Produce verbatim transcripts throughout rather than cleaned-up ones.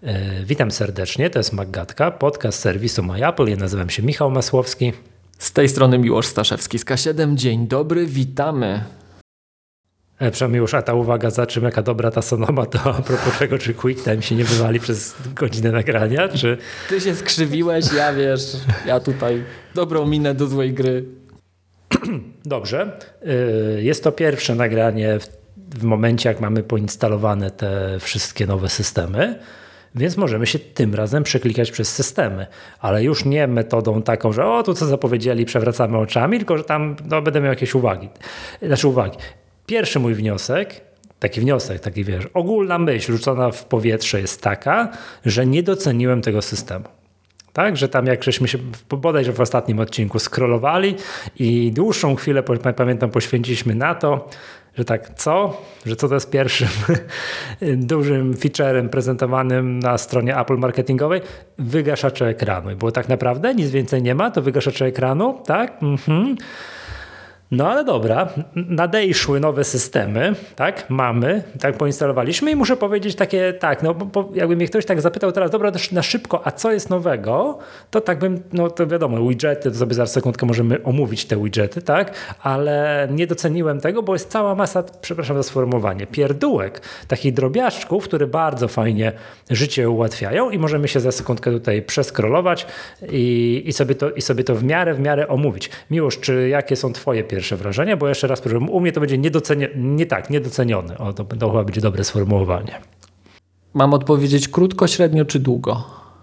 Witam serdecznie, to jest MacGadka, podcast serwisu MyApple. Ja nazywam się Michał Masłowski. Z tej strony Miłosz Staszewski z K siedem. Dzień dobry, witamy. E, przynajmniej już, a ta uwaga za czym, jaka dobra ta sonoma, to a propos czego, czy QuickTime się nie wywali przez godzinę nagrania, czy... Ty się skrzywiłeś, ja wiesz, ja tutaj dobrą minę do złej gry. Dobrze, jest to pierwsze nagranie w, w momencie, jak mamy poinstalowane te wszystkie nowe systemy, więc możemy się tym razem przeklikać przez systemy, ale już nie metodą taką, że o, tu co zapowiedzieli, przewracamy oczami, tylko że tam no, będę miał jakieś uwagi. Znaczy uwagi. Pierwszy mój wniosek, taki wniosek, taki wiesz, ogólna myśl rzucona w powietrze jest taka, że nie doceniłem tego systemu. Tak, że tam jak żeśmy się bodajże w ostatnim odcinku scrollowali i dłuższą chwilę, pamiętam, poświęciliśmy na to, że tak co? Że co to jest pierwszym dużym featurem prezentowanym na stronie Apple marketingowej? Wygaszacze ekranu. I było tak naprawdę, nic więcej nie ma, to wygaszacze ekranu, tak? Mhm. No ale dobra, nadejszły nowe systemy, tak, mamy, tak poinstalowaliśmy i muszę powiedzieć takie, tak, no bo jakby mnie ktoś tak zapytał teraz, dobra, na szybko, a co jest nowego, to tak bym, no to wiadomo, widgety, to sobie za sekundkę możemy omówić te widgety, tak, ale nie doceniłem tego, bo jest cała masa, przepraszam za sformułowanie, pierdółek, takich drobiażdżków, które bardzo fajnie życie ułatwiają i możemy się za sekundkę tutaj przeskrolować i, i, sobie, to, i sobie to w miarę, w miarę omówić. Miłosz, czy jakie są twoje pierwsze wrażenia, bo jeszcze raz powiem, u mnie to będzie niedocenione, nie tak, niedocenione. O, to, to chyba będzie dobre sformułowanie. Mam odpowiedzieć krótko, średnio czy długo?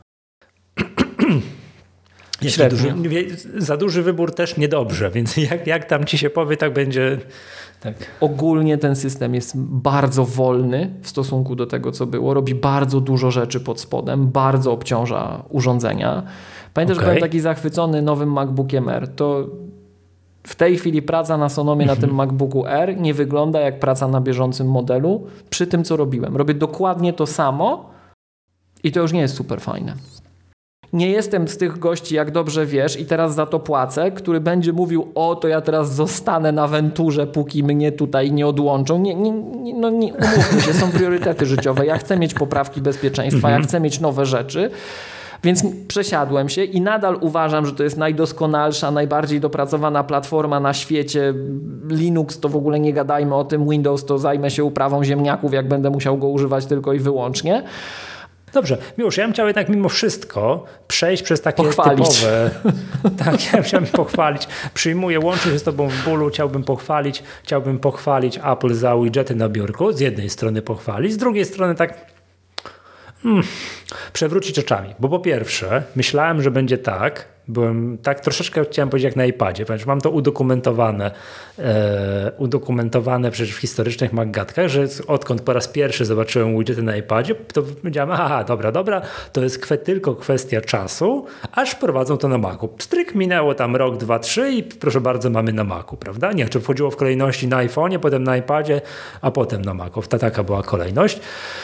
Średnio. Duży, za duży wybór też niedobrze, więc jak, jak tam ci się powie, tak będzie. Tak. Ogólnie ten system jest bardzo wolny w stosunku do tego, co było. Robi bardzo dużo rzeczy pod spodem, bardzo obciąża urządzenia. Pamiętam, okay. że byłem taki zachwycony nowym MacBookiem Air. To w tej chwili praca na Sonomie na tym MacBooku Air nie wygląda jak praca na bieżącym modelu przy tym, co robiłem. Robię dokładnie to samo i to już nie jest super fajne. Nie jestem z tych gości, jak dobrze wiesz, i teraz za to płacę, który będzie mówił, o, to ja teraz zostanę na Venturze, póki mnie tutaj nie odłączą. Nie, nie, nie, no nie umówmy się, są priorytety życiowe. Ja chcę mieć poprawki bezpieczeństwa, ja chcę mieć nowe rzeczy. Więc przesiadłem się i nadal uważam, że to jest najdoskonalsza, najbardziej dopracowana platforma na świecie. Linux to w ogóle nie gadajmy o tym, Windows to zajmę się uprawą ziemniaków, jak będę musiał go używać tylko i wyłącznie. Dobrze, Miłosz, ja bym chciał jednak mimo wszystko przejść przez takie pochwalić. typowe... Tak, ja chciałbym pochwalić. Przyjmuję, łączę się z tobą w bólu, chciałbym pochwalić, chciałbym pochwalić Apple za widgety na biurku. Z jednej strony pochwalić, z drugiej strony tak... Hmm, przewrócić oczami, bo po pierwsze myślałem, że będzie tak, byłem tak troszeczkę chciałem powiedzieć jak na iPadzie, ponieważ mam to udokumentowane e, udokumentowane przecież w historycznych MacGadkach, że odkąd po raz pierwszy zobaczyłem widgety na iPadzie, to powiedziałem, aha, dobra, dobra, to jest kwe, tylko kwestia czasu, aż wprowadzą to na Macu. Stryk minęło tam rok, dwa, trzy i proszę bardzo, mamy na Macu, prawda? Nie, czy wchodziło w kolejności na iPhone'ie, potem na iPadzie, a potem na Macu. Ta taka była kolejność.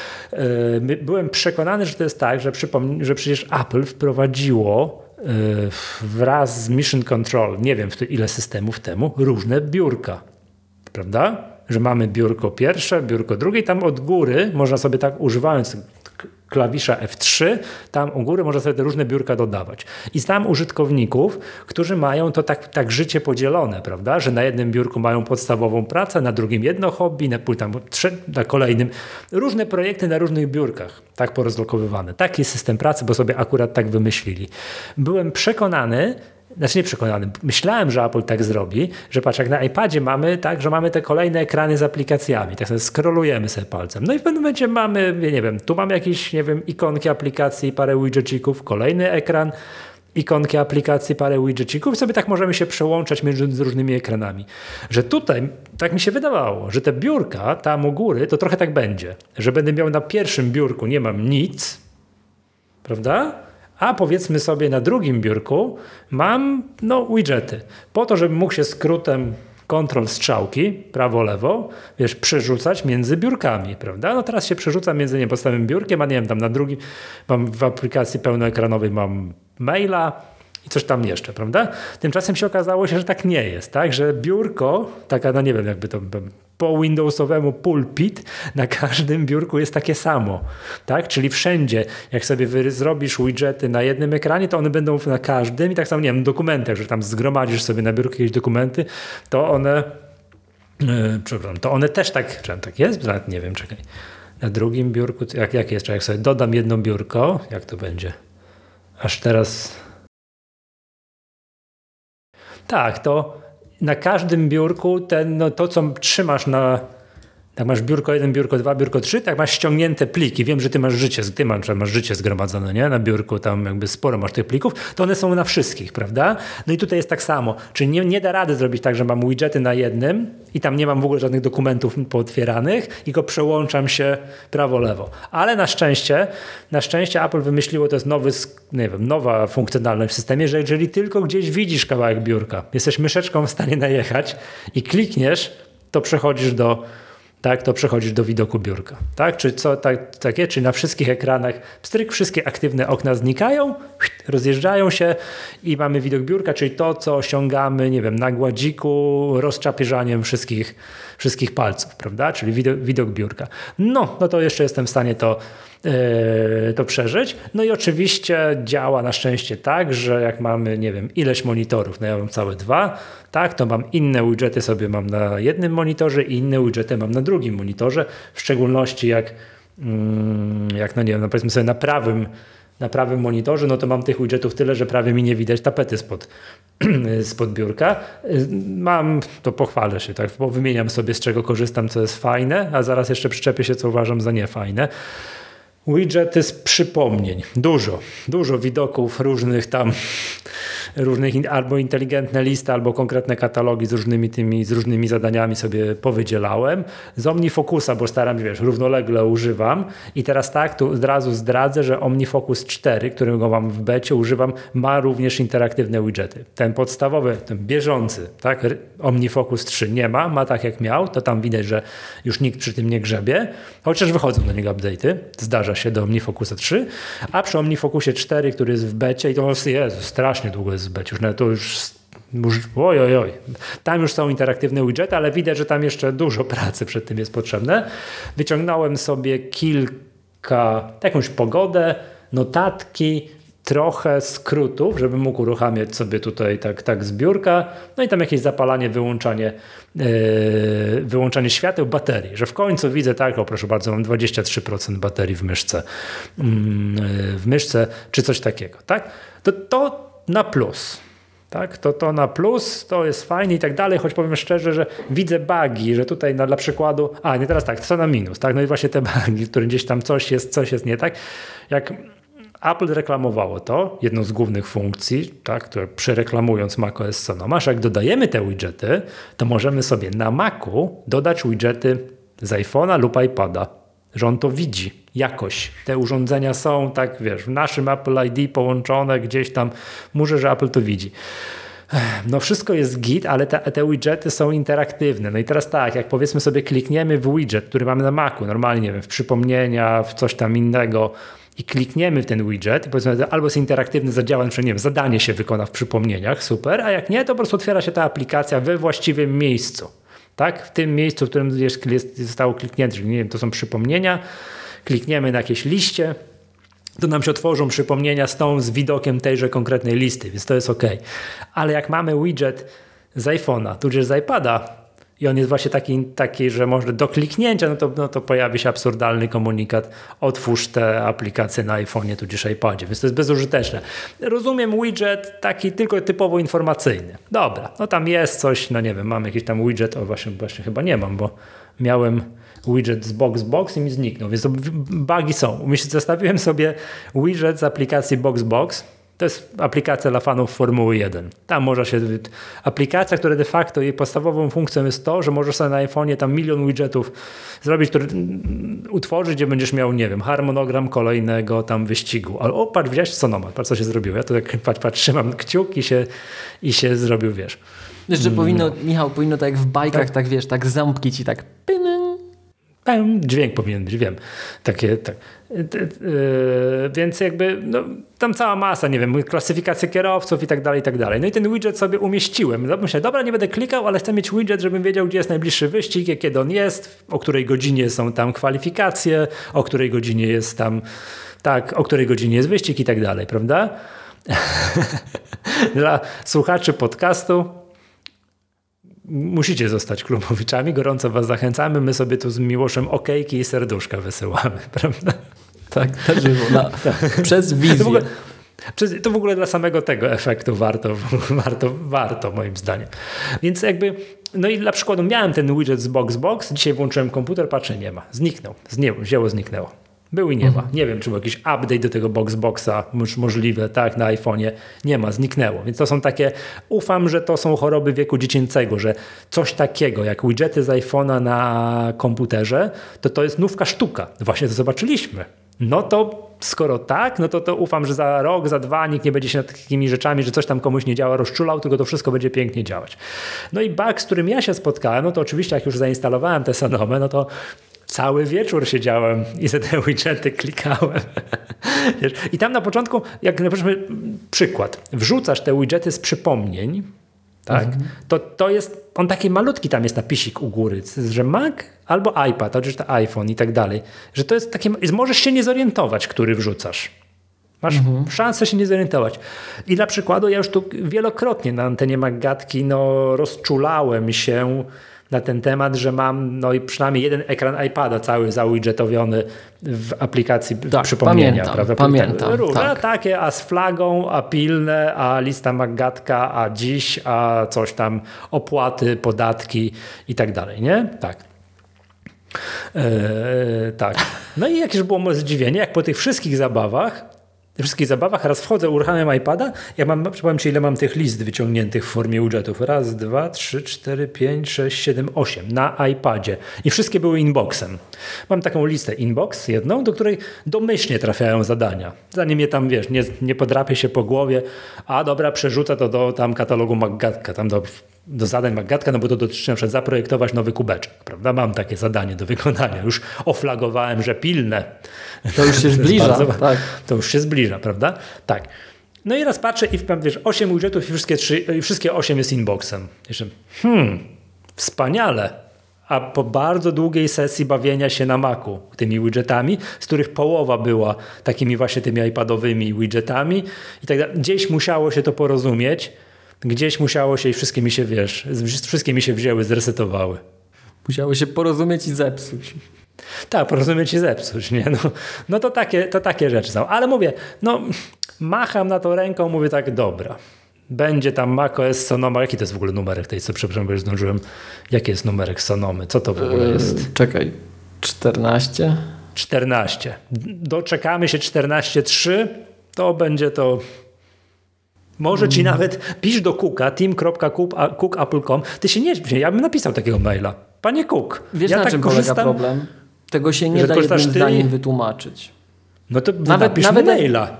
Byłem przekonany, że to jest tak, że, przypomnij, że przecież Apple wprowadziło wraz z Mission Control, nie wiem ile systemów temu, różne biurka, prawda? Że mamy biurko pierwsze, biurko drugie i tam od góry można sobie tak używając klawisza F trzy, tam u góry można sobie te różne biurka dodawać. I znam użytkowników, którzy mają to tak, tak życie podzielone, prawda? Że na jednym biurku mają podstawową pracę, na drugim jedno hobby, na, tam, na kolejnym różne projekty na różnych biurkach, tak porozlokowywane. Taki jest system pracy, bo sobie akurat tak wymyślili. Byłem przekonany, Znaczy nie przekonany. Myślałem, że Apple tak zrobi, że patrz, jak na iPadzie mamy tak, że mamy te kolejne ekrany z aplikacjami, tak sobie scrollujemy sobie palcem. No i w pewnym momencie mamy, nie wiem, tu mamy jakieś, nie wiem, ikonki aplikacji, parę widgecików, kolejny ekran, ikonki aplikacji, parę widgecików i sobie tak możemy się przełączać między różnymi ekranami. Że tutaj, tak mi się wydawało, że te biurka tam u góry, to trochę tak będzie, że będę miał na pierwszym biurku, nie mam nic, prawda? A powiedzmy sobie na drugim biurku mam no, widgety. Po to, żebym mógł się skrótem kontrol strzałki, prawo-lewo, wiesz, przerzucać między biurkami, prawda? No teraz się przerzucam między nie podstawowym biurkiem, a nie wiem, tam na drugim mam w aplikacji pełnoekranowej mam maila i coś tam jeszcze, prawda? Tymczasem się okazało się, że tak nie jest, tak? Że biurko, taka, no nie wiem, jakby to po Windowsowemu pulpit, na każdym biurku jest takie samo, tak? Czyli wszędzie, jak sobie wy zrobisz widgety na jednym ekranie, to one będą na każdym i tak samo, nie wiem, w dokumentach, że tam zgromadzisz sobie na biurku jakieś dokumenty, to one, yy, przepraszam, to one też tak, czy tak jest? Nie wiem, czekaj. Na drugim biurku, jak, jak jest, jak sobie dodam jedno biurko, jak to będzie? Aż teraz... Tak, to na każdym biurku ten, no to, co trzymasz na... Jak masz biurko jeden, biurko dwa, biurko trzy, tak masz ściągnięte pliki. Wiem, że ty masz życie, ty masz, masz życie zgromadzone, nie? Na biurku tam jakby sporo masz tych plików, to one są na wszystkich, prawda? No i tutaj jest tak samo. Czyli nie, nie da rady zrobić tak, że mam widgety na jednym i tam nie mam w ogóle żadnych dokumentów pootwieranych i go przełączam się prawo-lewo. Ale na szczęście, na szczęście Apple wymyśliło, to jest nowy, nie wiem, nowa funkcjonalność w systemie, że jeżeli tylko gdzieś widzisz kawałek biurka, jesteś myszeczką w stanie najechać i klikniesz, to przechodzisz do tak, to przechodzisz do widoku biurka. Tak? Czy co tak, takie? Czy na wszystkich ekranach pstryk, wszystkie aktywne okna znikają, rozjeżdżają się i mamy widok biurka, czyli to, co osiągamy, nie wiem, na gładziku, rozczapieżaniem wszystkich, wszystkich palców, prawda? Czyli widok, widok biurka. No, no to jeszcze jestem w stanie to, yy, to przeżyć. No i oczywiście działa na szczęście tak, że jak mamy, nie wiem, ileś monitorów, no ja mam całe dwa, tak, to mam inne widgety sobie mam na jednym monitorze i inne widgety mam na drugim monitorze, w szczególności jak, jak no nie wiem, no powiedzmy sobie na prawym, na prawym monitorze, no to mam tych widgetów tyle, że prawie mi nie widać tapety spod, spod biurka. Mam, to pochwalę się, tak, bo wymieniam sobie, z czego korzystam, co jest fajne, a zaraz jeszcze przyczepię się, co uważam za niefajne. Widgety z przypomnień. Dużo, dużo widoków różnych tam, różnych albo inteligentne listy, albo konkretne katalogi z różnymi tymi, z różnymi zadaniami sobie powydzielałem. Z OmniFocusa, bo staram się, wiesz, równolegle używam i teraz tak, tu od razu zdradzę, że OmniFocus cztery, którego mam w becie, używam, ma również interaktywne widgety. Ten podstawowy, ten bieżący, tak, OmniFocus trzy nie ma, ma tak jak miał, to tam widać, że już nikt przy tym nie grzebie, chociaż wychodzą do niego update'y, zdarza się do OmniFocusa trzy, a przy OmniFocusie cztery, który jest w becie i to jest, Jezu, strasznie długo jest w becie, już, to już, już oj, oj, oj. Tam już są interaktywne widgety, ale widać, że tam jeszcze dużo pracy przed tym jest potrzebne. Wyciągnąłem sobie kilka, jakąś pogodę, notatki, trochę skrótów, żebym mógł uruchamiać sobie tutaj tak, tak z biurka, no i tam jakieś zapalanie, wyłączanie, yy, wyłączanie świateł, baterii, że w końcu widzę tak, o proszę bardzo, mam dwadzieścia trzy procent baterii w myszce, yy, w myszce, czy coś takiego, tak? To, to na plus. Tak, to, to na plus, to jest fajnie i tak dalej, choć powiem szczerze, że widzę bugi, że tutaj na, dla przykładu, a nie teraz tak, co na minus, tak, no i właśnie te bugi, w którym gdzieś tam coś jest, coś jest nie tak, jak Apple reklamowało to, jedną z głównych funkcji, tak, które przereklamując macOS Sonoma, że jak dodajemy te widgety, to możemy sobie na Macu dodać widgety z iPhone'a lub iPada, że on to widzi jakoś. Te urządzenia są, tak wiesz, w naszym Apple I D połączone gdzieś tam, może, że Apple to widzi. No wszystko jest git, ale te, te widgety są interaktywne. No i teraz tak, jak powiedzmy sobie klikniemy w widget, który mamy na Macu, normalnie, nie wiem, w przypomnienia, w coś tam innego, i klikniemy w ten widget i powiedzmy, albo jest interaktywny, zadziała, że nie wiem, zadanie się wykona w przypomnieniach, super, a jak nie, to po prostu otwiera się ta aplikacja we właściwym miejscu. Tak? W tym miejscu, w którym jest, jest, zostało kliknięte, czyli nie wiem, to są przypomnienia, klikniemy na jakieś liście, to nam się otworzą przypomnienia z tą, z widokiem tejże konkretnej listy, więc to jest ok. Ale jak mamy widget z iPhone'a, tudzież z iPada, i on jest właśnie taki, taki, że może do kliknięcia, no to, no to pojawi się absurdalny komunikat, otwórz tę aplikację na iPhone'ie tudzież iPadzie, więc to jest bezużyteczne. Rozumiem widget taki tylko typowo informacyjny. Dobra, no tam jest coś, no nie wiem, mam jakiś tam widget, o właśnie, właśnie chyba nie mam, bo miałem widget z Boxbox i mi zniknął, więc to bugi są. Zostawiłem sobie widget z aplikacji Boxbox. To jest aplikacja dla fanów Formuły jeden. Tam można się... Aplikacja, która de facto jej podstawową funkcją jest to, że możesz sobie na iPhone'ie tam milion widgetów zrobić, który utworzyć, gdzie będziesz miał, nie wiem, harmonogram kolejnego tam wyścigu. Ale o, patrz, widziałeś Sonoma, patrz, co się zrobiło. Ja tu tak patrz, patrz, trzymam kciuk i się, i się zrobił, wiesz. Wiesz, że powinno, Michał, powinno tak jak w bajkach, tak, tak wiesz, tak ząbki ci tak... Dźwięk powinien być, wiem. Takie, tak. Yy, więc jakby no, tam cała masa, nie wiem, klasyfikacja kierowców i tak dalej, i tak dalej. No i ten widget sobie umieściłem. Myślę, dobra, nie będę klikał, ale chcę mieć widget, żebym wiedział, gdzie jest najbliższy wyścig, kiedy on jest, o której godzinie są tam kwalifikacje, o której godzinie jest tam, tak, o której godzinie jest wyścig i tak dalej, prawda? Dla słuchaczy podcastu musicie zostać klubowiczami, gorąco was zachęcamy, my sobie tu z Miłoszem okejki i serduszka wysyłamy, prawda? Tak, na żywo, na, przez wizję. To w, ogóle, to w ogóle dla samego tego efektu warto, warto, warto moim zdaniem. Więc jakby, no i dla przykładu miałem ten widget z BoxBox, dzisiaj włączyłem komputer, patrzę, nie ma, zniknął, wzięło, zniknęło. Był i nie ma. Nie wiem, czy był jakiś update do tego BoxBoxa możliwe, tak, na iPhone'ie. Nie ma, zniknęło. Więc to są takie, ufam, że to są choroby wieku dziecięcego, że coś takiego jak widgety z iPhone'a na komputerze, to to jest nówka sztuka. Właśnie to zobaczyliśmy. No to skoro tak, no to, to ufam, że za rok, za dwa nikt nie będzie się nad takimi rzeczami, że coś tam komuś nie działa, rozczulał, tylko to wszystko będzie pięknie działać. No i bug, z którym ja się spotkałem, no to oczywiście jak już zainstalowałem te Sonome, no to cały wieczór siedziałem i za te widgety klikałem. I tam na początku, jak na przykład przykład, wrzucasz te widgety z przypomnień, tak, mhm. to, to jest, on taki malutki tam jest napisik u góry, że Mac albo iPad, oczywiście iPhone i tak dalej, że to jest takie, możesz się nie zorientować, który wrzucasz. Masz mhm. szansę się nie zorientować. I dla przykładu, ja już tu wielokrotnie na antenie Maggatki no, rozczulałem się na ten temat, że mam no i przynajmniej jeden ekran iPada cały zawidgetowiony w aplikacji tak, przypomnienia. Pamiętam, prawda? pamiętam. Różne tak. takie, a z flagą, a pilne, a lista Maggatka, a dziś, a coś tam, opłaty, podatki i tak dalej, nie? Tak. Eee, tak. No i jakież było moje zdziwienie, jak po tych wszystkich zabawach wszystkich zabawach, raz wchodzę, uruchamiam iPada, ja mam, powiem ci, ile mam tych list wyciągniętych w formie widgetów. Raz, dwa, trzy, cztery, pięć, sześć, siedem, osiem na iPadzie. I wszystkie były inboxem. Mam taką listę inbox, jedną, do której domyślnie trafiają zadania. Zanim je tam, wiesz, nie, nie podrapię się po głowie, a dobra, przerzucę to do tam katalogu Maggatka, tam do, do zadań Maggatka, no bo to dotyczy na przykład zaprojektować nowy kubeczek, prawda? Mam takie zadanie do wykonania. Już oflagowałem, że pilne. To już się zbliża, bardzo, tak. To już się zbliża, prawda? Tak. No i raz patrzę i wiesz, osiem widgetów i wszystkie, trzy, i wszystkie osiem jest inboxem. Jeszcze, hmm, wspaniale. A po bardzo długiej sesji bawienia się na Macu tymi widgetami, z których połowa była takimi właśnie tymi iPadowymi widgetami i tak dalej. Gdzieś musiało się to porozumieć, gdzieś musiało się i wszystkie mi się, wiesz, wszystkie mi się wzięły, zresetowały. Musiało się porozumieć i zepsuć. Tak, porozumieć i zepsuć, nie? No, no to, takie, to takie rzeczy są. Ale mówię, no macham na to ręką, mówię tak, dobra. Będzie tam macOS Sonoma. Jaki to jest w ogóle numerek tej, co przepraszam, bo już zdążyłem. Jaki jest numerek Sonomy? Co to w ogóle jest? Yy, czekaj, czternaście? czternaście. Doczekamy się czternaście trzy, to będzie to... Może ci nawet pisz do Cooka, team kropka cook apple kropka com. Ty się nie śmiej, ja bym napisał takiego maila. Panie Cook, wiesz, ja na tak czym korzystam, polega problem? Tego się nie da jednym zdaniem wytłumaczyć. No to nawet, napisz nawet mu maila.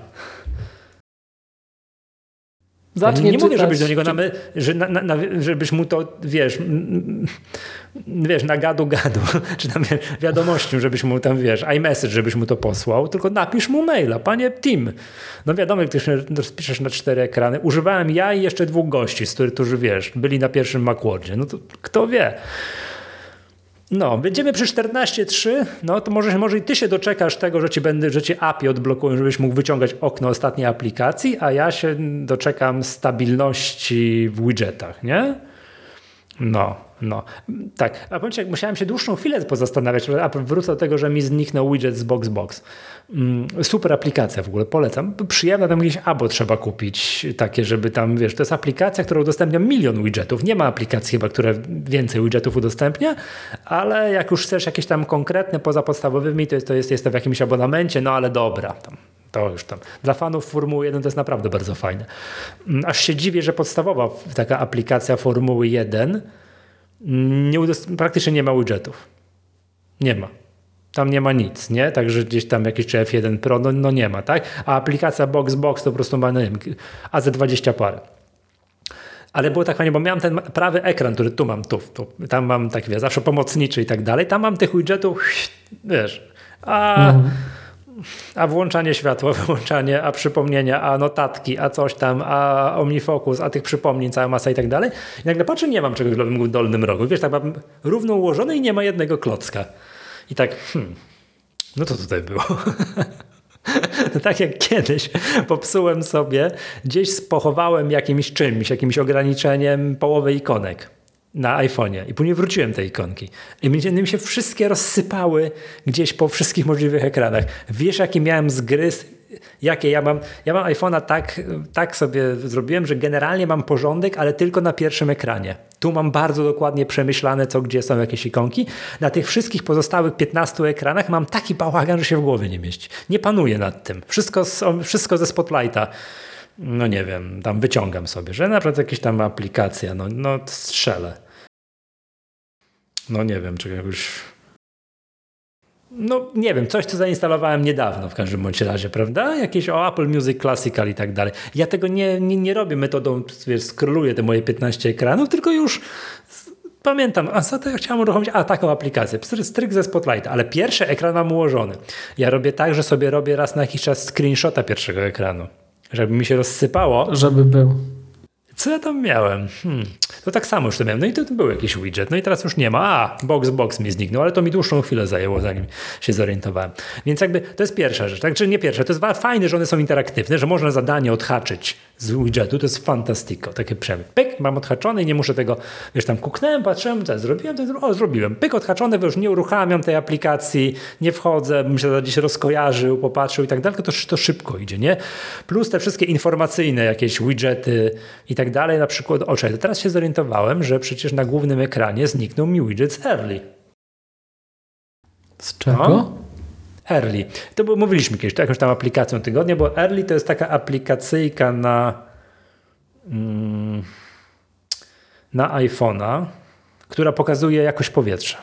Zacznie ja nie mówię, czytać, żebyś do niego, czy... na, że na, na, żebyś mu to, wiesz, wiesz, na gadu gadu, czy tam wiadomością, żebyś mu tam, wiesz, iMessage, żebyś mu to posłał, tylko napisz mu maila, panie Tim. No wiadomo, jak ty się rozpiszesz na cztery ekrany. Używałem ja i jeszcze dwóch gości, z których, którzy, wiesz, byli na pierwszym Macworldzie. No to kto wie. No, będziemy przy czternaście trzy, no to może, może i ty się doczekasz tego, że ci będę, że ci A P I odblokują, żebyś mógł wyciągać okno ostatniej aplikacji, a ja się doczekam stabilności w widgetach, nie? No, no. Tak, a powiem ci, jak musiałem się dłuższą chwilę pozastanawiać, a wrócę do tego, że mi zniknął widget z BoxBox. Super aplikacja w ogóle, polecam. Przyjemna, tam jakieś abo trzeba kupić, takie, żeby tam, wiesz, to jest aplikacja, która udostępnia milion widgetów. Nie ma aplikacji chyba, która więcej widgetów udostępnia, ale jak już chcesz jakieś tam konkretne, poza podstawowymi, to jest to, jest, jest to w jakimś abonamencie, no ale dobra, tam, to już tam. Dla fanów Formuły jeden to jest naprawdę bardzo fajne. Aż się dziwię, że podstawowa taka aplikacja Formuły jeden nie udost- praktycznie nie ma widgetów. Nie ma. Tam nie ma nic, nie? Także gdzieś tam jakiś czy F jeden Pro, no, no nie ma, tak? A aplikacja BoxBox to po prostu ma, nie wiem, A Z dwadzieścia parę. Ale było tak fajnie, bo miałem ten prawy ekran, który tu mam, tu, tu tam mam tak, wiesz, zawsze pomocniczy i tak dalej. Tam mam tych widgetów, wiesz, a, mhm. a włączanie światła, wyłączanie, a przypomnienia, a notatki, a coś tam, a OmniFocus, a tych przypomnień cała masa i tak dalej. I nagle patrzę, nie mam czegoś w lewym dolnym rogu. Wiesz, tak mam równo ułożone i nie ma jednego klocka. I tak, hmm, no to tutaj było. To tak jak kiedyś popsułem sobie, gdzieś pochowałem jakimś czymś, jakimś ograniczeniem połowę ikonek na iPhone'ie i później wróciłem te ikonki. I mi się wszystkie rozsypały gdzieś po wszystkich możliwych ekranach. Wiesz, jaki miałem zgryz, jakie ja mam. Ja mam iPhone'a tak, tak sobie zrobiłem, że generalnie mam porządek, ale tylko na pierwszym ekranie. Tu mam bardzo dokładnie przemyślane, co gdzie są jakieś ikonki. Na tych wszystkich pozostałych piętnastu ekranach mam taki bałagan, że się w głowie nie mieści. Nie panuję nad tym. Wszystko, wszystko ze Spotlighta. No nie wiem, tam wyciągam sobie, że na przykład jakieś tam aplikacja, no, no strzelę. No nie wiem, czy jakoś... No nie wiem, coś co zainstalowałem niedawno w każdym bądź razie, prawda? Jakieś o Apple Music Classical i tak dalej. Ja tego nie, nie, nie robię metodą, wiesz, scrolluję te moje piętnaście ekranów, tylko już pamiętam, a co to ja chciałem uruchomić? A, taką aplikację, stryk ze Spotlighta, ale pierwszy ekran mam ułożony. Ja robię tak, że sobie robię raz na jakiś czas screenshota pierwszego ekranu. Żeby mi się rozsypało. Żeby był. Co ja tam miałem? Hmm. To tak samo już to miałem. No i to, to był jakiś widget. No i teraz już nie ma. A, box, box mi zniknął, ale to mi dłuższą chwilę zajęło, zanim się zorientowałem. Więc jakby to jest pierwsza rzecz. Także nie pierwsza. To jest fajne, że one są interaktywne, że można zadanie odhaczyć z widgetu. To jest fantastyko. Takie przemysł. Pyk, mam odhaczone i nie muszę tego, wiesz, tam kuknąłem, patrzyłem, co ja zrobiłem, to o, zrobiłem. Pyk, odhaczone, bo już nie uruchamiam tej aplikacji, nie wchodzę, bym się gdzieś rozkojarzył, popatrzył i tak dalej, to, to szybko idzie, nie? Plus te wszystkie informacyjne jakieś widgety i tak dalej, na przykład, o czekaj, teraz się zorientowałem, że przecież na głównym ekranie zniknął mi widget z Early. Z czego? No? Early. To było, mówiliśmy kiedyś, to jakąś tam aplikacją tygodnia, bo Early to jest taka aplikacyjka na mm, na iPhone'a, która pokazuje jakość powietrza.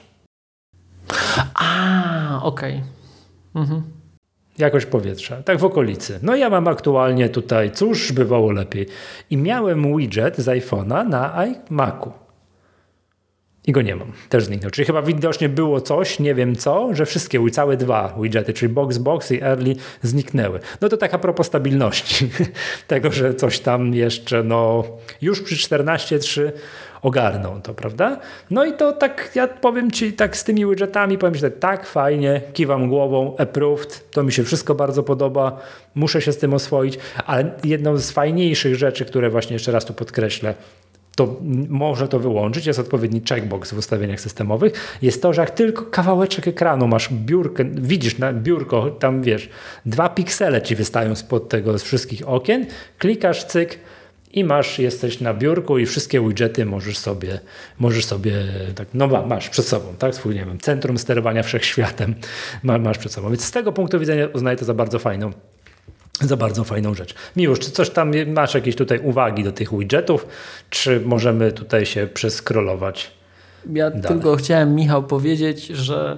A, okej. Okay. Mhm. Jakość powietrza, tak w okolicy. No ja mam aktualnie tutaj, cóż bywało lepiej. I miałem widget z iPhone'a na iMacu. I go nie mam. Też zniknął. Czyli chyba widocznie było coś, nie wiem co, że wszystkie, całe dwa widgety, czyli Box, Box i Early zniknęły. No to tak a propos stabilności. Tego, że coś tam jeszcze, no już przy czternaście trzy ogarną to, prawda? No i to tak, ja powiem ci, tak z tymi widgetami, powiem ci tak, tak, fajnie, kiwam głową, approved, to mi się wszystko bardzo podoba, muszę się z tym oswoić, ale jedną z fajniejszych rzeczy, które właśnie jeszcze raz tu podkreślę, to może to wyłączyć, jest odpowiedni checkbox w ustawieniach systemowych, jest to, że jak tylko kawałeczek ekranu masz biurkę, widzisz na biurko, tam wiesz, dwa piksele ci wystają spod tego z wszystkich okien, klikasz, cyk, i masz, jesteś na biurku i wszystkie widgety możesz sobie, możesz sobie tak, no masz przed sobą, tak, swój, nie wiem, centrum sterowania wszechświatem masz przed sobą. Więc z tego punktu widzenia uznaję to za bardzo fajną, za bardzo fajną rzecz. Miłosz, czy coś tam, masz jakieś tutaj uwagi do tych widgetów, czy możemy tutaj się przeskrolować? Ja dalej? Tylko chciałem, Michał, powiedzieć, że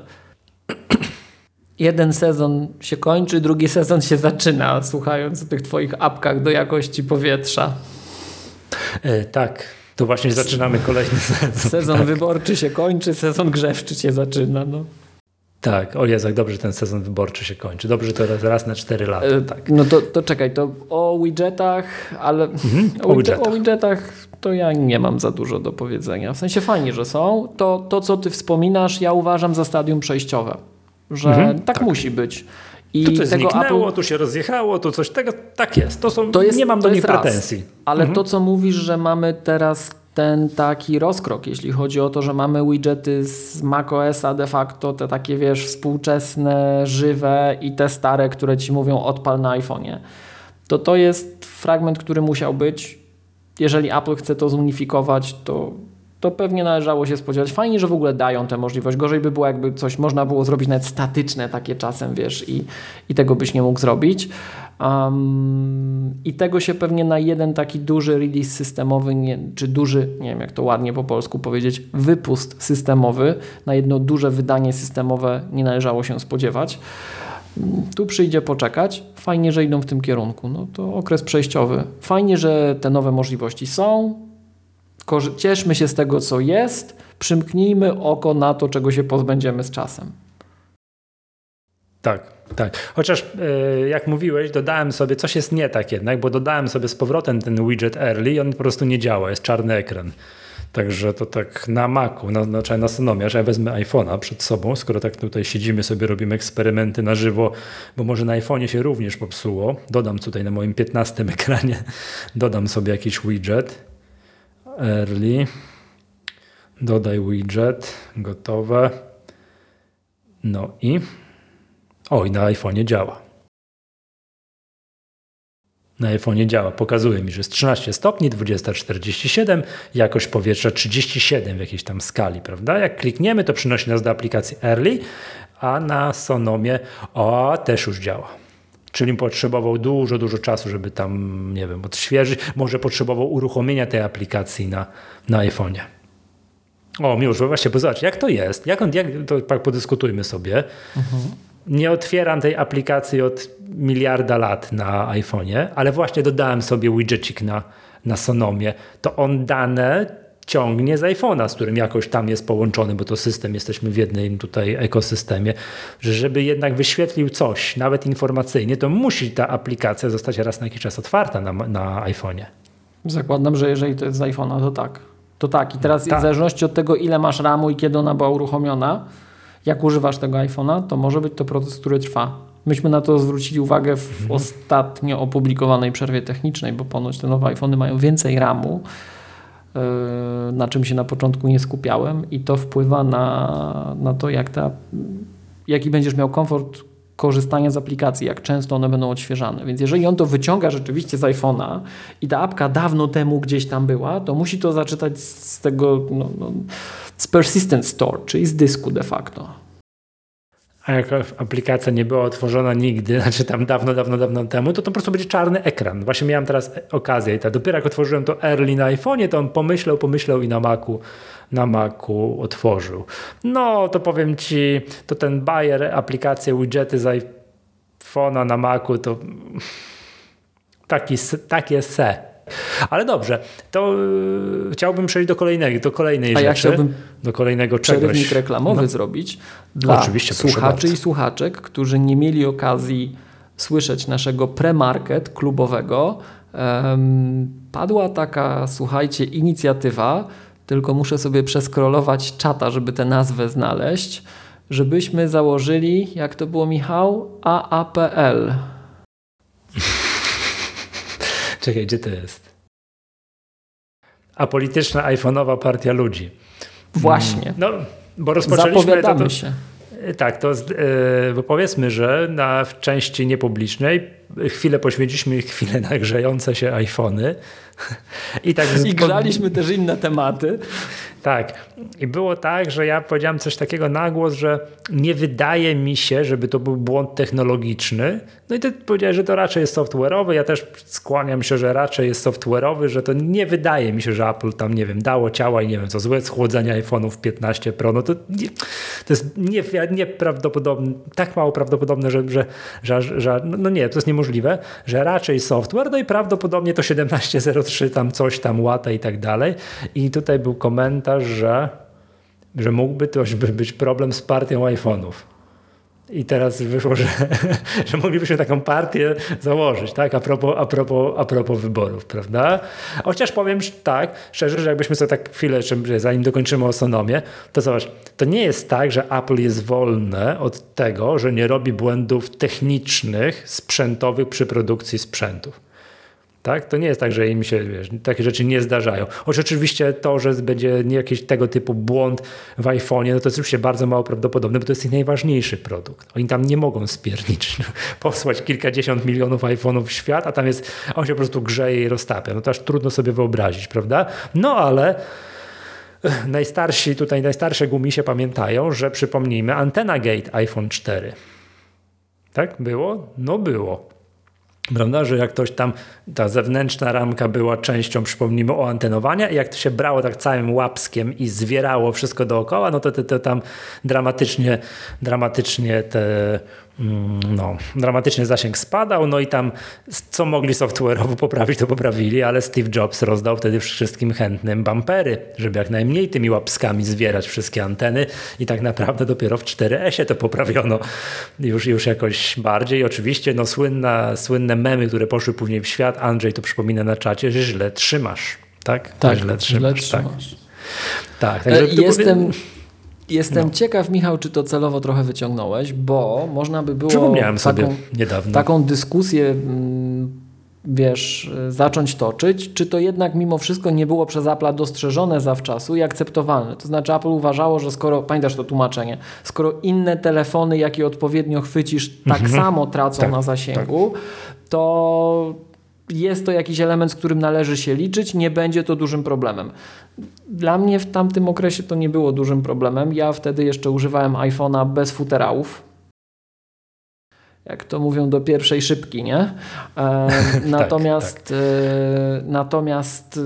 jeden sezon się kończy, drugi sezon się zaczyna, słuchając o tych twoich apkach do jakości powietrza. E, tak, to właśnie zaczynamy kolejny sezon. Sezon tak. wyborczy się kończy, sezon grzewczy się zaczyna. No. Tak, o Jezu, jak dobrze, że ten sezon wyborczy się kończy. Dobrze, to raz, raz na cztery lata. E, tak. No to, to czekaj, to o widgetach, ale mhm, o, o, widgetach. o widgetach to ja nie mam za dużo do powiedzenia. W sensie fajnie, że są. To, to co ty wspominasz, ja uważam za stadium przejściowe. Że mhm, tak, tak musi być. I tu coś tego zniknęło, Apple... tu się rozjechało, tu coś tego, tak jest. To są, to jest nie mam do nich pretensji. Raz. Ale mhm. to, co mówisz, że mamy teraz ten taki rozkrok, jeśli chodzi o to, że mamy widgety z macOSa de facto, te takie, wiesz, współczesne, żywe i te stare, które ci mówią odpal na iPhone'ie, to to jest fragment, który musiał być. Jeżeli Apple chce to zunifikować, to to pewnie należało się spodziewać. Fajnie, że w ogóle dają tę możliwość. Gorzej by było, jakby coś można było zrobić nawet statyczne takie czasem, wiesz, i, i tego byś nie mógł zrobić. Um, I tego się pewnie na jeden taki duży release systemowy, nie, czy duży, nie wiem jak to ładnie po polsku powiedzieć, wypust systemowy, na jedno duże wydanie systemowe nie należało się spodziewać. Tu przyjdzie poczekać. Fajnie, że idą w tym kierunku. No to okres przejściowy. Fajnie, że te nowe możliwości są. cieszmy się z tego, co jest, przymknijmy oko na to, czego się pozbędziemy z czasem. Tak, tak. Chociaż yy, jak mówiłeś, dodałem sobie, coś jest nie tak jednak, bo dodałem sobie z powrotem ten widget early i on po prostu nie działa, jest czarny ekran. Także to tak na Macu, na, znaczy na Sonomie, że ja wezmę iPhone'a przed sobą, skoro tak tutaj siedzimy sobie, robimy eksperymenty na żywo, bo może na iPhone'ie się również popsuło. Dodam tutaj na moim piętnastym ekranie, dodam sobie jakiś widget early, dodaj widget, gotowe. No i o, i na iPhone'ie działa. Na iPhone'ie działa. Pokazuje mi, że jest trzynaście stopni, dwadzieścia czterdzieści siedem, jakość powietrza trzydzieści siedem w jakiejś tam skali, prawda? Jak klikniemy, to przynosi nas do aplikacji Early, a na Sonomie o, też już działa. Czyli potrzebował dużo, dużo czasu, żeby tam, nie wiem, odświeżyć. Może potrzebował uruchomienia tej aplikacji na, na iPhone'ie. O, Miłosz, właśnie, bo zobacz, jak to jest? Jak on, jak, to tak podyskutujmy sobie. Mhm. Nie otwieram tej aplikacji od miliarda lat na iPhone'ie, ale właśnie dodałem sobie widgetik na, na Sonomie. To on dane ciągnie z iPhone'a, z którym jakoś tam jest połączony, bo to system, jesteśmy w jednym tutaj ekosystemie, że żeby jednak wyświetlił coś, nawet informacyjnie, to musi ta aplikacja zostać raz na jakiś czas otwarta na, na iPhone'ie. Zakładam, że jeżeli to jest z iPhone'a, to tak. To tak. I teraz tak. W zależności od tego, ile masz ramu i kiedy ona była uruchomiona, jak używasz tego iPhone'a, to może być to proces, który trwa. Myśmy na to zwrócili uwagę w mhm. ostatnio opublikowanej przerwie technicznej, bo ponoć te nowe iPhone'y mają więcej ramu, na czym się na początku nie skupiałem i to wpływa na, na to, jak ta, jaki będziesz miał komfort korzystania z aplikacji, jak często one będą odświeżane. Więc jeżeli on to wyciąga rzeczywiście z iPhone'a i ta apka dawno temu gdzieś tam była, to musi to zaczytać z tego, no, no, z Persistent Store, czyli z dysku de facto. A jak aplikacja nie była otworzona nigdy, znaczy tam dawno, dawno, dawno temu, to to po prostu będzie czarny ekran. Właśnie miałem teraz okazję i ta, dopiero jak otworzyłem to early na iPhone'ie, to on pomyślał, pomyślał i na Macu, na Macu otworzył. No to powiem Ci, to ten Bayer, aplikacje, widgety z iPhone'a na Macu, to taki, takie se. Ale dobrze, to yy, chciałbym przejść do kolejnej, do kolejnej A rzeczy. ja chciałbym do kolejnego czegoś. Przerywnik reklamowy no. zrobić dla Oczywiście, słuchaczy i słuchaczek, którzy nie mieli okazji słyszeć naszego pre-market klubowego. Um, padła taka, słuchajcie, inicjatywa, tylko muszę sobie przeskrolować czata, żeby tę nazwę znaleźć, żebyśmy założyli, jak to było, Michał, A A P L. Czekaj, gdzie to jest? Apolityczna iPhone'owa partia ludzi. Właśnie. No, bo rozpoczęliśmy... Zapowiadamy to, to, się. Tak, to yy, bo powiedzmy, że na w części niepublicznej chwilę poświęciliśmy chwilę na grzejące się iPhony. I, tak I grzaliśmy też inne tematy. Tak. I było tak, że ja powiedziałem coś takiego na głos, że nie wydaje mi się, żeby to był błąd technologiczny. No i ty powiedziałeś, że to raczej jest software'owy. Ja też skłaniam się, że raczej jest software'owy, że to nie wydaje mi się, że Apple tam, nie wiem, dało ciała i nie wiem co, złe schłodzenie iPhone'ów piętnaście Pro. No to, nie, to jest nie, nieprawdopodobne, tak mało prawdopodobne, że, że, że, że no nie, to jest niemożliwe, że raczej software, no i prawdopodobnie to siedemnaście zero trzy tam coś tam łata i tak dalej. I tutaj był komentarz, że, że mógłby to być problem z partią iPhone'ów. I teraz wyszło, że, że moglibyśmy taką partię założyć, tak? A propos, a propos, a propos wyborów, prawda? Chociaż powiem tak, szczerze, że jakbyśmy sobie tak chwilę, zanim dokończymy o Sonomie, to zobacz, to nie jest tak, że Apple jest wolne od tego, że nie robi błędów technicznych, sprzętowych przy produkcji sprzętów. Tak? To nie jest tak, że im się, wiesz, takie rzeczy nie zdarzają. Choć oczywiście to, że będzie jakiś tego typu błąd w iPhone'ie, no to jest oczywiście bardzo mało prawdopodobne, bo to jest ich najważniejszy produkt. Oni tam nie mogą spierniczyć, posłać kilkadziesiąt milionów iPhone'ów w świat, a tam jest, on się po prostu grzeje i roztapia. No to aż trudno sobie wyobrazić, prawda? No ale najstarsi, tutaj najstarsze gumisie pamiętają, że przypomnijmy, Antena Gate iPhone cztery. Tak? Było? No było. Prawda, że jak ktoś tam, ta zewnętrzna ramka była częścią, przypomnijmy, oantenowania i jak to się brało tak całym łapskiem i zwierało wszystko dookoła, no to, to, to tam dramatycznie, dramatycznie te, no, dramatycznie zasięg spadał, no i tam co mogli software'owo poprawić, to poprawili, ale Steve Jobs rozdał wtedy wszystkim chętnym bumpery, żeby jak najmniej tymi łapskami zwierać wszystkie anteny i tak naprawdę dopiero w cztery esie to poprawiono już, już jakoś bardziej. Oczywiście no słynna, słynne memy, które poszły później w świat, Andrzej to przypomina na czacie, że źle trzymasz, tak? Tak, źle trzymasz. Źle trzymasz. Tak, tak także jestem... powiem... Jestem no. ciekaw, Michał, czy to celowo trochę wyciągnąłeś, bo można by było Przypomniałem taką, sobie niedawno. taką dyskusję, wiesz, zacząć toczyć, czy to jednak mimo wszystko nie było przez Apple'a dostrzeżone zawczasu i akceptowalne. To znaczy Apple uważało, że skoro, pamiętasz to tłumaczenie, skoro inne telefony, jakie odpowiednio chwycisz, tak mhm. samo tracą tak, na zasięgu, tak. to jest to jakiś element, z którym należy się liczyć, nie będzie to dużym problemem. Dla mnie w tamtym okresie to nie było dużym problemem. Ja wtedy jeszcze używałem iPhone'a bez futerałów. Jak to mówią, do pierwszej szybki, nie? E, natomiast tak, tak. E, natomiast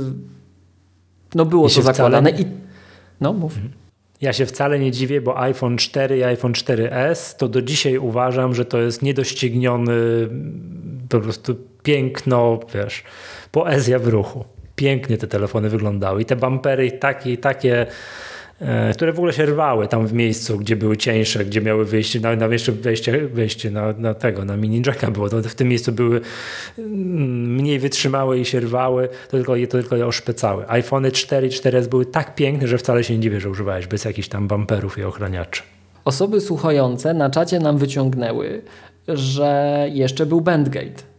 no było to zakładane. Nie... I... No mów. Ja się wcale nie dziwię, bo iPhone cztery i iPhone cztery S to do dzisiaj uważam, że to jest niedościgniony po prostu piękno, wiesz, poezja w ruchu. Pięknie te telefony wyglądały i te bumpery takie, takie e, które w ogóle się rwały tam w miejscu, gdzie były cieńsze, gdzie miały wyjście, na, na jeszcze wejście, wejście na, na tego, na mini jacka było, to w tym miejscu były mniej wytrzymałe i się rwały, to tylko je, to tylko je oszpecały. iPhony cztery i cztery S były tak piękne, że wcale się nie dziwię, że używałeś bez jakichś tam bumperów i ochraniaczy. Osoby słuchające na czacie nam wyciągnęły, że jeszcze był Bandgate.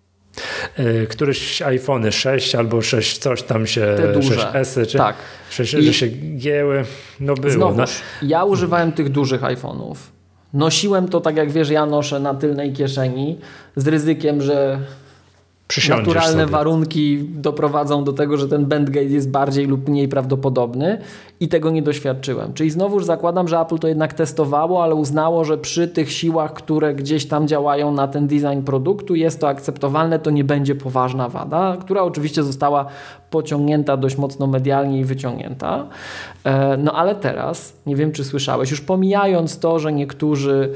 Któryś iPhony sześć albo sześć coś tam się, te duże. sześć S, czy tak. sześć, że się gięły, no było. Znowuż, no. ja używałem tych dużych iPhone'ów. Nosiłem to tak jak wiesz, ja noszę na tylnej kieszeni z ryzykiem, że naturalne sobie. warunki doprowadzą do tego, że ten Bandgate jest bardziej lub mniej prawdopodobny i tego nie doświadczyłem. Czyli znowuż zakładam, że Apple to jednak testowało, ale uznało, że przy tych siłach, które gdzieś tam działają na ten design produktu, jest to akceptowalne, to nie będzie poważna wada, która oczywiście została pociągnięta dość mocno medialnie i wyciągnięta. No ale teraz, nie wiem czy słyszałeś, już pomijając to, że niektórzy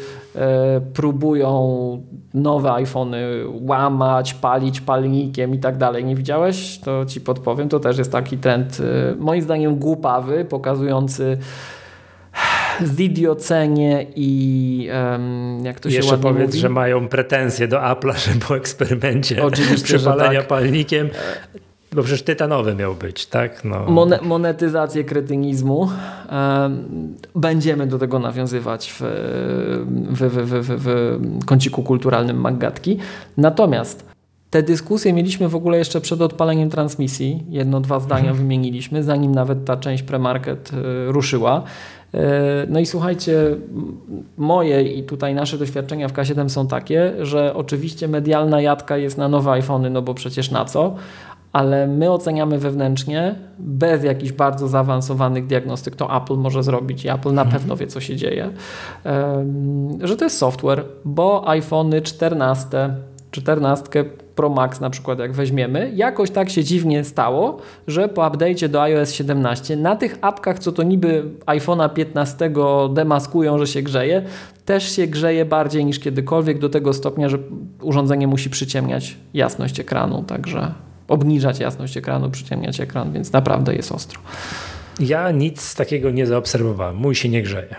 próbują nowe iPhony łamać, palić palnikiem i tak dalej. Nie widziałeś? To ci podpowiem. To też jest taki trend, moim zdaniem głupawy, pokazujący zidiocenie i um, jak to I się jeszcze ładnie powiedz, mówi? że mają pretensje do Apple'a, że po eksperymencie Oczywiście, przypalenia tak. palnikiem, bo przecież tytanowy miał być, tak? No. Mon- monetyzację kretynizmu. Um, będziemy do tego nawiązywać w, w, w, w, w, w kąciku kulturalnym Maggatki. Natomiast te dyskusje mieliśmy w ogóle jeszcze przed odpaleniem transmisji. Jedno, dwa zdania mhm. wymieniliśmy, zanim nawet ta część premarket y, ruszyła. Y, no i słuchajcie, moje i tutaj nasze doświadczenia w K siedem są takie, że oczywiście medialna jadka jest na nowe iPhony, no bo przecież na co? Ale my oceniamy wewnętrznie, bez jakichś bardzo zaawansowanych diagnostyk, to Apple może zrobić i Apple na pewno wie, co się dzieje, um, że to jest software, bo iPhony czternaście, czternaście Pro Max na przykład jak weźmiemy, jakoś tak się dziwnie stało, że po update'cie do iOS siedemnaście na tych apkach, co to niby iPhone'a piętnastego demaskują, że się grzeje, też się grzeje bardziej niż kiedykolwiek do tego stopnia, że urządzenie musi przyciemniać jasność ekranu, także obniżać jasność ekranu, przyciemniać ekran, więc naprawdę jest ostro. Ja nic takiego nie zaobserwowałem. Mój się nie grzeje.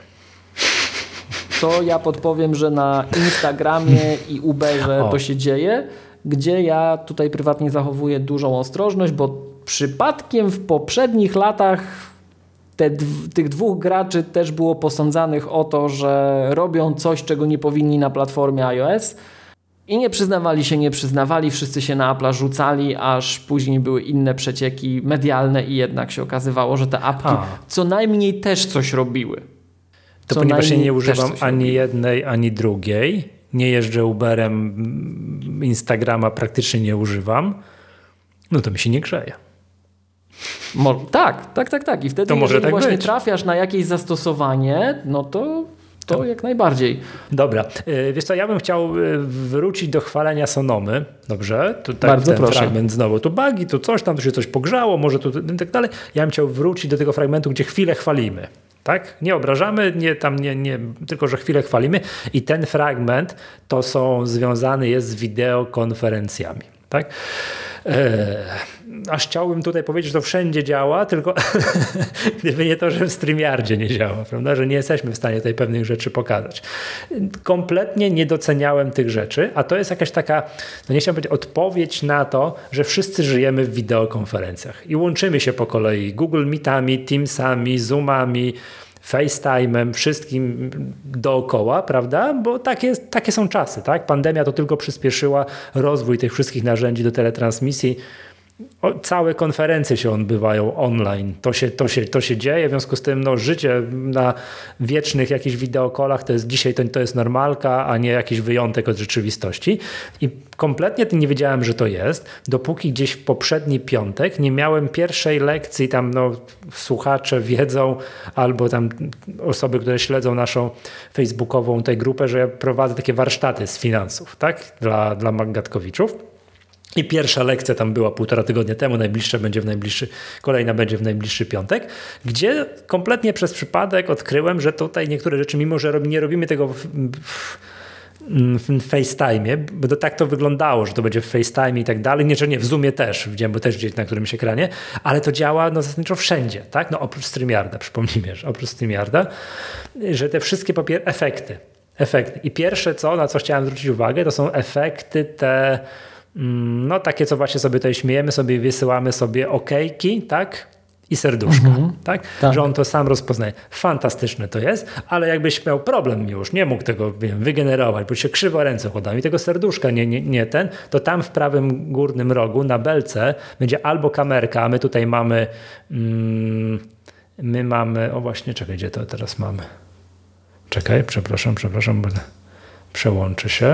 To ja podpowiem, że na Instagramie i Uberze to się dzieje, gdzie ja tutaj prywatnie zachowuję dużą ostrożność, bo przypadkiem w poprzednich latach te, tych dwóch graczy też było posądzanych o to, że robią coś, czego nie powinni na platformie iOS. I nie przyznawali się, nie przyznawali, wszyscy się na Apple'a rzucali, aż później były inne przecieki medialne i jednak się okazywało, że te apki A. co najmniej też coś robiły. To co ponieważ ja nie używam ani robiły. jednej, ani drugiej, nie jeżdżę Uberem, Instagrama praktycznie nie używam, no to mi się nie grzeje. Mo- tak, tak, tak, tak. I wtedy to jeżeli może tak właśnie być. trafiasz na jakieś zastosowanie, no to to jak najbardziej. Dobra. Wiesz co, ja bym chciał wrócić do chwalenia Sonomy. Dobrze? Tu tak, Bardzo ten proszę. fragment znowu. Tu bugi, tu coś tam, tu się coś pogrzało, może tu i tak dalej. Ja bym chciał wrócić do tego fragmentu, gdzie chwilę chwalimy. Tak? Nie obrażamy, nie, tam nie, nie, tylko że chwilę chwalimy. I ten fragment to są związany jest z wideokonferencjami. Tak? Eee, aż chciałbym tutaj powiedzieć, że to wszędzie działa, tylko gdyby nie to, że w StreamYardzie nie działa, prawda? Że nie jesteśmy w stanie tutaj pewnych rzeczy pokazać. Kompletnie nie doceniałem tych rzeczy, a to jest jakaś taka, no nie chciałbym powiedzieć, odpowiedź na to, że wszyscy żyjemy w wideokonferencjach i łączymy się po kolei Google Meetami, Teamsami, Zoomami, FaceTime'em, wszystkim dookoła, prawda? Bo takie, takie są czasy, tak? Pandemia to tylko przyspieszyła rozwój tych wszystkich narzędzi do teletransmisji. O, całe konferencje się odbywają online. To się, to się, to się dzieje, w związku z tym no, życie na wiecznych jakichś wideokolach to jest dzisiaj to, to jest normalka, a nie jakiś wyjątek od rzeczywistości. I kompletnie nie wiedziałem, że to jest, dopóki gdzieś w poprzedni piątek nie miałem pierwszej lekcji, tam no, słuchacze wiedzą, albo tam osoby, które śledzą naszą facebookową tę grupę, że ja prowadzę takie warsztaty z finansów, tak? Dla, dla Magatkowiczów. I pierwsza lekcja tam była półtora tygodnia temu, najbliższa będzie w najbliższy, kolejna będzie w najbliższy piątek, gdzie kompletnie przez przypadek odkryłem, że tutaj niektóre rzeczy, mimo że nie robimy tego w, w, w FaceTime'ie, bo to tak to wyglądało, że to będzie w FaceTime'ie i tak dalej, nie, że nie, w Zoomie też, widziałem, bo też gdzieś na którymś ekranie, ale to działa no, zasadniczo wszędzie, tak? No oprócz StreamYarda, przypomnijmy, że oprócz StreamYarda, że te wszystkie papier, efekty, efekty. I pierwsze co, na co chciałem zwrócić uwagę, to są efekty te no takie, co właśnie sobie tutaj śmiejemy, sobie wysyłamy sobie okejki, tak? I serduszka, mhm. tak? tak? Że on to sam rozpoznaje. Fantastyczne to jest, ale jakbyś miał problem już, nie mógł tego wiem, wygenerować, bo się krzywo ręce układają i tego serduszka nie, nie, nie ten, to tam w prawym górnym rogu na belce będzie albo kamerka, a my tutaj mamy mm, my mamy, o właśnie, czekaj, gdzie to teraz mamy? Czekaj, przepraszam, przepraszam, bo przełączy się.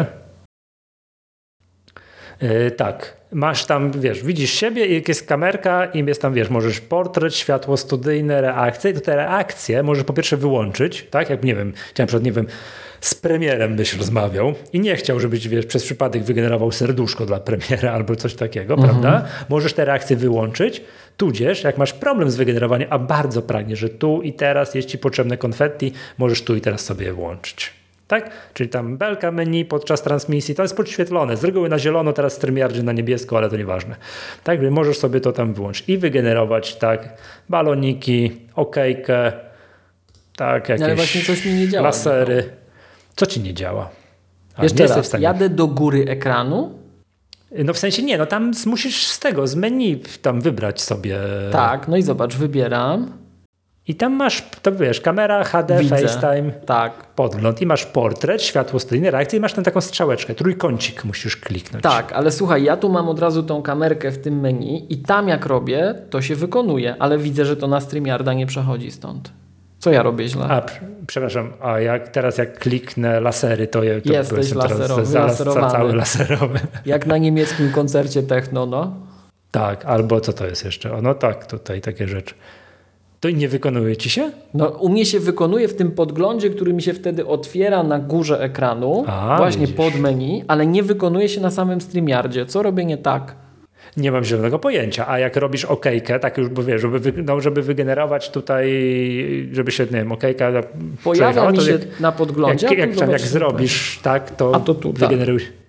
Yy, tak, masz tam, wiesz, widzisz siebie i jest kamerka i jest tam, wiesz, możesz portret, światło studyjne, reakcje i to te reakcje możesz po pierwsze wyłączyć, tak, jak nie wiem, chciałem na przykład, nie wiem, z premierem byś rozmawiał i nie chciał, żebyś, wiesz, przez przypadek wygenerował serduszko dla premiera albo coś takiego, mhm. prawda? Możesz te reakcje wyłączyć, tudzież jak masz problem z wygenerowaniem, a bardzo pragniesz, że tu i teraz jest ci potrzebne konfetti, możesz tu i teraz sobie je włączyć. Tak? Czyli tam belka menu podczas transmisji, to jest podświetlone. Z reguły na zielono, teraz w StreamYardzie na niebiesko, ale to nieważne. Tak, więc możesz sobie to tam wyłączyć i wygenerować, tak, baloniki, okejkę, tak, jakieś ale właśnie coś mi nie działa, lasery. Michał. Co ci nie działa? A, Jeszcze nie raz, jadę do góry ekranu. No w sensie nie, no tam musisz z tego, z menu tam wybrać sobie. Tak, no i zobacz, wybieram. I tam masz, to wiesz, kamera, H D, Widzę. FaceTime, tak. podgląd i masz portret, światło studyjne, reakcję i masz tam taką strzałeczkę, trójkącik musisz kliknąć. Tak, ale słuchaj, ja tu mam od razu tą kamerkę w tym menu i tam jak robię, to się wykonuje, ale widzę, że to na StreamYarda nie przechodzi stąd. Co ja robię źle? A, przepraszam, a jak teraz jak kliknę lasery, to, je, to jesteś laserowy, zaraz za cały laserowy. Jak na niemieckim koncercie techno, no. Tak, albo co to jest jeszcze? O, no tak, tutaj takie rzeczy. To nie wykonuje ci się? No u mnie się wykonuje w tym podglądzie, który mi się wtedy otwiera na górze ekranu, a, właśnie widzisz. Pod menu, ale nie wykonuje się na samym StreamYardzie. Co robię nie tak? Nie mam zielonego pojęcia, a jak robisz okejkę, tak już, bo wiesz, żeby, wy, no, żeby wygenerować tutaj, żeby się, nie wiem, okejka pojawia mi się jak, na podglądzie. Jak, jak, jak, jak zrobisz, tak, to, a to tu, wygeneruj. Tak.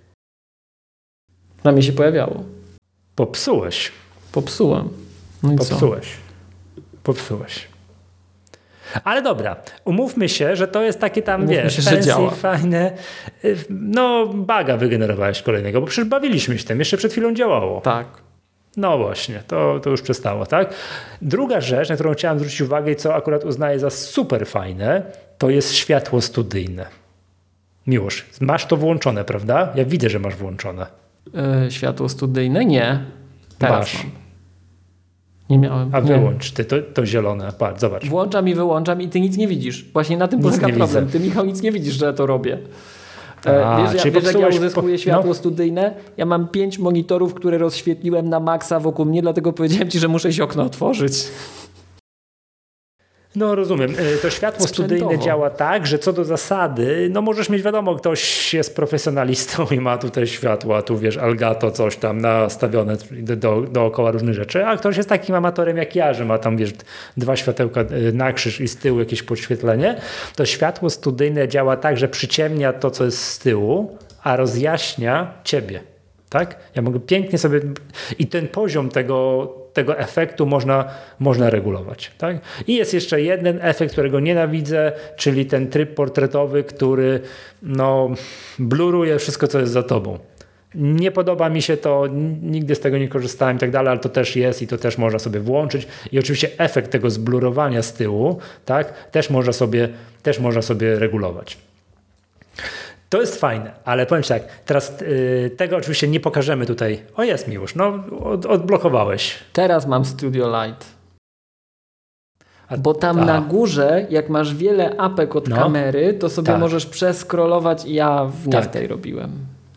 Na mnie się pojawiało. Popsułeś. Popsułem. No i Popsułeś. Co? Popsułeś. Ale dobra, umówmy się, że to jest takie tam, umówmy wiesz, się, fancy, że działa. fajne. No, baga wygenerowałeś kolejnego, bo przecież bawiliśmy się tym, jeszcze przed chwilą działało. Tak. No właśnie, to, to już przestało, tak? Druga rzecz, na którą chciałem zwrócić uwagę i co akurat uznaję za super fajne, to jest światło studyjne. Miłosz, masz to włączone, prawda? Ja widzę, że masz włączone. Yy, światło studyjne? Nie. Teraz masz. Mam. Nie miałem. A nie. wyłącz ty, to, to zielone. Patrz, zobacz. Włączam i wyłączam i ty nic nie widzisz. Właśnie na tym polega problem. Widzę. Ty, Michał, nic nie widzisz, że ja to robię. A, wiesz, ja, wiesz jak ja uzyskuję po... światło no. studyjne? Ja mam pięć monitorów, które rozświetliłem na maksa wokół mnie, dlatego powiedziałem ci, że muszę się okno otworzyć. No rozumiem. To światło Sprzętowo. studyjne działa tak, że co do zasady, no możesz mieć, wiadomo, ktoś jest profesjonalistą i ma tutaj światło, a tu wiesz, Elgato coś tam nastawione do, dookoła różnych rzeczy, a ktoś jest takim amatorem jak ja, że ma tam wiesz, dwa światełka na krzyż i z tyłu jakieś podświetlenie. To światło studyjne działa tak, że przyciemnia to, co jest z tyłu, a rozjaśnia ciebie. Tak? Ja mogę pięknie sobie i ten poziom tego, tego efektu można, można regulować. Tak? I jest jeszcze jeden efekt, którego nienawidzę, czyli ten tryb portretowy, który no, bluruje wszystko, co jest za tobą. Nie podoba mi się to, nigdy z tego nie korzystałem i tak dalej, ale to też jest i to też można sobie włączyć. I oczywiście efekt tego zblurowania z tyłu, tak, też można sobie, też można sobie regulować. To jest fajne, ale powiem ci tak, teraz yy, tego oczywiście nie pokażemy tutaj. O jest Miłosz, no od, odblokowałeś. Teraz mam Studio Light. A, Bo tam a. na górze, jak masz wiele apek od No. kamery, to sobie Tak. możesz przeskrolować i ja w nie Tak. w tej robiłem.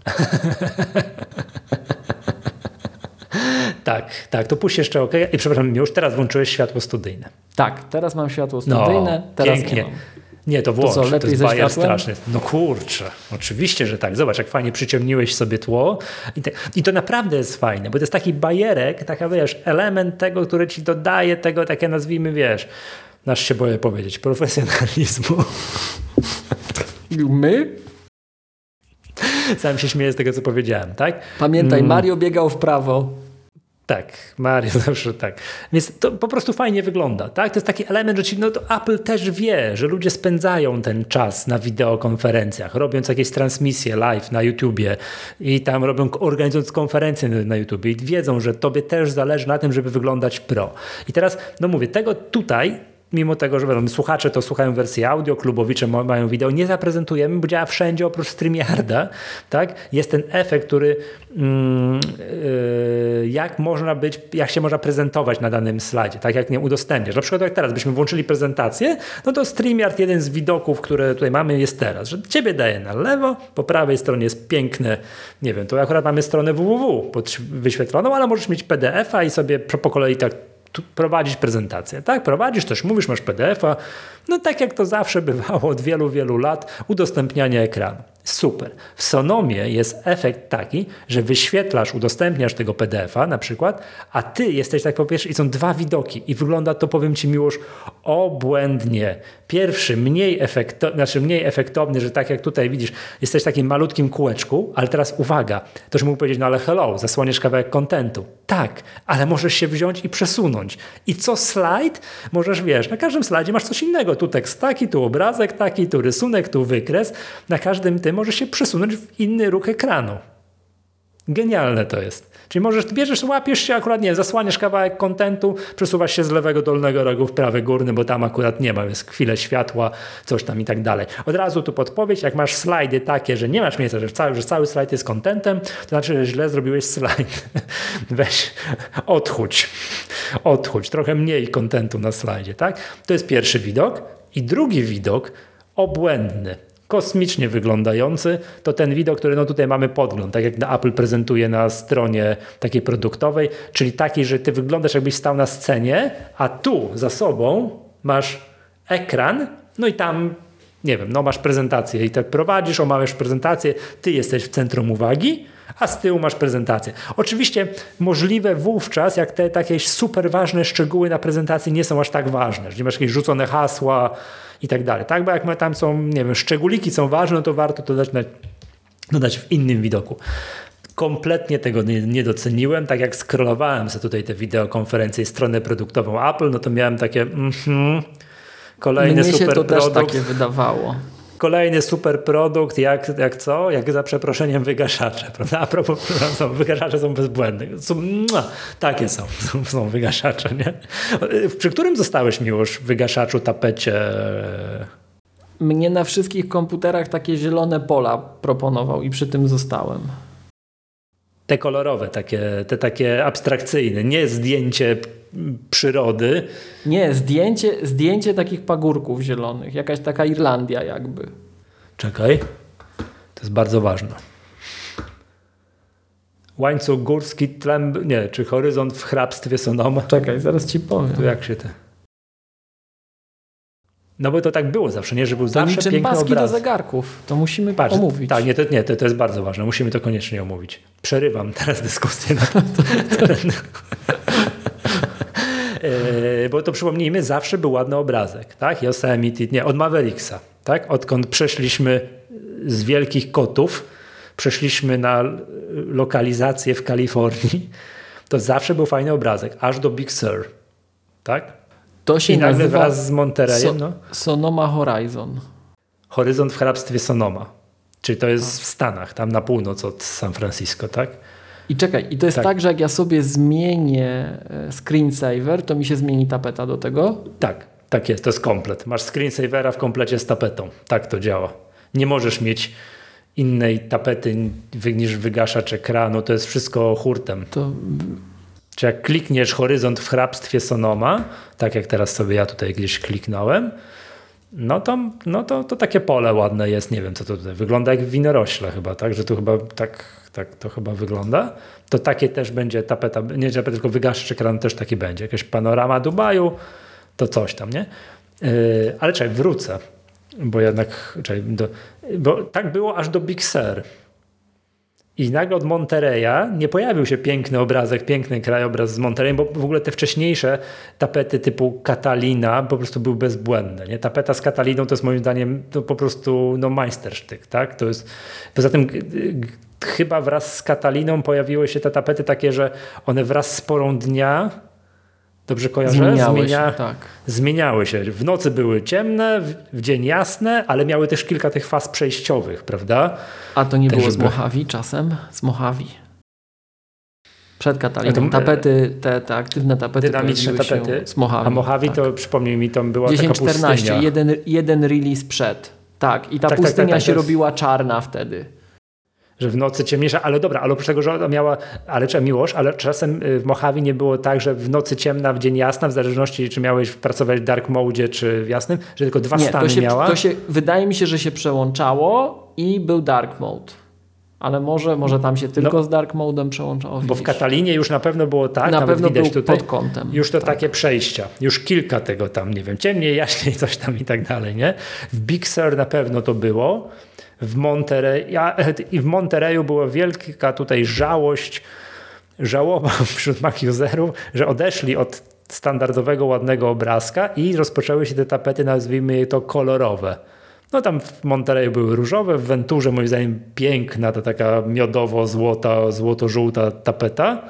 Tak, tak, to puść jeszcze OK. I przepraszam, już teraz włączyłeś światło studyjne. Tak, teraz mam światło studyjne, No, teraz pięknie. nie mam. Nie, to włącz, co, to, lepiej jest ze bajer światłem? straszny. No kurczę, oczywiście, że tak. Zobacz, jak fajnie przyciemniłeś sobie tło. I, te, I to naprawdę jest fajne, bo to jest taki bajerek, taka wiesz, element tego, który ci dodaje tego, takie nazwijmy, wiesz, nasz się boję powiedzieć, profesjonalizmu. My? Sam się śmieję z tego, co powiedziałem, tak? Pamiętaj, Mm. Mario biegał w prawo. Tak, Mario zawsze tak. Więc to po prostu fajnie wygląda, tak? To jest taki element, że ci, no to Apple też wie, że ludzie spędzają ten czas na wideokonferencjach, robiąc jakieś transmisje live na YouTubie i tam robią, organizując konferencje na, na YouTubie i wiedzą, że tobie też zależy na tym, żeby wyglądać pro. I teraz, no mówię, tego tutaj mimo tego, że wiadomo, słuchacze to słuchają wersji audio, klubowicze mają wideo, nie zaprezentujemy, bo działa wszędzie oprócz StreamYarda, tak? Jest ten efekt, który mm, yy, jak można być, jak się można prezentować na danym slajdzie, tak jak nie udostępniasz. Na przykład jak teraz byśmy włączyli prezentację, no to StreamYard, jeden z widoków, które tutaj mamy, jest teraz, że ciebie daje na lewo, po prawej stronie jest piękne, nie wiem, to akurat mamy stronę www wyświetloną, ale możesz mieć P D F-a i sobie po kolei tak tu prowadzić prezentację, tak? Prowadzisz, coś mówisz, masz P D F-a, no tak jak to zawsze bywało od wielu, wielu lat, udostępniania ekranu. Super. W Sonomie jest efekt taki, że wyświetlasz, udostępniasz tego P D F-a na przykład, a ty jesteś tak po pierwsze i są dwa widoki i wygląda to, powiem ci Miłosz, obłędnie. Pierwszy mniej, efekto, znaczy mniej efektowny, że tak jak tutaj widzisz, jesteś w takim malutkim kółeczku, ale teraz uwaga, to mógł powiedzieć, no ale hello, zasłoniesz kawałek kontentu. Tak, ale możesz się wziąć i przesunąć. I co slajd, możesz, wiesz, na każdym slajdzie masz coś innego. Tu tekst taki, tu obrazek taki, tu rysunek, tu wykres. Na każdym tym możesz się przesunąć w inny ruch ekranu. Genialne to jest. Czyli możesz, bierzesz, łapiesz się akurat, nie wiem, zasłaniasz kawałek kontentu, przesuwasz się z lewego dolnego rogu w prawy górny, bo tam akurat nie ma, jest chwilę światła, coś tam i tak dalej. Od razu tu podpowiedź, jak masz slajdy takie, że nie masz miejsca, że cały, że cały slajd jest kontentem, to znaczy, że źle zrobiłeś slajd. Weź, odchudź, odchudź, trochę mniej kontentu na slajdzie, tak? To jest pierwszy widok. I drugi widok, obłędny, kosmicznie wyglądający, to ten widok, który no tutaj mamy podgląd, tak jak Apple prezentuje na stronie takiej produktowej, czyli taki, że ty wyglądasz jakbyś stał na scenie, a tu za sobą masz ekran, no i tam, nie wiem, no masz prezentację i tak prowadzisz, omawiasz prezentację, ty jesteś w centrum uwagi, a z tyłu masz prezentację. Oczywiście możliwe wówczas, jak te takie super ważne szczegóły na prezentacji nie są aż tak ważne, że nie masz jakieś rzucone hasła i tak dalej, tak? Bo jak tam są, nie wiem, szczególiki są ważne, no to warto to dać, dodać w innym widoku. Kompletnie tego nie, nie doceniłem, tak jak scrollowałem sobie tutaj te wideokonferencje i stronę produktową Apple, no to miałem takie mm-hmm, kolejny Mnie super się to produkt. też takie wydawało. Kolejny super produkt, jak, jak co? Jak za przeproszeniem wygaszacze, prawda? A propos, są, wygaszacze są bezbłędne. Są, mua, takie są, są, są wygaszacze, nie? Przy którym zostałeś, Miłosz, wygaszaczu, tapecie? Mnie na wszystkich komputerach takie zielone pola proponował i przy tym zostałem. Te kolorowe, takie, te takie abstrakcyjne, nie zdjęcie przyrody. Nie, zdjęcie, zdjęcie takich pagórków zielonych. Jakaś taka Irlandia jakby. Czekaj, to jest bardzo ważne. Łańcuch górski, tlem, nie, czy horyzont w hrabstwie Sonoma. Czekaj, zaraz ci powiem. To jak się te... No bo to tak było zawsze, nie? Że był To zawsze niczym piękny paski obraz. do zegarków. To musimy Patrz, omówić. Tak, nie, to, nie to, to jest bardzo ważne. Musimy to koniecznie omówić. Przerywam teraz dyskusję na to. Yy, bo to przypomnijmy, zawsze był ładny obrazek, tak? Yosemite, nie, od Mavericksa, tak? Odkąd przeszliśmy z wielkich kotów, przeszliśmy na lokalizację w Kalifornii, to zawsze był fajny obrazek, aż do Big Sur, tak? To się I nagle nazywa wraz z Montereyem, so, no, Sonoma Horizon. Horyzont w hrabstwie Sonoma, czyli to jest w Stanach, tam na północ od San Francisco, tak? I czekaj, i to jest tak. tak, że jak ja sobie zmienię screensaver, to mi się zmieni tapeta do tego? Tak, tak jest, to jest komplet. Masz screensavera w komplecie z tapetą. Tak to działa. Nie możesz mieć innej tapety niż wygaszacz ekranu, to jest wszystko hurtem. To... Czy jak klikniesz Horyzont w hrabstwie Sonoma, tak jak teraz sobie ja tutaj gdzieś kliknąłem, no to, no to, to takie pole ładne jest, nie wiem co to tutaj wygląda jak winorośle chyba, tak, że tu chyba tak, tak to chyba wygląda, to takie też będzie tapeta, nie tapeta, tylko wygaszacz ekranu też taki będzie, jakaś panorama Dubaju, to coś tam, nie? Yy, ale czekaj, wrócę, bo jednak, czekaj, do, bo tak było aż do Big Sur. I nagle od Montereya nie pojawił się piękny obrazek, piękny krajobraz z Montereyem, bo w ogóle te wcześniejsze tapety typu Catalina po prostu były bezbłędne. Nie? Tapeta z Cataliną to jest moim zdaniem to po prostu no, majstersztyk. Tak? To jest, poza tym g- g- chyba wraz z Cataliną pojawiły się te tapety takie, że one wraz z porą dnia, dobrze kojarzę? Zmieniały Zmienia, się, tak. Zmieniały się. W nocy były ciemne, w, w dzień jasne, ale miały też kilka tych faz przejściowych, prawda? A to nie Też było z żeby- Mojave czasem? Z Mojave. Przed Kataliną. A to- Tapety, te, te aktywne tapety Dynamiczne pojawiły tapety. się z Mojave. A Mojave tak. to przypomnij mi, to była dziesięć taka czternaście, pustynia. jeden, jeden release przed. Tak, i ta Tak, tak, pustynia tak, tak, się to jest- robiła czarna wtedy. Że w nocy ciemniejsza, ale dobra, ale oprócz tego, że ona miała, ale czy miłość, ale czasem y, w Mojave nie było tak, że w nocy ciemna, w dzień jasna, w zależności czy miałeś pracować w dark mode czy w jasnym, że tylko dwa Nie, stany to się, miała. to się, wydaje mi się, że się przełączało i był dark mode. Ale może, może tam się tylko No, z dark modem przełączało. Bo w widzisz. Katalinie już na pewno było tak, Na nawet pewno widać był tutaj, pod kątem. już to tak. takie przejścia, już kilka tego tam, nie wiem, ciemniej, jaśniej, coś tam i tak dalej, nie? W Big Sur na pewno to było, w Monterey, ja, i w Montereyu była wielka tutaj żałość, żałoba wśród Mac userów, że odeszli od standardowego, ładnego obrazka i rozpoczęły się te tapety, nazwijmy je to kolorowe. No tam w Montereyu były różowe, w Venturze moim zdaniem piękna, ta taka miodowo-złota, złoto-żółta tapeta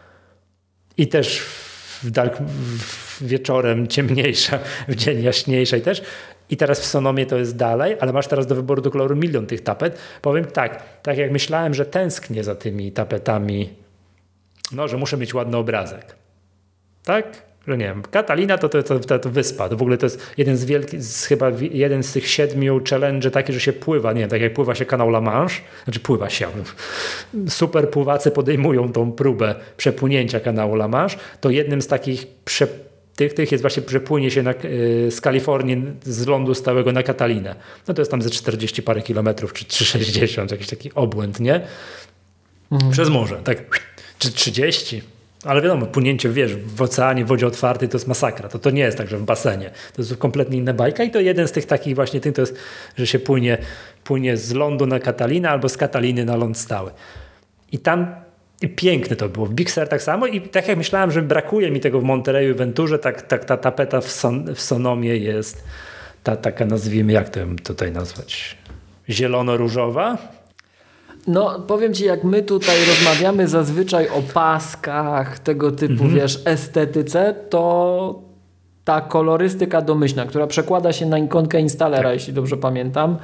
i też w dark, w wieczorem ciemniejsza, w dzień jaśniejsza i też. I teraz w Sonomie to jest dalej, ale masz teraz do wyboru do koloru milion tych tapet. Powiem tak, tak jak myślałem, że tęsknię za tymi tapetami, no, że muszę mieć ładny obrazek. Tak? Że nie wiem, Catalina to, to, to, to, to wyspa, to w ogóle to jest jeden z wielkich, z chyba jeden z tych siedmiu challenge taki, że się pływa, nie wiem, tak jak pływa się kanał La Manche, znaczy pływa się, super pływacy podejmują tą próbę przepłynięcia kanału La Manche, to jednym z takich prze, tych, tych jest właśnie przepłynie się na, yy, z Kalifornii z lądu stałego na Catalinę. No to jest tam ze czterdzieści parę kilometrów, czy trzysta sześćdziesiąt, jakiś taki obłęd, nie? Mhm. Przez morze, tak, czy trzydzieści. Ale wiadomo, płynięcie, wiesz, w oceanie, w wodzie otwartej to jest masakra. To, to nie jest tak, że w basenie. To jest kompletnie inna bajka i to jeden z tych takich właśnie tych, to jest, że się płynie, płynie z lądu na Catalinę albo z Cataliny na ląd stały. I tam i piękne to było. W Big Sur tak samo i tak jak myślałem, że brakuje mi tego w Montereyu i Venturze, tak, tak ta tapeta w, Son, w Sonomie jest ta taka, nazwijmy, jak to ją tutaj nazwać? Zielono-różowa? No, powiem ci, jak my tutaj rozmawiamy zazwyczaj o paskach, tego typu, mhm. wiesz, estetyce, to ta kolorystyka domyślna, która przekłada się na ikonkę instalera, tak. jeśli dobrze pamiętam,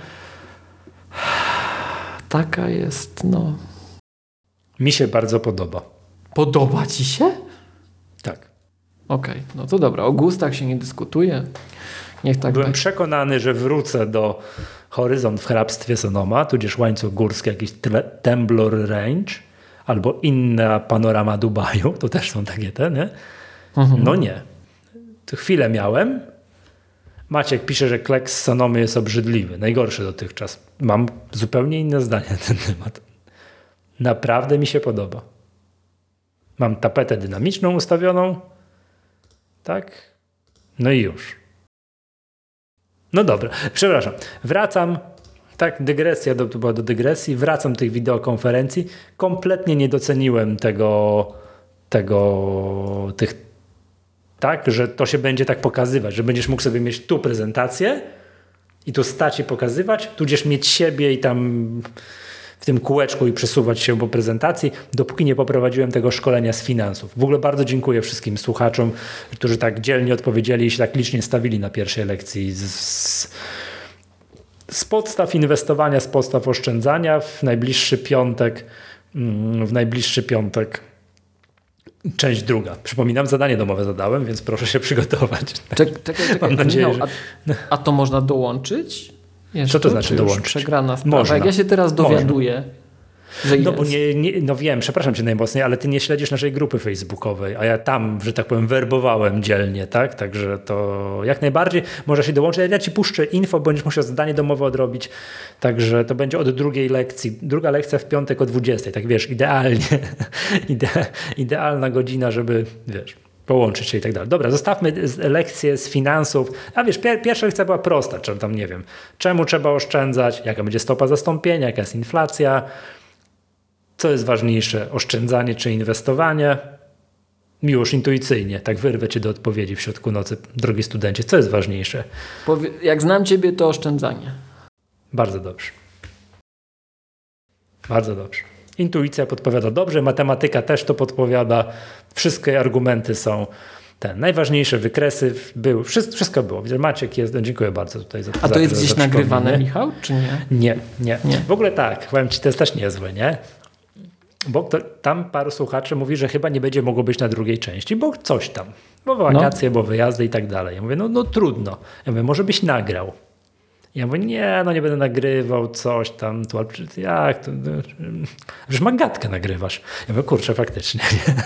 taka jest, no... Mi się bardzo podoba. Podoba ci się? Tak. Okej, okay, no to dobra, o gustach się nie dyskutuje. Niech tak Byłem będzie. przekonany, że wrócę do Horyzont w hrabstwie Sonoma, tudzież łańcuch górski, jakiś Temblor Range, albo inna panorama Dubaju, to też są takie te, nie? Mhm. No nie. To chwilę miałem. Maciek pisze, że kleks z Sonomy jest obrzydliwy, najgorszy dotychczas. Mam zupełnie inne zdanie na ten temat. Naprawdę mi się podoba. Mam tapetę dynamiczną ustawioną. Tak? No i już. No dobra, przepraszam. Wracam, tak, dygresja, do, to była do dygresji, wracam do tych wideokonferencji. Kompletnie nie doceniłem tego, tego, tych, tak, że to się będzie tak pokazywać, że będziesz mógł sobie mieć tu prezentację i tu stać i pokazywać, tudzież mieć siebie i tam w tym kółeczku i przesuwać się po prezentacji, dopóki nie poprowadziłem tego szkolenia z finansów. W ogóle bardzo dziękuję wszystkim słuchaczom, którzy tak dzielnie odpowiedzieli i się tak licznie stawili na pierwszej lekcji z, z, z podstaw inwestowania, z podstaw oszczędzania. W najbliższy piątek, w najbliższy piątek część druga. Przypominam, zadanie domowe zadałem, więc proszę się przygotować. Czekaj, czekaj, czekaj. Mam nadzieję, Michał, że... a, a to można dołączyć? Jeszcze, Co to znaczy dołączyć? Przegrana sprawa. Można. Jak ja się teraz dowiaduję, że No jest. bo nie, nie, no wiem, przepraszam cię najmocniej, ale ty nie śledzisz naszej grupy facebookowej, a ja tam, że tak powiem, werbowałem dzielnie, tak? Także to jak najbardziej może się dołączyć. Ja ci puszczę info, będziesz musiał zadanie domowe odrobić, także to będzie od drugiej lekcji. Druga lekcja w piątek o dwudziestej, tak wiesz, idealnie, ide, idealna godzina, żeby, wiesz, połączyć się i tak dalej. Dobra, zostawmy lekcję z finansów. A wiesz, pier- pierwsza lekcja była prosta, czy tam nie wiem, czemu trzeba oszczędzać, jaka będzie stopa zastąpienia, jaka jest inflacja, co jest ważniejsze, oszczędzanie czy inwestowanie. Miłość intuicyjnie, tak wyrwę cię do odpowiedzi w środku nocy, drogi studencie, co jest ważniejsze? Powie- jak znam ciebie, to oszczędzanie. Bardzo dobrze. Bardzo dobrze. Intuicja podpowiada dobrze, matematyka też to podpowiada. Wszystkie argumenty są te najważniejsze wykresy były, wszystko, wszystko było. Maciek jest, dziękuję bardzo tutaj za to. A to za, jest za, gdzieś za nagrywane, Michał, czy nie? Nie, nie, nie. W ogóle tak, powiem ci, to jest też niezłe, nie? Bo to, tam paru słuchaczy mówi, że chyba nie będzie mogło być na drugiej części, bo coś tam, bo wakacje, no. bo wyjazdy i tak dalej. Ja mówię, no, no trudno. Ja mówię, może byś nagrał. Ja mówię, nie, no nie będę nagrywał, coś tam. Tu, jak to? Już magatkę nagrywasz. Ja mówię, kurczę, faktycznie.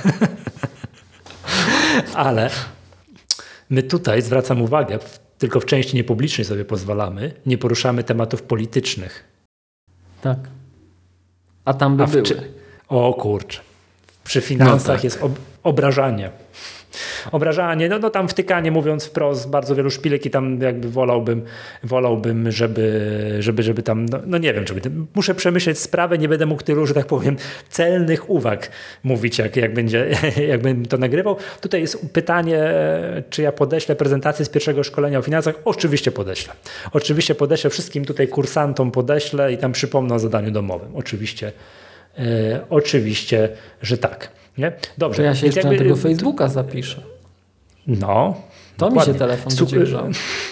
Ale my tutaj, zwracam uwagę, tylko w części niepublicznej sobie pozwalamy, nie poruszamy tematów politycznych. Tak. A tam by A były. Czy... O kurczę. Przy finansach no tak. jest ob obrażanie. Obrażanie, no, no tam wtykanie, mówiąc wprost, bardzo wielu szpilek i tam jakby wolałbym, wolałbym, żeby, żeby, żeby tam, no, no nie wiem, żeby, muszę przemyśleć sprawę, nie będę mógł tylu, że tak powiem, celnych uwag mówić, jak, jak, będzie, jak będę to nagrywał. Tutaj jest pytanie, czy ja podeślę prezentację z pierwszego szkolenia o finansach? Oczywiście podeślę. Oczywiście podeślę wszystkim tutaj kursantom, podeślę i tam przypomnę o zadaniu domowym. Oczywiście, e, oczywiście, że tak. Nie? Dobrze. To ja się jeszcze jakby, na tego Facebooka zapiszę. No. To dokładnie. Mi się telefon dociężał.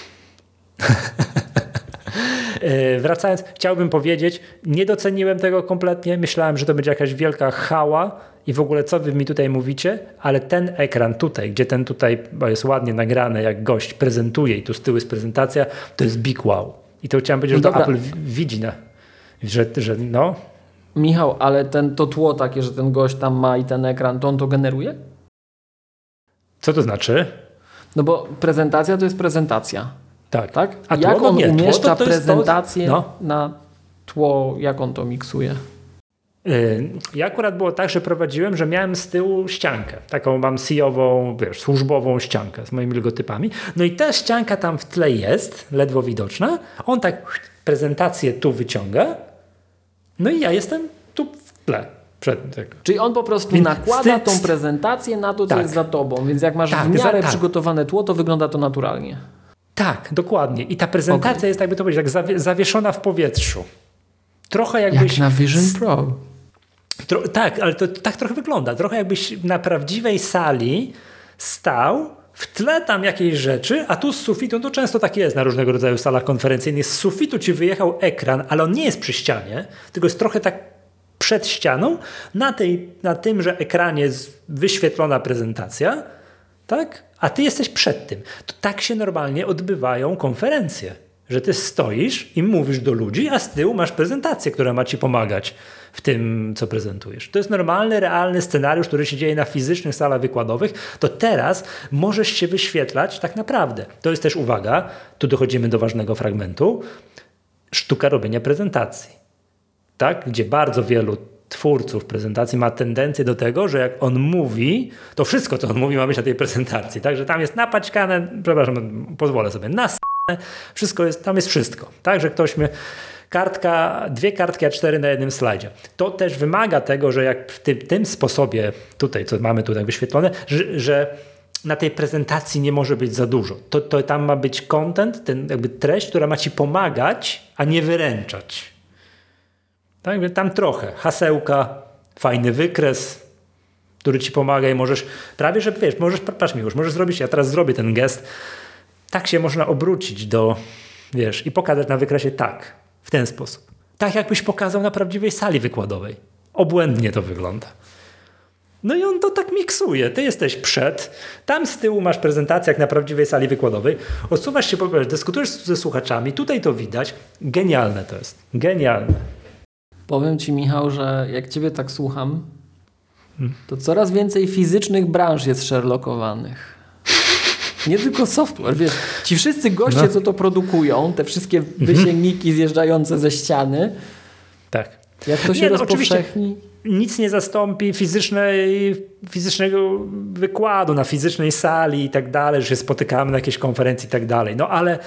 Wracając, chciałbym powiedzieć, nie doceniłem tego kompletnie. Myślałem, że to będzie jakaś wielka chała i w ogóle co wy mi tutaj mówicie, ale ten ekran tutaj, gdzie ten tutaj jest ładnie nagrany, jak gość prezentuje i tu z tyłu jest prezentacja, to jest big wow. I to chciałem powiedzieć, no że to Apple widzi, na, że, że no... Michał, ale ten, to tło takie, że ten gość tam ma i ten ekran, to on to generuje? Co to znaczy? No bo prezentacja to jest prezentacja. Tak. tak? A jak tło, on nie, umieszcza tło to, to prezentację to... No. na tło, jak on to miksuje? Ja akurat było tak, że prowadziłem, że miałem z tyłu ściankę. Taką mam C E O-ową, wiesz, służbową ściankę z moimi logotypami. No i ta ścianka tam w tle jest, ledwo widoczna. On tak prezentację tu wyciąga. No i ja jestem tu w tle. Przed tego. Czyli on po prostu więc nakłada tą prezentację na to, co tak. jest za tobą. Więc jak masz tak, w miarę tak. przygotowane tło, to wygląda to naturalnie. Tak, dokładnie. I ta prezentacja okay. jest, jakby to powiedzieć, tak zawie- zawieszona w powietrzu. Trochę jakbyś... Jak na Vision Pro. Tro- tak, ale to tak trochę wygląda. Trochę jakbyś na prawdziwej sali stał, w tle tam jakiejś rzeczy, a tu z sufitu, to często tak jest na różnego rodzaju salach konferencyjnych, z sufitu ci wyjechał ekran, ale on nie jest przy ścianie, tylko jest trochę tak przed ścianą, na, tej, na tymże ekranie jest wyświetlona prezentacja, tak? A ty jesteś przed tym. To tak się normalnie odbywają konferencje, że ty stoisz i mówisz do ludzi, a z tyłu masz prezentację, która ma ci pomagać w tym, co prezentujesz. To jest normalny, realny scenariusz, który się dzieje na fizycznych salach wykładowych. To teraz możesz się wyświetlać tak naprawdę. To jest też, uwaga, tu dochodzimy do ważnego fragmentu, sztuka robienia prezentacji. Tak? Gdzie bardzo wielu twórców prezentacji ma tendencję do tego, że jak on mówi, to wszystko, co on mówi, ma być na tej prezentacji. Także tam jest napaćkane, przepraszam, pozwolę sobie, nas wszystko jest, tam jest wszystko. Tak, że ktoś mnie kartka, dwie kartki A cztery na jednym slajdzie. To też wymaga tego, że jak w tym, tym sposobie tutaj, co mamy tutaj wyświetlone, że, że na tej prezentacji nie może być za dużo. To, to tam ma być content, ten jakby treść, która ma ci pomagać, a nie wyręczać. Tak, tam trochę hasełka, fajny wykres, który ci pomaga i możesz, prawie że wiesz, możesz, patrz mi już, możesz zrobić, ja teraz zrobię ten gest, tak się można obrócić do, wiesz, i pokazać na wykresie tak, w ten sposób. Tak jakbyś pokazał na prawdziwej sali wykładowej. Obłędnie to wygląda. No i on to tak miksuje. Ty jesteś przed, tam z tyłu masz prezentację jak na prawdziwej sali wykładowej, odsuwasz się, dyskutujesz ze słuchaczami, tutaj to widać. Genialne to jest. Genialne. Powiem ci, Michał, że jak ciebie tak słucham, to coraz więcej fizycznych branż jest sherlockowanych. Nie tylko software, wiesz, ci wszyscy goście, no. co to produkują, te wszystkie wysięgniki zjeżdżające ze ściany, tak. jak to się nie, rozpowszechni? Nic nie zastąpi fizycznej, fizycznego wykładu na fizycznej sali i tak dalej, że się spotykamy na jakiejś konferencji i tak dalej. No ale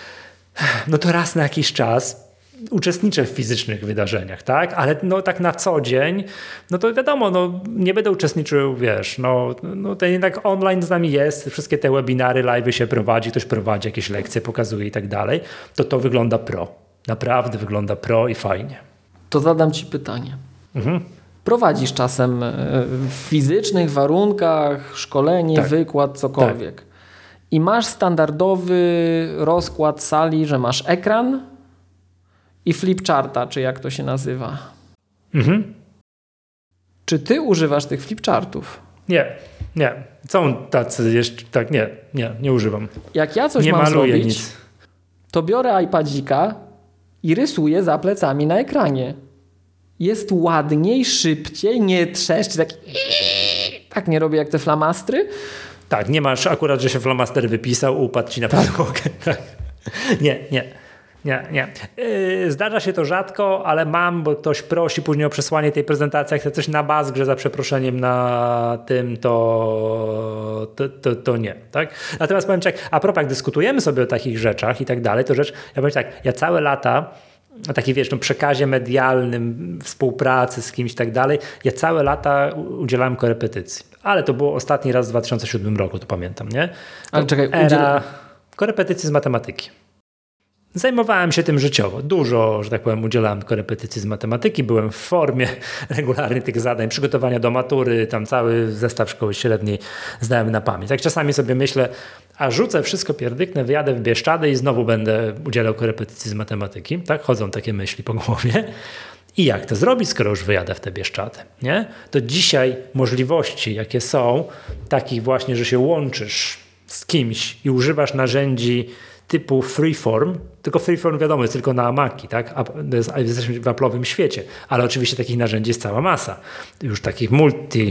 no to raz na jakiś czas uczestniczę w fizycznych wydarzeniach, tak? Ale no tak na co dzień, no to wiadomo, no nie będę uczestniczył, wiesz, no, no to jednak online z nami jest, wszystkie te webinary, live'y się prowadzi, ktoś prowadzi jakieś lekcje, pokazuje i tak dalej, to to wygląda pro. Naprawdę wygląda pro i fajnie. To zadam ci pytanie. Mhm. Prowadzisz czasem w fizycznych warunkach szkolenie, tak. wykład, cokolwiek. Tak. I masz standardowy rozkład sali, że masz ekran i flipcharta, czy jak to się nazywa. Mhm. Czy ty używasz tych flipchartów? Nie, nie. Są tacy jeszcze, tak, nie, nie, nie używam. Jak ja coś nie mam zrobić, nic. to biorę iPadzika i rysuję za plecami na ekranie. Jest ładniej, szybciej, nie trzeszczy, tak tak nie robię jak te flamastry. Tak, nie masz akurat, że się flamaster wypisał, upadł ci na podłogę. Tak. Nie, nie. Nie, nie. Yy, zdarza się to rzadko, ale mam, bo ktoś prosi później o przesłanie tej prezentacji, jak chce coś na Basgrze za przeproszeniem na tym, to, to, to, to nie. Tak? Natomiast powiem tak, a propos, jak dyskutujemy sobie o takich rzeczach i tak dalej, to rzecz, ja powiem tak, ja całe lata o takim, wiesz, no, przekazie medialnym, współpracy z kimś i tak dalej, ja całe lata udzielałem korepetycji. Ale to było ostatni raz w dwa tysiące siódmym roku, to pamiętam, nie? To ale czekaj, era udziela... korepetycji z matematyki. Zajmowałem się tym życiowo. Dużo, że tak powiem, udzielałem korepetycji z matematyki. Byłem w formie regularnie tych zadań, przygotowania do matury, tam cały zestaw szkoły średniej znałem na pamięć. Tak czasami sobie myślę, a rzucę wszystko, pierdyknę, wyjadę w Bieszczady i znowu będę udzielał korepetycji z matematyki. Tak chodzą takie myśli po głowie. I jak to zrobić, skoro już wyjadę w te Bieszczady? Nie? To dzisiaj możliwości, jakie są, takich właśnie, że się łączysz z kimś i używasz narzędzi typu freeform, tylko freeform wiadomo jest tylko na Maci, tak? A jesteśmy w Apple'owym świecie, ale oczywiście takich narzędzi jest cała masa. Już takich multi,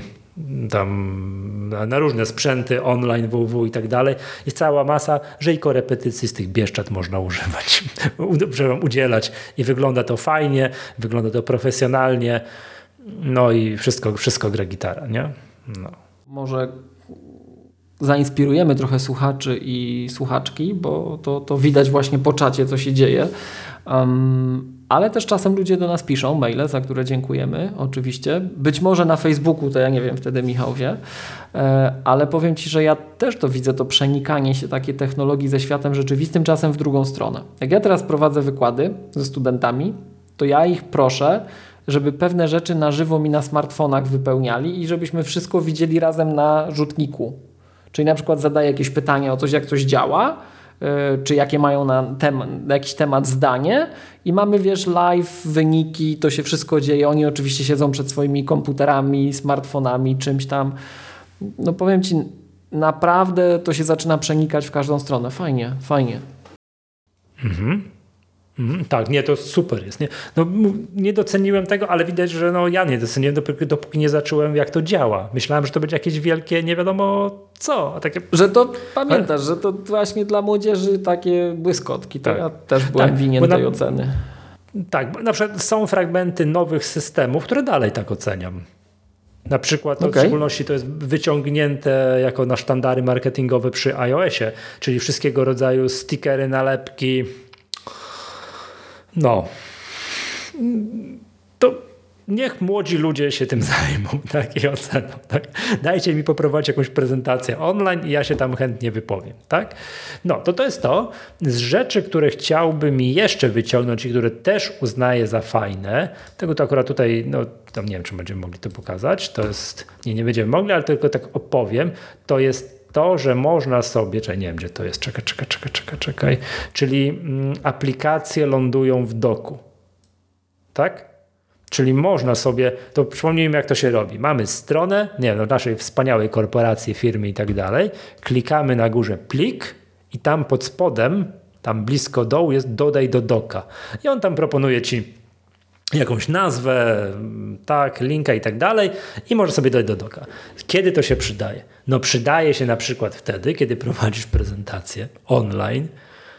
tam na różne sprzęty, online, www i tak dalej, jest cała masa, że i korepetycji z tych Bieszczad można używać, udzielać i wygląda to fajnie, wygląda to profesjonalnie, no i wszystko, wszystko gra gitara, nie? No. Może zainspirujemy trochę słuchaczy i słuchaczki, bo to, to widać właśnie po czacie, co się dzieje. Um, ale też czasem ludzie do nas piszą maile, za które dziękujemy oczywiście. Być może na Facebooku, to ja nie wiem, wtedy Michał wie. E, ale powiem Ci, że ja też to widzę, to przenikanie się takiej technologii ze światem rzeczywistym, czasem w drugą stronę. Jak ja teraz prowadzę wykłady ze studentami, to ja ich proszę, żeby pewne rzeczy na żywo mi na smartfonach wypełniali i żebyśmy wszystko widzieli razem na rzutniku. Czyli na przykład zadaję jakieś pytania o coś, jak coś działa, yy, czy jakie mają na, tem- na jakiś temat zdanie i mamy, wiesz, live, wyniki, to się wszystko dzieje. Oni oczywiście siedzą przed swoimi komputerami, smartfonami, czymś tam. No powiem Ci, naprawdę to się zaczyna przenikać w każdą stronę. Fajnie, fajnie. Mhm. Mm, tak, nie, to super jest. Nie, no, nie doceniłem tego, ale widać, że no, ja nie doceniłem, dopóki, dopóki nie zacząłem, jak to działa. Myślałem, że to będzie jakieś wielkie, nie wiadomo co. A takie... Że to pamiętasz, ale... że to właśnie dla młodzieży takie błyskotki. To tak. Ja też byłem tak, winien tej na... oceny. Tak, bo na przykład są fragmenty nowych systemów, które dalej tak oceniam. Na przykład to okay. w szczególności to jest wyciągnięte jako na sztandary marketingowe przy iOSie, czyli wszystkiego rodzaju stickery, nalepki. No. To niech młodzi ludzie się tym zajmą, tak, i oceną, tak. Dajcie mi poprowadzić jakąś prezentację online i ja się tam chętnie wypowiem, tak. No, to to jest to. Z rzeczy, które chciałbym jeszcze wyciągnąć i które też uznaję za fajne, tego to akurat tutaj, no, tam nie wiem, czy będziemy mogli to pokazać, to jest, nie, nie będziemy mogli, ale tylko tak opowiem, to jest to, że można sobie, czekaj, nie wiem, gdzie to jest, czekaj, czekaj, czekaj, czekaj, czekaj, czyli mm, aplikacje lądują w doku, tak? Czyli można sobie, to przypomnijmy, jak to się robi. Mamy stronę, nie wiem, naszej wspaniałej korporacji, firmy i tak dalej. Klikamy na górze plik i tam pod spodem, tam blisko dołu jest dodaj do doka. I on tam proponuje ci jakąś nazwę, tak, linka i tak dalej i możesz sobie dodać do doka. Kiedy to się przydaje? No przydaje się na przykład wtedy, kiedy prowadzisz prezentację online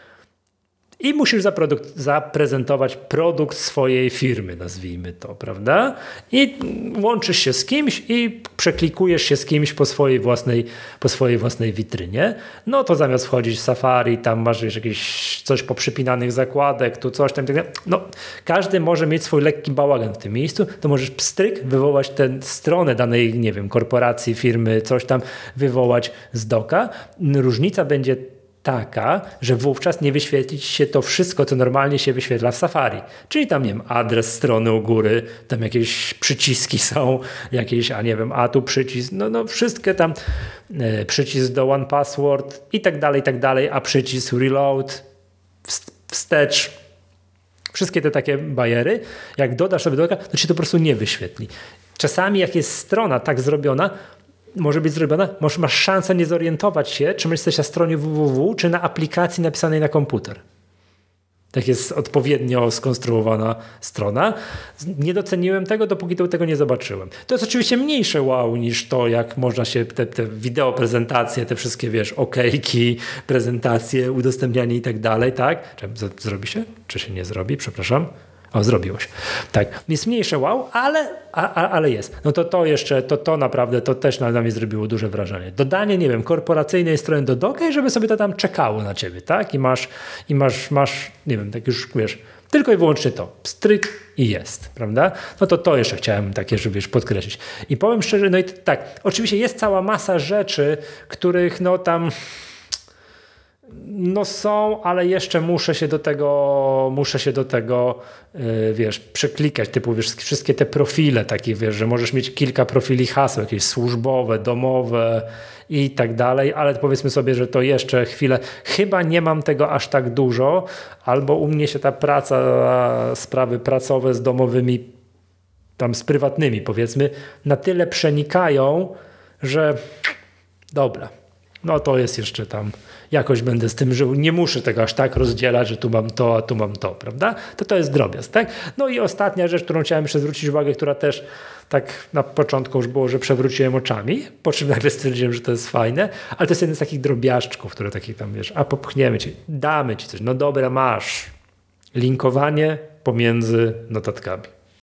i musisz zaprezentować produkt swojej firmy, nazwijmy to, prawda? I łączysz się z kimś i przeklikujesz się z kimś po swojej własnej, po swojej własnej witrynie. No to zamiast wchodzić w Safari, tam masz jakieś coś poprzypinanych zakładek, tu coś tam, tak dalej. No, każdy może mieć swój lekki bałagan w tym miejscu, to możesz pstryk wywołać tę stronę danej, nie wiem, korporacji, firmy, coś tam wywołać z doka. Różnica będzie taka, że wówczas nie wyświetli się to wszystko, co normalnie się wyświetla w Safari. Czyli tam, nie wiem, adres strony u góry, tam jakieś przyciski są, jakieś, a nie wiem, a tu przycisk, no, no wszystkie tam, e, przycisk do One Password i tak dalej, i tak dalej, a przycisk reload, wstecz, wszystkie te takie bajery, jak dodasz sobie do doka, to ci to po prostu nie wyświetli. Czasami jak jest strona tak zrobiona, może być zrobiona, może masz szansę nie zorientować się, czy jesteś na stronie www, czy na aplikacji napisanej na komputer. Tak jest odpowiednio skonstruowana strona. Nie doceniłem tego, dopóki tego nie zobaczyłem. To jest oczywiście mniejsze wow niż to, jak można się te, te wideo prezentacje, te wszystkie, wiesz, okejki, prezentacje, udostępnianie i tak dalej, tak? Czy zrobi się? Czy się nie zrobi? Przepraszam. O, zrobiło się. Tak, jest mniejsze wow, ale, a, ale jest. No to to jeszcze, to, to naprawdę, to też na mnie zrobiło duże wrażenie. Dodanie, nie wiem, korporacyjnej strony do doka i żeby sobie to tam czekało na ciebie, tak? I masz, i masz, masz, nie wiem, tak już, wiesz, tylko i wyłącznie to. Pstryk i jest, prawda? No to to jeszcze chciałem takie, żeby wiesz, podkreślić. I powiem szczerze, no i tak, oczywiście jest cała masa rzeczy, których no tam... No są, ale jeszcze muszę się do tego, muszę się do tego, yy, wiesz, przeklikać, typu, wiesz, wszystkie te profile takie, wiesz, że możesz mieć kilka profili haseł, jakieś służbowe, domowe i tak dalej, ale powiedzmy sobie, że to jeszcze chwilę, chyba nie mam tego aż tak dużo, albo u mnie się ta praca, sprawy pracowe z domowymi, tam z prywatnymi, powiedzmy, na tyle przenikają, że dobra. No to jest jeszcze tam, jakoś będę z tym żył, nie muszę tego aż tak rozdzielać, że tu mam to, a tu mam to, prawda? To to jest drobiazg, tak? No i ostatnia rzecz, którą chciałem jeszcze zwrócić uwagę, która też tak na początku już było, że przewróciłem oczami, po czym nagle stwierdziłem, że to jest fajne, ale to jest jeden z takich drobiażdżków, które takich tam, wiesz, a popchniemy ci, damy ci coś, no dobra, masz. Linkowanie pomiędzy notatkami.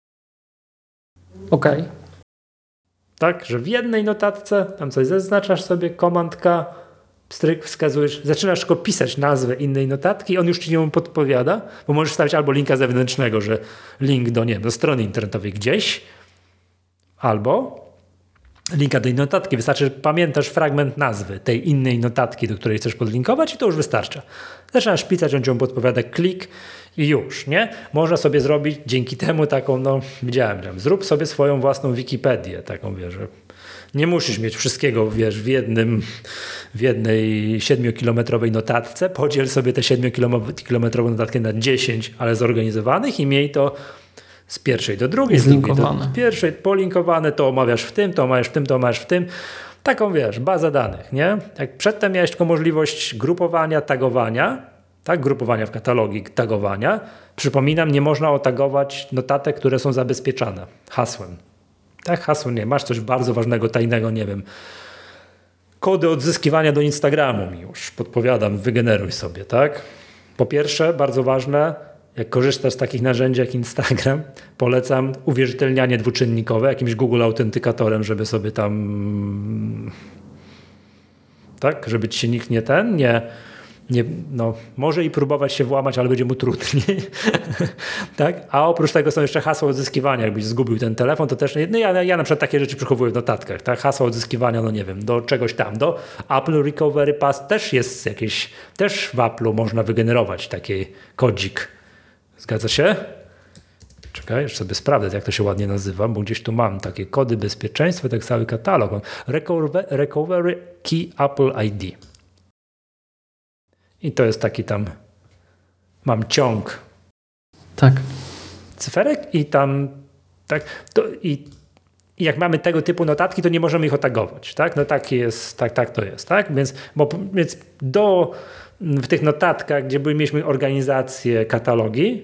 Okej. Okay. Tak, że w jednej notatce tam coś zaznaczasz sobie, Command K, pstryk, wskazujesz, zaczynasz tylko pisać nazwę innej notatki i on już ci ją podpowiada, bo możesz wstawić albo linka zewnętrznego, że link do, nie wiem, do strony internetowej gdzieś, albo linka do innej notatki. Wystarczy, że pamiętasz fragment nazwy tej innej notatki, do której chcesz podlinkować i to już wystarcza. Zaczynasz pisać, on ci ją podpowiada, klik i już, nie? Można sobie zrobić dzięki temu taką, no widziałem, że zrób sobie swoją własną Wikipedię, taką, wiesz, że nie musisz mieć wszystkiego, wiesz, w jednym, w jednej siedmiokilometrowej notatce, podziel sobie tę siedmiokilometrową notatkę na dziesięć, ale zorganizowanych i miej to z pierwszej do drugiej, z drugiej do pierwszej, polinkowane, to omawiasz w tym, to omawiasz w tym, to omawiasz w tym. Taką, wiesz, bazę danych, nie? Jak przedtem miałeś tylko możliwość grupowania, tagowania, tak? Grupowania w katalogi, tagowania. Przypominam, nie można otagować notatek, które są zabezpieczane hasłem. Tak, hasło nie. Masz coś bardzo ważnego, tajnego, nie wiem. Kody odzyskiwania do Instagramu mi już podpowiadam, wygeneruj sobie, tak? Po pierwsze, bardzo ważne, jak korzystasz z takich narzędzi jak Instagram, polecam uwierzytelnianie dwuczynnikowe jakimś Google Autentykatorem, żeby sobie tam tak, żeby ci się nikt nie ten, nie Nie, no, może i próbować się włamać, ale będzie mu trudniej. Tak? A oprócz tego są jeszcze hasła odzyskiwania. Jakbyś zgubił ten telefon, to też. No ja, ja na przykład takie rzeczy przechowuję w notatkach. Tak? Hasła odzyskiwania, no nie wiem, do czegoś tam. Do Apple Recovery Pass też jest jakieś. Też w Apple'u można wygenerować taki kodzik. Zgadza się? Czekaj, już sobie sprawdzę, jak to się ładnie nazywa, bo gdzieś tu mam takie kody bezpieczeństwa, tak cały katalog. Mam Recovery, Recovery Key Apple I D. I to jest taki tam, mam ciąg tak. cyferek i tam, tak, to, i, i jak mamy tego typu notatki, to nie możemy ich otagować, tak, no tak jest, tak, tak to jest, tak, więc, bo, więc do, w tych notatkach, gdzie były, mieliśmy organizację, katalogi,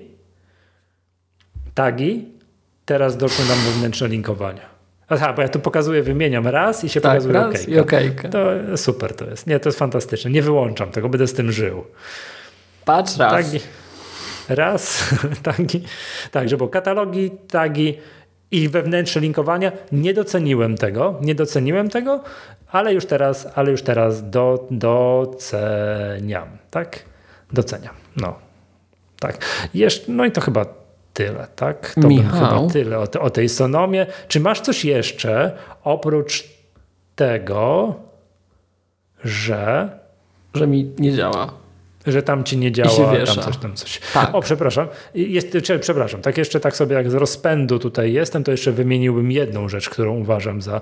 tagi, teraz doszły nam wewnętrzne linkowania. Aha, bo ja tu pokazuję, wymieniam raz i się tak, pokazuje raz okejka. i okejka. To super to jest. Nie, to jest fantastyczne. Nie wyłączam tego, będę z tym żył. Patrz raz. Tagi, raz, tagi, także bo katalogi, tagi i wewnętrzne linkowania. Nie doceniłem tego, nie doceniłem tego, ale już teraz, ale już teraz do, doceniam, tak? Doceniam, no. Tak. Jeszcze, no i to chyba tyle, tak? To Michał. chyba tyle o, te, o tej sonomie. Czy masz coś jeszcze oprócz tego, że... Że mi nie działa. Że tam ci nie działa, tam coś, tam coś. Tak. O, przepraszam. Jest, czy, przepraszam, tak jeszcze tak sobie jak z rozpędu tutaj jestem, to jeszcze wymieniłbym jedną rzecz, którą uważam za...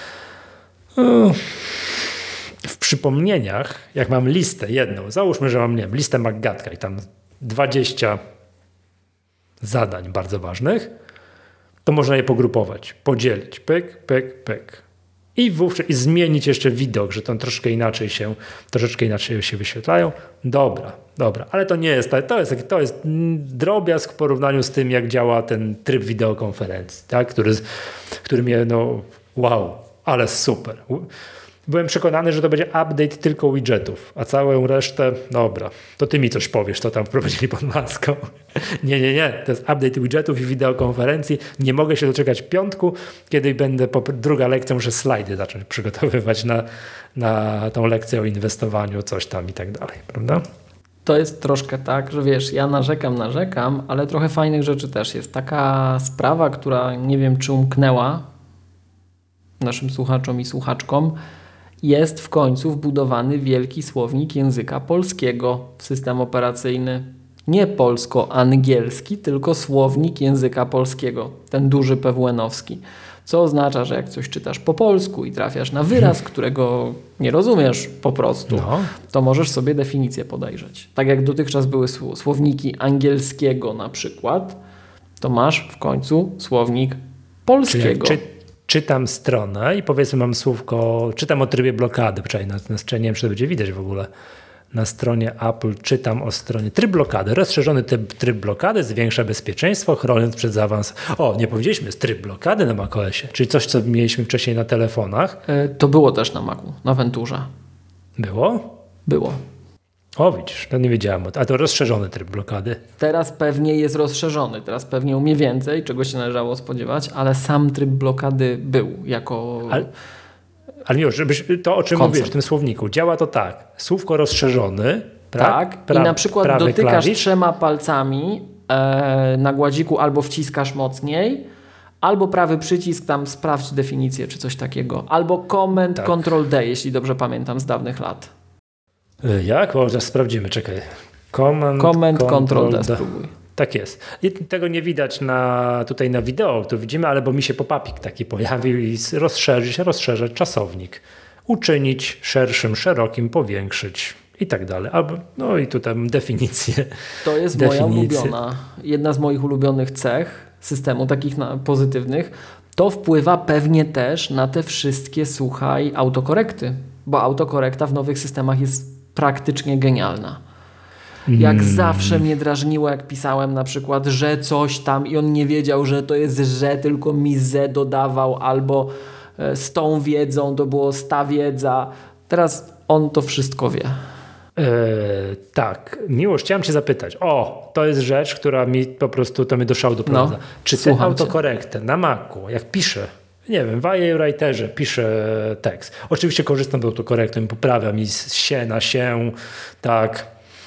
W przypomnieniach, jak mam listę jedną, załóżmy, że mam, nie wiem, listę Maggatka i tam dwadzieścia zadań bardzo ważnych, to można je pogrupować, podzielić, pyk, pyk, pyk. I wówczas i zmienić jeszcze widok, że to troszkę inaczej się, troszeczkę inaczej się wyświetlają. Dobra, dobra, ale to nie jest, to jest, to jest drobiazg w porównaniu z tym, jak działa ten tryb wideokonferencji, tak? który, który mnie, no wow, ale super. Byłem przekonany, że to będzie update tylko widgetów, a całą resztę, dobra, to ty mi coś powiesz, to tam wprowadzili pod maską. Nie, nie, nie, to jest update widgetów i wideokonferencji. Nie mogę się doczekać piątku, kiedy będę, po, druga lekcja, muszę slajdy zacząć przygotowywać na, na tą lekcję o inwestowaniu, coś tam i tak dalej, prawda? To jest troszkę tak, że wiesz, ja narzekam, narzekam, ale trochę fajnych rzeczy też jest. Taka sprawa, która nie wiem, czy umknęła naszym słuchaczom i słuchaczkom, jest w końcu wbudowany wielki słownik języka polskiego w system operacyjny. Nie polsko-angielski, tylko słownik języka polskiego, ten duży P W N-owski. Co oznacza, że jak coś czytasz po polsku i trafiasz na wyraz, którego nie rozumiesz po prostu, no. to możesz sobie definicję podejrzeć. Tak jak dotychczas były słowniki angielskiego na przykład, to masz w końcu słownik polskiego. Czy, czy, czytam stronę i powiedzmy mam słówko, czytam o trybie blokady, czyli na, na stronie, nie wiem, czy to będzie widać w ogóle, na stronie Apple czytam o stronie tryb blokady, rozszerzony tryb, tryb blokady zwiększa bezpieczeństwo, chroniąc przed zaawansem. O, nie powiedzieliśmy, jest tryb blokady na macOSie, czyli coś, co mieliśmy wcześniej na telefonach. To było też na Macu, na Venturze. Było? Było. O, widzisz, to nie wiedziałem. A to rozszerzony tryb blokady. Teraz pewnie jest rozszerzony, teraz pewnie umie więcej, czego się należało spodziewać, ale sam tryb blokady był jako... Ale, ale już, żebyś to, o czym koncept. mówisz w tym słowniku, działa to tak. Słówko rozszerzony. Pra, tak, pra, i na przykład dotykasz klawisz. trzema palcami e, na gładziku albo wciskasz mocniej, albo prawy przycisk, tam sprawdź definicję, czy coś takiego. Albo Command tak. Control D, jeśli dobrze pamiętam z dawnych lat. Jak? O, zaraz sprawdzimy, czekaj. Command, Command Control D, spróbuj. Tak jest. I tego nie widać na, tutaj na wideo, tu widzimy, ale bo mi się pop-upik taki pojawił i rozszerzyć, rozszerzać czasownik. Uczynić szerszym, szerokim, powiększyć i tak dalej. Albo, no i tutaj definicje. To jest definicje. Moja ulubiona, jedna z moich ulubionych cech systemu, takich na, pozytywnych. To wpływa pewnie też na te wszystkie, słuchaj, autokorekty, bo autokorekta w nowych systemach jest praktycznie genialna. Jak mm. zawsze mnie drażniło, jak pisałem na przykład, że coś tam i on nie wiedział, że to jest że, tylko mi ze dodawał, albo z tą wiedzą to było sta wiedza. Teraz on to wszystko wie. Yy, tak, Miłosz, chciałem cię zapytać. O, to jest rzecz, która mi po prostu, to mnie do szału doprowadza. No, Czy ty autokorektę na Macu, jak piszę, nie wiem, w A I Writerze piszę tekst. Oczywiście korzystam z autokorektu i poprawia mi się na się, tak,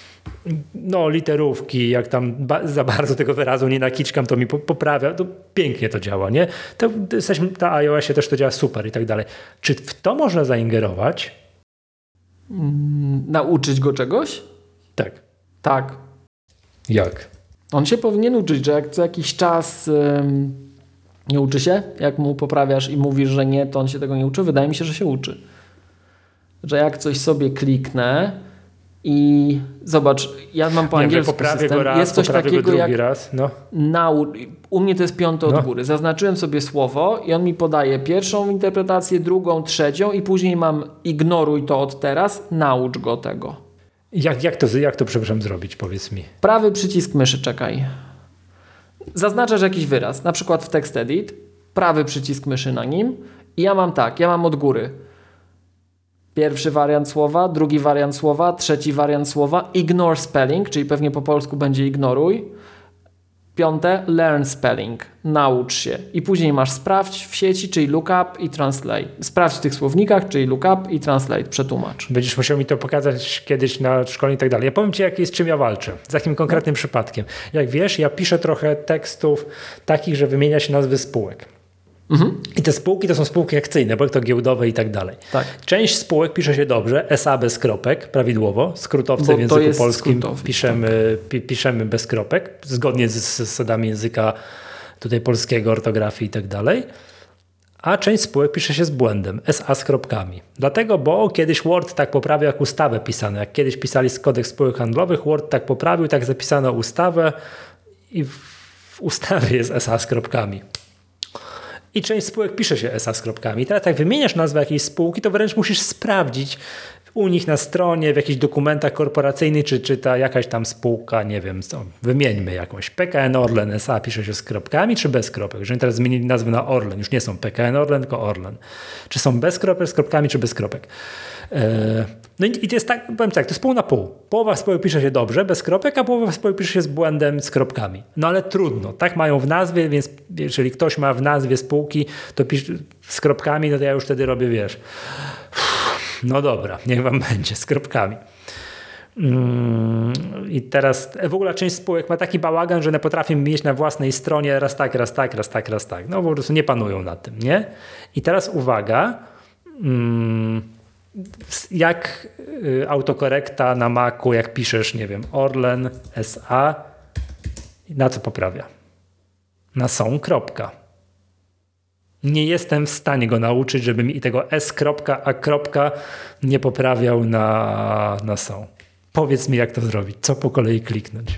no literówki, jak tam ba- za bardzo tego wyrazu nie nakiczkam, to mi po- poprawia, to pięknie to działa, nie? To jesteśmy na iOSie też to działa super i tak dalej. Czy w to można zaingerować? Mm, nauczyć go czegoś? Tak. Tak. Jak? On się powinien uczyć, że jak co jakiś czas ym, nie uczy się, jak mu poprawiasz i mówisz, że nie, to on się tego nie uczy. Wydaje mi się, że się uczy. Że jak coś sobie kliknę i zobacz, ja mam po nie, angielsku poprawię system. go raz, jest coś poprawię takiego go drugi jak raz. No. nau- u mnie to jest piąte od No. góry. Zaznaczyłem sobie słowo i on mi podaje pierwszą interpretację, drugą, trzecią i później mam ignoruj to od teraz, naucz go tego. Jak, jak, to, jak to, przepraszam, zrobić, powiedz mi? Prawy przycisk myszy, czekaj. Zaznaczasz jakiś wyraz, na przykład w TextEdit, prawy przycisk myszy na nim i ja mam tak, ja mam od góry pierwszy wariant słowa, drugi wariant słowa, trzeci wariant słowa, ignore spelling, czyli pewnie po polsku będzie ignoruj, piąte, learn spelling, naucz się i później masz sprawdź w sieci, czyli look up i translate. Sprawdź w tych słownikach, czyli look up i translate, przetłumacz. Będziesz musiał mi to pokazać kiedyś na szkole i tak dalej. Ja powiem ci, jak jest, czym ja walczę. Z jakim konkretnym no. przypadkiem. Jak wiesz, ja piszę trochę tekstów takich, że wymienia się nazwy spółek. Mhm. I te spółki to są spółki akcyjne, bo to giełdowe i tak dalej. Tak. Część spółek pisze się dobrze, S A bez kropek, prawidłowo. Skrótowce bo w języku polskim piszemy, tak. pi, piszemy bez kropek, zgodnie z, z zasadami języka tutaj polskiego, ortografii i tak dalej. A część spółek pisze się z błędem, S A z kropkami. Dlatego, bo kiedyś Word tak poprawił, jak ustawę pisano. Jak kiedyś pisali kodeks spółek handlowych, Word tak poprawił, tak zapisano ustawę i w ustawie jest S A z kropkami. I część spółek pisze się S A z kropkami. I teraz jak wymieniasz nazwę jakiejś spółki, to wręcz musisz sprawdzić u nich na stronie, w jakichś dokumentach korporacyjnych, czy, czy ta jakaś tam spółka, nie wiem, co, wymieńmy jakąś. P K N Orlen S A pisze się z kropkami, czy bez kropek? Jeżeli teraz zmienili nazwę na Orlen, już nie są P K N Orlen, tylko Orlen. Czy są bez kropek, z kropkami, czy bez kropek? Eee, no i, i to jest tak, powiem tak, to jest pół na pół. Połowa spółek pisze się dobrze, bez kropek, a połowa spółek pisze się z błędem, z kropkami. No ale trudno, tak mają w nazwie, więc jeżeli ktoś ma w nazwie spółki, to pisze z kropkami, no to ja już wtedy robię, wiesz, no dobra, niech wam będzie z kropkami. Mm, I teraz w ogóle część spółek ma taki bałagan, że nie potrafią mieć na własnej stronie raz tak, raz tak, raz tak, raz tak. No po prostu nie panują nad tym, nie? I teraz uwaga, mm, jak y, autokorekta na Macu, jak piszesz, nie wiem, Orlen S A, na co poprawia? Na są kropka. Nie jestem w stanie go nauczyć, żeby mi tego S kropka, A kropka nie poprawiał na, na są. Powiedz mi, jak to zrobić. Co po kolei kliknąć?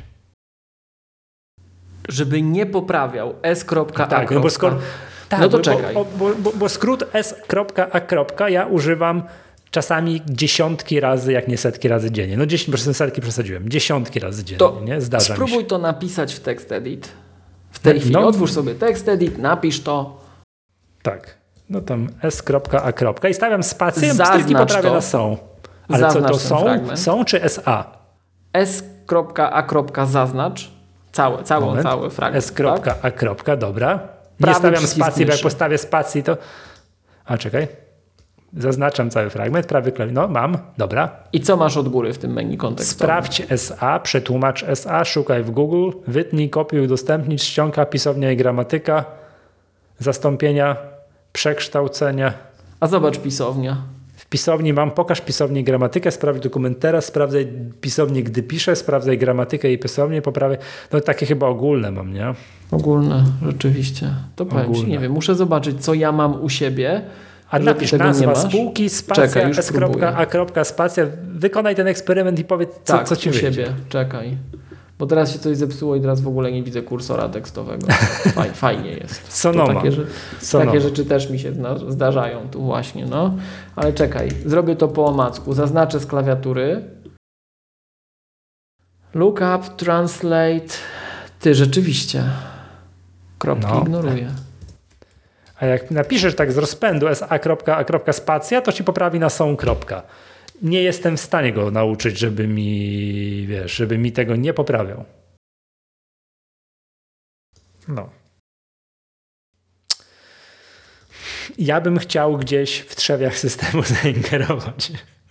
Żeby nie poprawiał S kropka, tak, A no bo skoro, tak, no to bo, czekaj. Bo, bo, bo, bo skrót S kropka, A kropka ja używam czasami dziesiątki razy, jak nie setki razy dziennie. No dziesięć, proszę, setki przesadziłem. Dziesiątki razy dziennie, to nie? Zdarza mi się. Spróbuj to napisać w TextEdit. W tej no, chwili no. Otwórz sobie TextEdit, napisz to. Tak. No tam S kropka, A kropka i stawiam spację, i poprawię na są. Ale zaznacz co to są? Fragment. Są czy S A? S kropka, A kropka zaznacz. Cały, cały, cały fragment. S kropka, tak? A kropka, dobra. Prawy nie stawiam spacji, myszy. bo jak postawię spacji, to... A czekaj. Zaznaczam cały fragment, prawy klawisz. No, mam, dobra. I co masz od góry w tym menu kontekstowym? Sprawdź S A, przetłumacz S A, szukaj w Google, wytnij, kopiuj, udostępnić, ściąga, pisownia i gramatyka, zastąpienia, przekształcenia. A zobacz pisownia. W pisowni mam, pokaż pisownię i gramatykę, sprawdź dokument teraz, sprawdzaj pisownię, gdy piszę, sprawdzaj gramatykę i pisownię, poprawię. No takie chyba ogólne mam, nie? Ogólne, rzeczywiście. To powiem ci, nie wiem, muszę zobaczyć, co ja mam u siebie. A napisz nazwa spółki, spacja, Czekaj, S kropka, A kropka, spacja. Wykonaj ten eksperyment i powiedz, co, tak, co ci u wyjdzie. siebie, czekaj. Bo teraz się coś zepsuło i teraz w ogóle nie widzę kursora tekstowego. Faj, fajnie jest. Sonoma. Takie, Sonoma. takie rzeczy też mi się zdarzają tu właśnie, no. Ale czekaj, zrobię to po omacku. Zaznaczę z klawiatury. Look up, translate. Ty, rzeczywiście. Kropki no. ignoruję. A jak napiszesz tak z rozpędu S A kropka, A kropka, spacja, to ci poprawi na są kropka. nie jestem w stanie go nauczyć, żeby mi, wiesz, żeby mi tego nie poprawiał. No. Ja bym chciał gdzieś w trzewiach systemu zaingerować.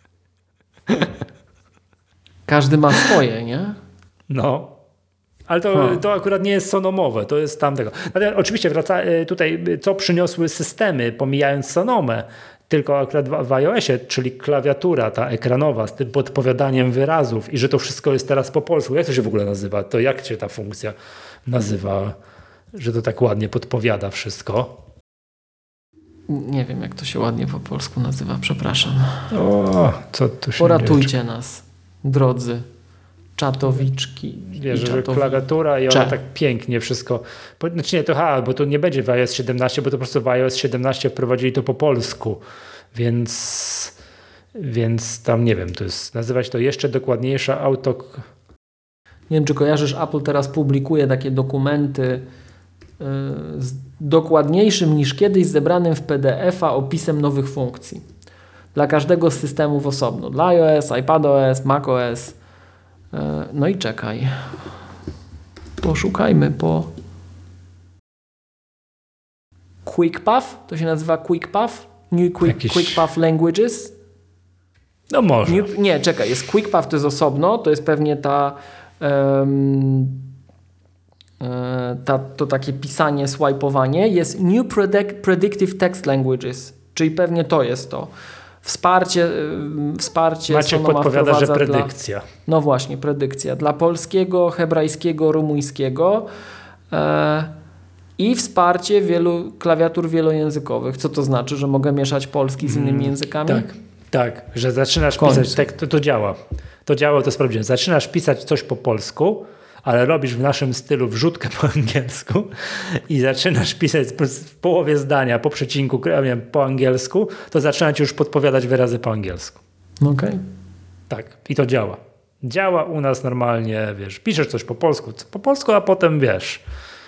Każdy ma swoje, nie? No. Ale to, Hmm. to akurat nie jest sonomowe, to jest tamtego. Ale oczywiście wraca tutaj, co przyniosły systemy, pomijając sonomę, tylko akurat w iOSie, czyli klawiatura ta ekranowa z tym podpowiadaniem wyrazów i że to wszystko jest teraz po polsku. Jak to się w ogóle nazywa? To jak się ta funkcja nazywa, że to tak ładnie podpowiada wszystko? Nie wiem, jak to się ładnie po polsku nazywa, przepraszam. O, co tu się Poratujcie dzieje? nas, drodzy czatowiczki. Wiesz, że klawiatura i ona tak pięknie wszystko. Znaczy nie, to ha, bo to nie będzie w iOS siedemnaście, bo to po prostu w iOS siedemnaście wprowadzili to po polsku. Więc, więc tam nie wiem, to jest, nazywać to jeszcze dokładniejsza auto. Nie wiem, czy kojarzysz, Apple teraz publikuje takie dokumenty yy, z dokładniejszym niż kiedyś zebranym w P D F-a opisem nowych funkcji. Dla każdego z systemów osobno. Dla iOS, iPadOS, macOS. Yy, no i czekaj. Poszukajmy po QuickPath. To się nazywa QuickPath. New Quick, Jakiś... QuickPath Languages. No może. New, nie, czekaj. Jest QuickPath, to jest osobno. To jest pewnie ta... Um, Ta, to takie pisanie, swajpowanie, jest New Predict, Predictive Text Languages, czyli pewnie to jest to. Wsparcie, wsparcie Maciek podpowiada, że predykcja. Dla, no właśnie, predykcja. Dla polskiego, hebrajskiego, rumuńskiego e, i wsparcie wielu klawiatur wielojęzykowych. Co to znaczy, że mogę mieszać polski z innymi językami? Tak, tak, że zaczynasz pisać, tak, to, to działa. To działa, to sprawdziłem. Zaczynasz pisać coś po polsku, ale robisz w naszym stylu wrzutkę po angielsku i zaczynasz pisać w połowie zdania, po przecinku, po angielsku, to zaczyna ci już podpowiadać wyrazy po angielsku. Okej. Okay. Tak, i to działa. Działa u nas normalnie, wiesz, piszesz coś po polsku, po polsku, a potem wiesz.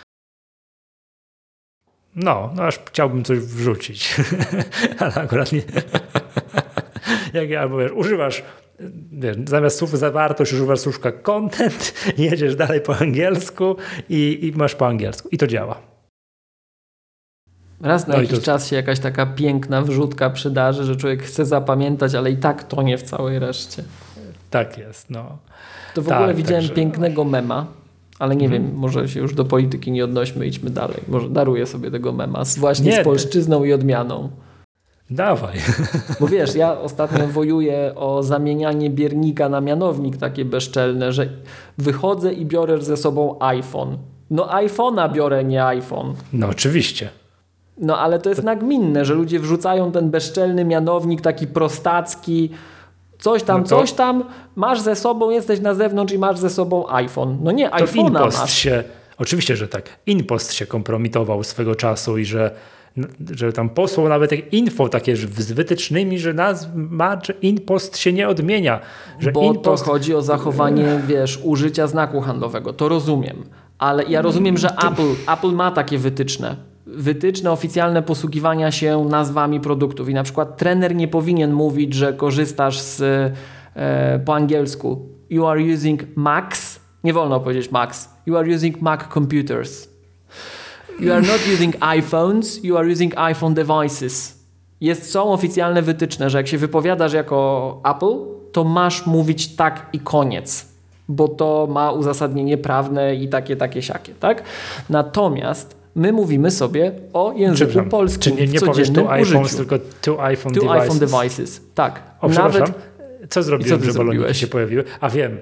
No, no aż chciałbym coś wrzucić, ale akurat nie. Jak, albo wiesz, używasz Wiesz, zamiast słów zawartość używasz słówka content, jedziesz dalej po angielsku i, i masz po angielsku. I to działa. Raz na no jakiś to... czas się jakaś taka piękna wrzutka przydarzy, że człowiek chce zapamiętać, ale i tak tonie w całej reszcie. Tak jest, no. To w tak, ogóle widziałem także... pięknego mema, ale nie hmm. wiem, może się już do polityki nie odnośmy, idźmy dalej. Może daruję sobie tego mema z, właśnie nie, z polszczyzną i odmianą. Dawaj. Bo wiesz, ja ostatnio wojuję o zamienianie biernika na mianownik takie bezczelne, że wychodzę i biorę ze sobą iPhone. No iPhone'a biorę, nie iPhone. No oczywiście. No ale to jest to... nagminne, że ludzie wrzucają ten bezczelny mianownik taki prostacki, coś tam, no to... coś tam, masz ze sobą, jesteś na zewnątrz i masz ze sobą iPhone. No nie, iPhone'a masz. Się, oczywiście, że tak. InPost się kompromitował swego czasu i że że tam posłał nawet info takie z wytycznymi, że nazwa InPost się nie odmienia. Że Bo InPost... to chodzi o zachowanie, wiesz, użycia znaku handlowego. To rozumiem. Ale ja rozumiem, że Apple, Apple ma takie wytyczne. Wytyczne oficjalne posługiwania się nazwami produktów. I na przykład trener nie powinien mówić, że korzystasz z, e, po angielsku you are using Macs. Nie wolno powiedzieć Macs. You are using Mac computers. You are not using iPhones, you are using iPhone devices. Jest, są oficjalne wytyczne, że jak się wypowiadasz jako Apple, to masz mówić tak i koniec, bo to ma uzasadnienie prawne i takie, takie, siakie, tak? Natomiast my mówimy sobie o języku polskim. Czy nie, nie powiesz tu iPhones, tylko two iPhone two devices? iPhone devices, tak. O, Nawet... Co zrobiłem, co że baloniki się pojawiły? A wiem.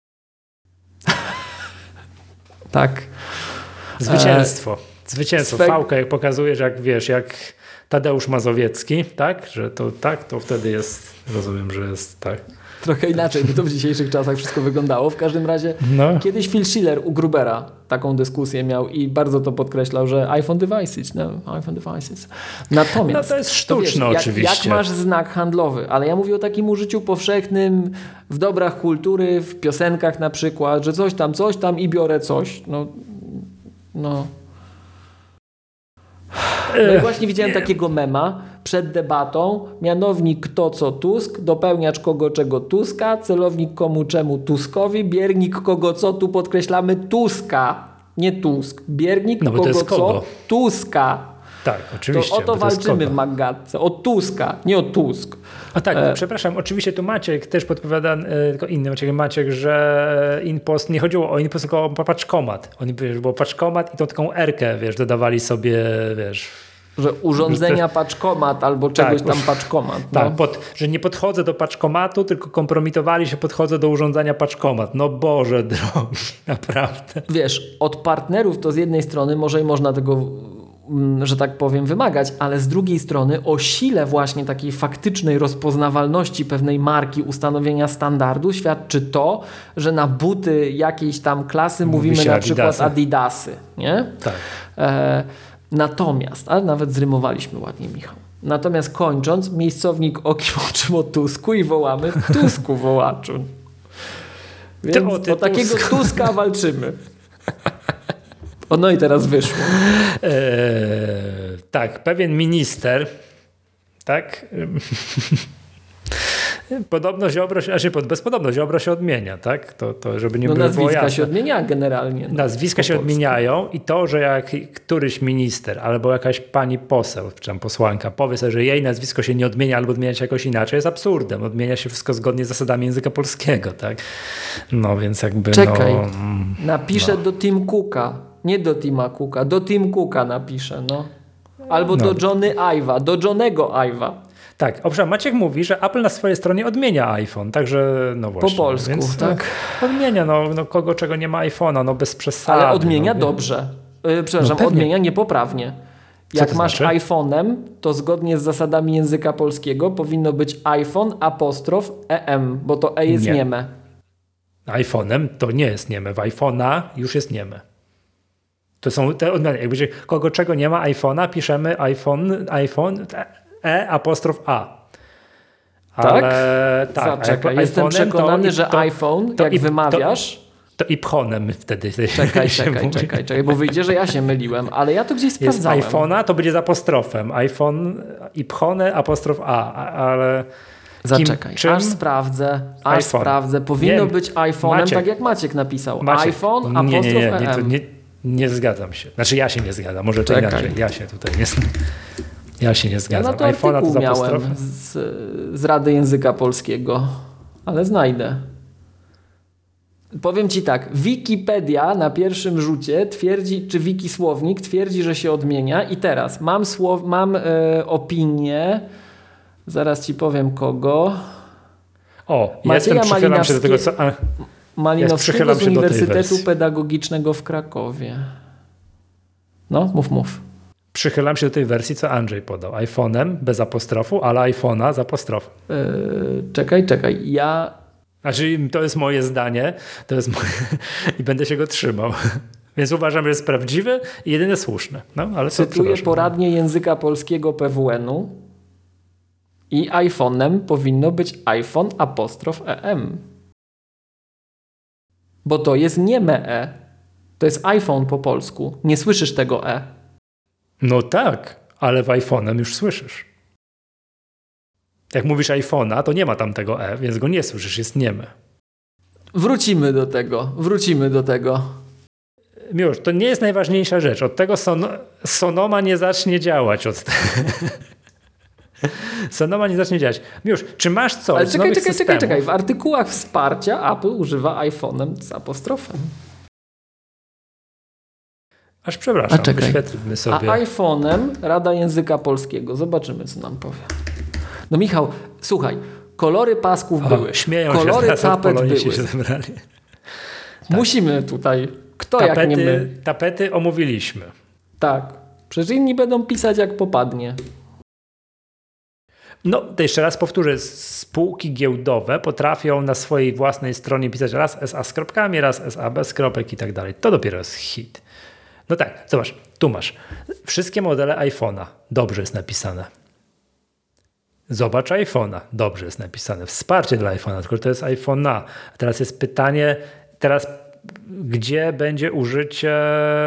Tak. Zwycięstwo. E... Zwycięstwo. Swe... Fałka jak pokazuje, że jak wiesz, jak Tadeusz Mazowiecki, tak? Że to tak, to wtedy jest, rozumiem, że jest tak. Trochę inaczej by to w dzisiejszych czasach wszystko wyglądało. W każdym razie no. Kiedyś Phil Schiller u Grubera taką dyskusję miał i bardzo to podkreślał, że iPhone devices, no, iPhone devices. Natomiast no to jest sztuczne to wiesz, oczywiście. Jak, jak masz znak handlowy, ale ja mówię o takim użyciu powszechnym w dobrach kultury, w piosenkach na przykład, że coś tam, coś tam i biorę coś. No, no. No i właśnie widziałem takiego mema. przed debatą, mianownik kto co Tusk, dopełniacz kogo czego Tuska, celownik komu czemu Tuskowi, biernik kogo co, tu podkreślamy Tuska, nie Tusk, biernik no, bo kogo to jest kogo? co Tuska. Tak, oczywiście. To o to, to walczymy w Maggatce. O Tuska, nie o Tusk. A tak, e... przepraszam, oczywiście tu Maciek też podpowiada, e, tylko inny Maciek, Maciek, że InPost, nie chodziło o InPost, tylko o paczkomat. Oni, wiesz, było paczkomat i tą taką erkę, wiesz, dodawali sobie, wiesz... Że urządzenia paczkomat albo czegoś tak, tam paczkomat. Tak, no. pod, że nie podchodzę do paczkomatu, tylko kompromitowali się, podchodzę do urządzenia paczkomat. No Boże drogi, naprawdę. Wiesz, od partnerów to z jednej strony może i można tego, że tak powiem, wymagać, ale z drugiej strony o sile właśnie takiej faktycznej rozpoznawalności pewnej marki, ustanowienia standardu świadczy to, że na buty jakiejś tam klasy Mówi mówimy się na Adidasy. przykład Adidasy, nie? Tak. E, natomiast, ale nawet zrymowaliśmy ładnie, Michał. Natomiast kończąc, miejscownik o kim oczym o Tusku i wołamy Tusku wołaczu. Więc ty, o, ty o takiego Tusk. Tuska walczymy. O, no i teraz wyszło. Eee, tak, pewien minister, tak, podobno Ziobro się, znaczy bezpodobno Ziobro się odmienia, tak, to, to żeby nie no było nazwiska jasne. się odmienia generalnie. No, nazwiska się odmieniają i to, że jak któryś minister albo jakaś pani poseł, czy tam posłanka powie sobie, że jej nazwisko się nie odmienia albo odmienia się jakoś inaczej, jest absurdem. Odmienia się wszystko zgodnie z zasadami języka polskiego, tak. No więc jakby... Czekaj, no, napiszę no. do Tim Cooka. Nie do Tima Cooka, do Tim Cooka napiszę, no. Albo no. do Johnny Ive'a, do Johnego Ive'a. Tak, owszem, Maciek mówi, że Apple na swojej stronie odmienia iPhone, także no właśnie. Po polsku, więc, tak. No, odmienia, no, no kogo czego nie ma iPhone'a, no bez przesady. Ale odmienia no, dobrze. Yy, przepraszam, no odmienia niepoprawnie. Jak to masz znaczy? iPhone'em, to zgodnie z zasadami języka polskiego powinno być iPhone apostrof em, bo to e jest nie. nieme. iPhone'em to nie jest nieme, w iPhone'a już jest nieme. To są te odmiany. Jak będzie kogo czego nie ma iPhone'a, piszemy iPhone, iPhone, e apostrof a. Ale, tak? tak. Zaczekaj, jestem przekonany, to, że to, iPhone, to, jak to, wymawiasz... To, to iphonem wtedy. Czekaj, czekaj, czekaj, czekaj, bo wyjdzie, że ja się myliłem, ale ja to gdzieś sprawdzałem. Jest iPhone'a, to będzie z apostrofem. iPhone, iphone, apostrof a, ale... Zaczekaj, Kim, aż sprawdzę, aż iPhone. sprawdzę. Powinno nie, być iPhone'em, Maciek, tak jak Maciek napisał. Maciek, iPhone, apostrof nie, nie, nie, nie, em. nie, nie zgadzam się. Znaczy ja się nie zgadzam, może to Czekaj. inaczej. Ja się tutaj nie Ja się nie zgadzam. Ja na to iPhone'a to z miałem z, z Rady Języka Polskiego, ale znajdę. Powiem Ci tak, Wikipedia na pierwszym rzucie twierdzi, czy Wikisłownik twierdzi, że się odmienia i teraz mam, słow, mam e, opinię, zaraz Ci powiem kogo. O, Macieja jestem, przychylam się do tego, co... A, Malinowskiego ja z Uniwersytetu Pedagogicznego w Krakowie. No, mów, mów. Przychylam się do tej wersji, co Andrzej podał. iPhone'em bez apostrofu, ale iPhone'a z apostrofem. Yy, czekaj, czekaj. Ja... Znaczy, to jest moje zdanie, to jest moje... i będę się go trzymał. Więc uważam, że jest prawdziwy i jedyne słuszne. No, ale Cytuję poradnię języka polskiego P W N-u i iPhone'em powinno być iPhone apostrof em. Bo to jest nieme e. To jest iPhone po polsku. Nie słyszysz tego e. No tak, ale w iPhone'em już słyszysz. Jak mówisz iPhone'a, to nie ma tam tego e, więc go nie słyszysz, jest nieme. Wrócimy do tego, wrócimy do tego. Miłosz, to nie jest najważniejsza rzecz. Od tego son Sonoma nie zacznie działać. Od te... Sonoma nie zacznie działać. Miłosz, czy masz coś Ale z czekaj, nowych czekaj, systemów? czekaj, czekaj. W artykułach wsparcia Apple używa iPhone'em z apostrofem. Aż przepraszam, A czekaj. wyświetlmy sobie. A iPhone'em Rada Języka Polskiego. Zobaczymy, co nam powie. No Michał, słuchaj, kolory pasków o, były. Śmieją kolory się, tapet były. się zebrali. Musimy tutaj, kto tapety, jak nie my. Tapety omówiliśmy. Tak, przecież inni będą pisać jak popadnie. No, to jeszcze raz powtórzę, spółki giełdowe potrafią na swojej własnej stronie pisać raz S A z kropkami, raz S A bez kropek i tak dalej. To dopiero jest hit. No tak, zobacz, tu masz. Wszystkie modele iPhone'a, dobrze jest napisane. Zobacz iPhone'a, dobrze jest napisane. Wsparcie dla iPhone'a, tylko to jest iPhone'a. A teraz jest pytanie, teraz gdzie będzie użycie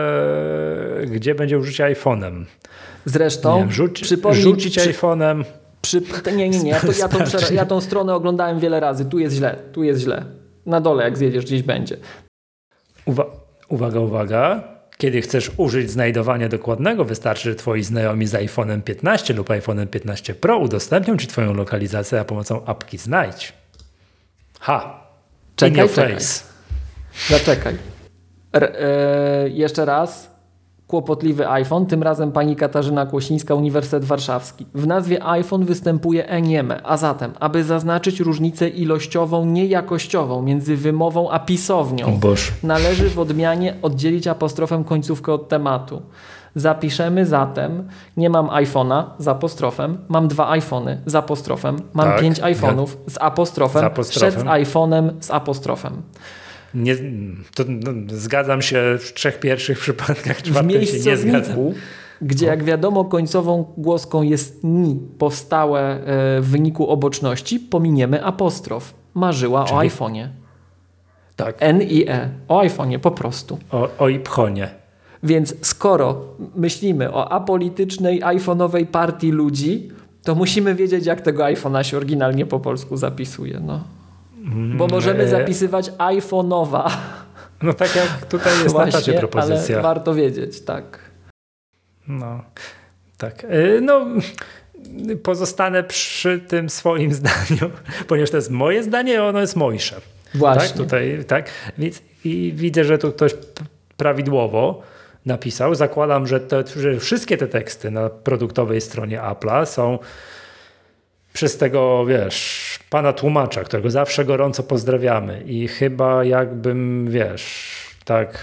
gdzie będzie użycie iPhone'em. Zresztą nie, rzuci, przypomnij, rzucić przy, iPhone'em. Przy, nie, nie, nie. Ja, to, ja, tą, ja tą stronę oglądałem wiele razy. Tu jest źle, tu jest źle. Na dole, jak zjedziesz, gdzieś będzie. Uwa- uwaga, uwaga. Kiedy chcesz użyć znajdowania dokładnego, wystarczy, że twoi znajomi z iPhone'em piętnaście lub iPhone'em piętnaście Pro udostępnią ci twoją lokalizację za pomocą apki Znajdź. Ha! Czekaj, in your czekaj. face. Zaczekaj. R- e, jeszcze raz. Kłopotliwy iPhone, tym razem pani Katarzyna Kłosińska, Uniwersytet Warszawski. W nazwie iPhone występuje enieme, a zatem, aby zaznaczyć różnicę ilościową, nie jakościową między wymową a pisownią, należy w odmianie oddzielić apostrofem końcówkę od tematu. Zapiszemy zatem, nie mam iPhone'a z apostrofem, mam dwa iPhony z apostrofem, mam tak, pięć iPhone'ów z apostrofem, z apostrofem, przed iPhone'em z apostrofem. Nie, to, no, zgadzam się w trzech pierwszych przypadkach, w czwartym w się nie zgadzam. Gdzie jak wiadomo końcową głoską jest ni powstałe w wyniku oboczności, pominiemy apostrof. Marzyła Czyli? o iPhone'ie. Tak. N i E. O iPhone'ie po prostu. O, o iPhone'ie. Więc skoro myślimy o apolitycznej iPhone'owej partii ludzi, to musimy wiedzieć, jak tego iPhone'a się oryginalnie po polsku zapisuje. No. Bo możemy zapisywać iPhone'owa. No tak jak tutaj jest Właśnie, na czacie propozycja. Ale warto wiedzieć, tak. No, tak. No, pozostanę przy tym swoim zdaniu, ponieważ to jest moje zdanie, a ono jest mojsze. Właśnie. Tak, tutaj, tak. I widzę, że tu ktoś prawidłowo napisał. Zakładam, że, te, że wszystkie te teksty na produktowej stronie Apple'a są przez tego, wiesz, pana tłumacza, którego zawsze gorąco pozdrawiamy i chyba jakbym, wiesz, tak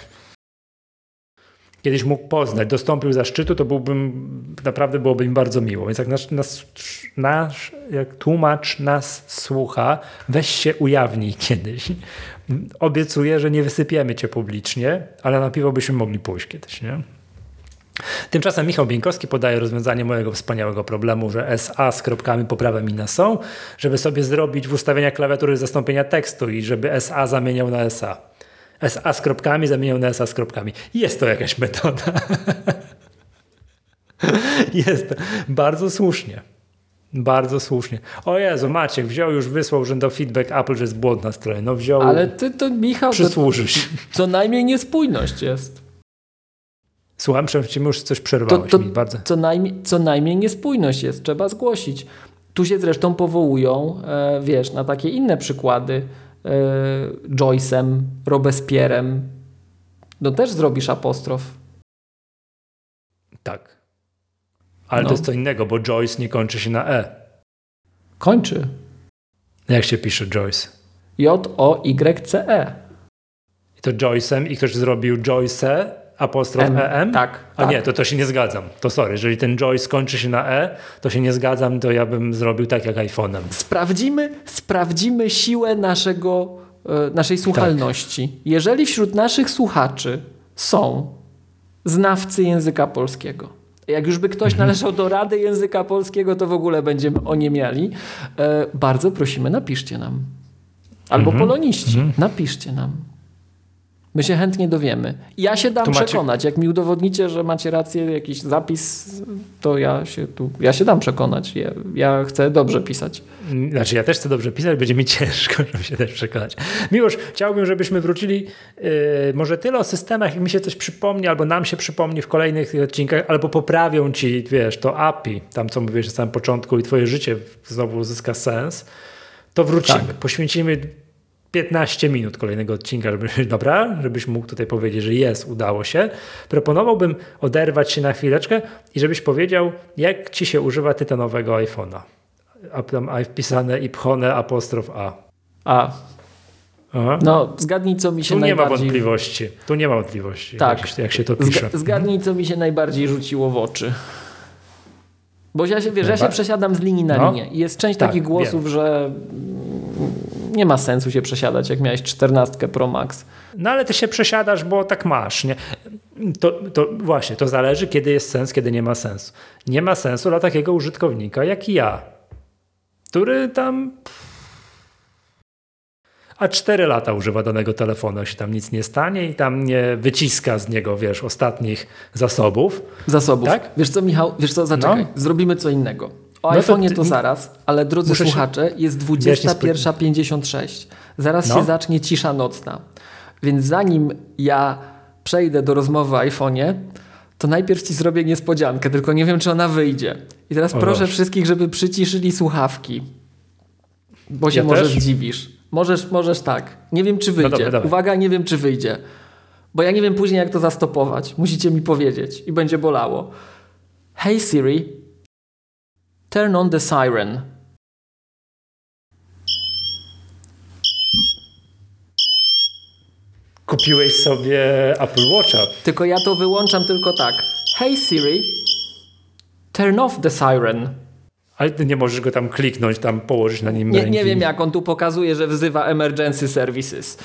kiedyś mógł poznać, dostąpił zaszczytu, to byłbym, naprawdę byłoby mi bardzo miło. Więc jak nasz, nasz, nasz jak tłumacz nas słucha, weź się ujawnij kiedyś. Obiecuję, że nie wysypiemy cię publicznie, ale na piwo byśmy mogli pójść kiedyś, nie? Tymczasem Michał Bieńkowski podaje rozwiązanie mojego wspaniałego problemu, że S A z kropkami poprawia mi na są, żeby sobie zrobić w ustawieniach klawiatury zastąpienia tekstu i żeby S A zamieniał na S A. S A z kropkami zamieniał na S A z kropkami. Jest to jakaś metoda. Jest to. Bardzo słusznie. Bardzo słusznie. O Jezu, Maciek wziął, już wysłał że do feedback Apple, że jest błąd na stronie. No wziął. Ale ty to, Michał, przysłużysz. To, co najmniej niespójność jest. Słucham, że ci już coś przerwałeś to, to, mi bardzo. Co najmniej, co najmniej niespójność jest, trzeba zgłosić. Tu się zresztą powołują, e, wiesz, na takie inne przykłady. E, Joyce'em, Robespierre'em. No też zrobisz apostrof. Tak. Ale no. To jest co innego, bo Joyce nie kończy się na E. Kończy. Jak się pisze Joyce? J O Y C E. I to Joyce'em i ktoś zrobił Joyce, apostrof M. E M? Tak. A tak. nie, to, to się nie zgadzam. To sorry, jeżeli ten Joyce kończy się na E, to się nie zgadzam, to ja bym zrobił tak jak iPhone'em. Sprawdzimy, sprawdzimy siłę naszego, e, naszej słuchalności. Tak. Jeżeli wśród naszych słuchaczy są znawcy języka polskiego, jak już by ktoś mhm. należał do Rady Języka Polskiego, to w ogóle będziemy oniemiali. E, bardzo prosimy, napiszcie nam. Albo mhm. poloniści, mhm. napiszcie nam. My się chętnie dowiemy. Ja się dam macie... przekonać. Jak mi udowodnicie, że macie rację, jakiś zapis, to ja się tu, ja się dam przekonać. Ja, ja chcę dobrze pisać. Znaczy ja też chcę dobrze pisać, będzie mi ciężko, żeby się też przekonać. Miłosz, chciałbym, żebyśmy wrócili yy, może tyle o systemach, jak mi się coś przypomni, albo nam się przypomni w kolejnych odcinkach, albo poprawią ci, wiesz, to A P I, tam co mówiłeś na samym początku i twoje życie znowu uzyska sens, to wrócimy. Tak. Poświęcimy piętnaście minut kolejnego odcinka, żeby, dobra, żebyś mógł tutaj powiedzieć, że jest, udało się. Proponowałbym oderwać się na chwileczkę i żebyś powiedział, jak ci się używa tytanowego iPhone'a. A tam wpisane i pchone apostrof A. A. Aha. No, zgadnij, co mi się tu najbardziej... Tu nie ma wątpliwości. Tu nie ma wątpliwości, tak. jak, jak się to pisze. Zgadnij, co mi się najbardziej rzuciło w oczy. Bo ja się, wiesz, ja się przesiadam z linii na no. linię i jest część tak, takich głosów, wiem. że nie ma sensu się przesiadać, jak miałeś czternastkę Pro Max. No ale ty się przesiadasz, bo tak masz. Nie? To, to właśnie, to zależy, kiedy jest sens, kiedy nie ma sensu. Nie ma sensu dla takiego użytkownika jak ja, który tam... a cztery lata używa danego telefonu, się tam nic nie stanie i tam nie wyciska z niego, wiesz, ostatnich zasobów. Zasobów. Tak? Wiesz co, Michał, wiesz co, zaczekaj, no. Zrobimy co innego. O no iPhone'ie to, to zaraz, ale drodzy słuchacze, się... jest dwudziesta pierwsza pięćdziesiąt sześć. Zaraz no. się zacznie cisza nocna. Więc zanim ja przejdę do rozmowy o iPhone'ie, to najpierw ci zrobię niespodziankę, tylko nie wiem, czy ona wyjdzie. I teraz o proszę Boże. wszystkich, żeby przyciszyli słuchawki, bo się ja możesz też? zdziwisz. Możesz, możesz tak. Nie wiem, czy wyjdzie. No dobra, dobra. Uwaga, nie wiem, czy wyjdzie. Bo ja nie wiem później, jak to zastopować. Musicie mi powiedzieć i będzie bolało. Hey Siri, turn on the siren. Kupiłeś sobie Apple Watcha. Tylko ja to wyłączam tylko tak. Hey Siri, turn off the siren. Ale ty nie możesz go tam kliknąć, tam położyć na nim nie, ręki. Nie wiem, jak on tu pokazuje, że wzywa emergency services.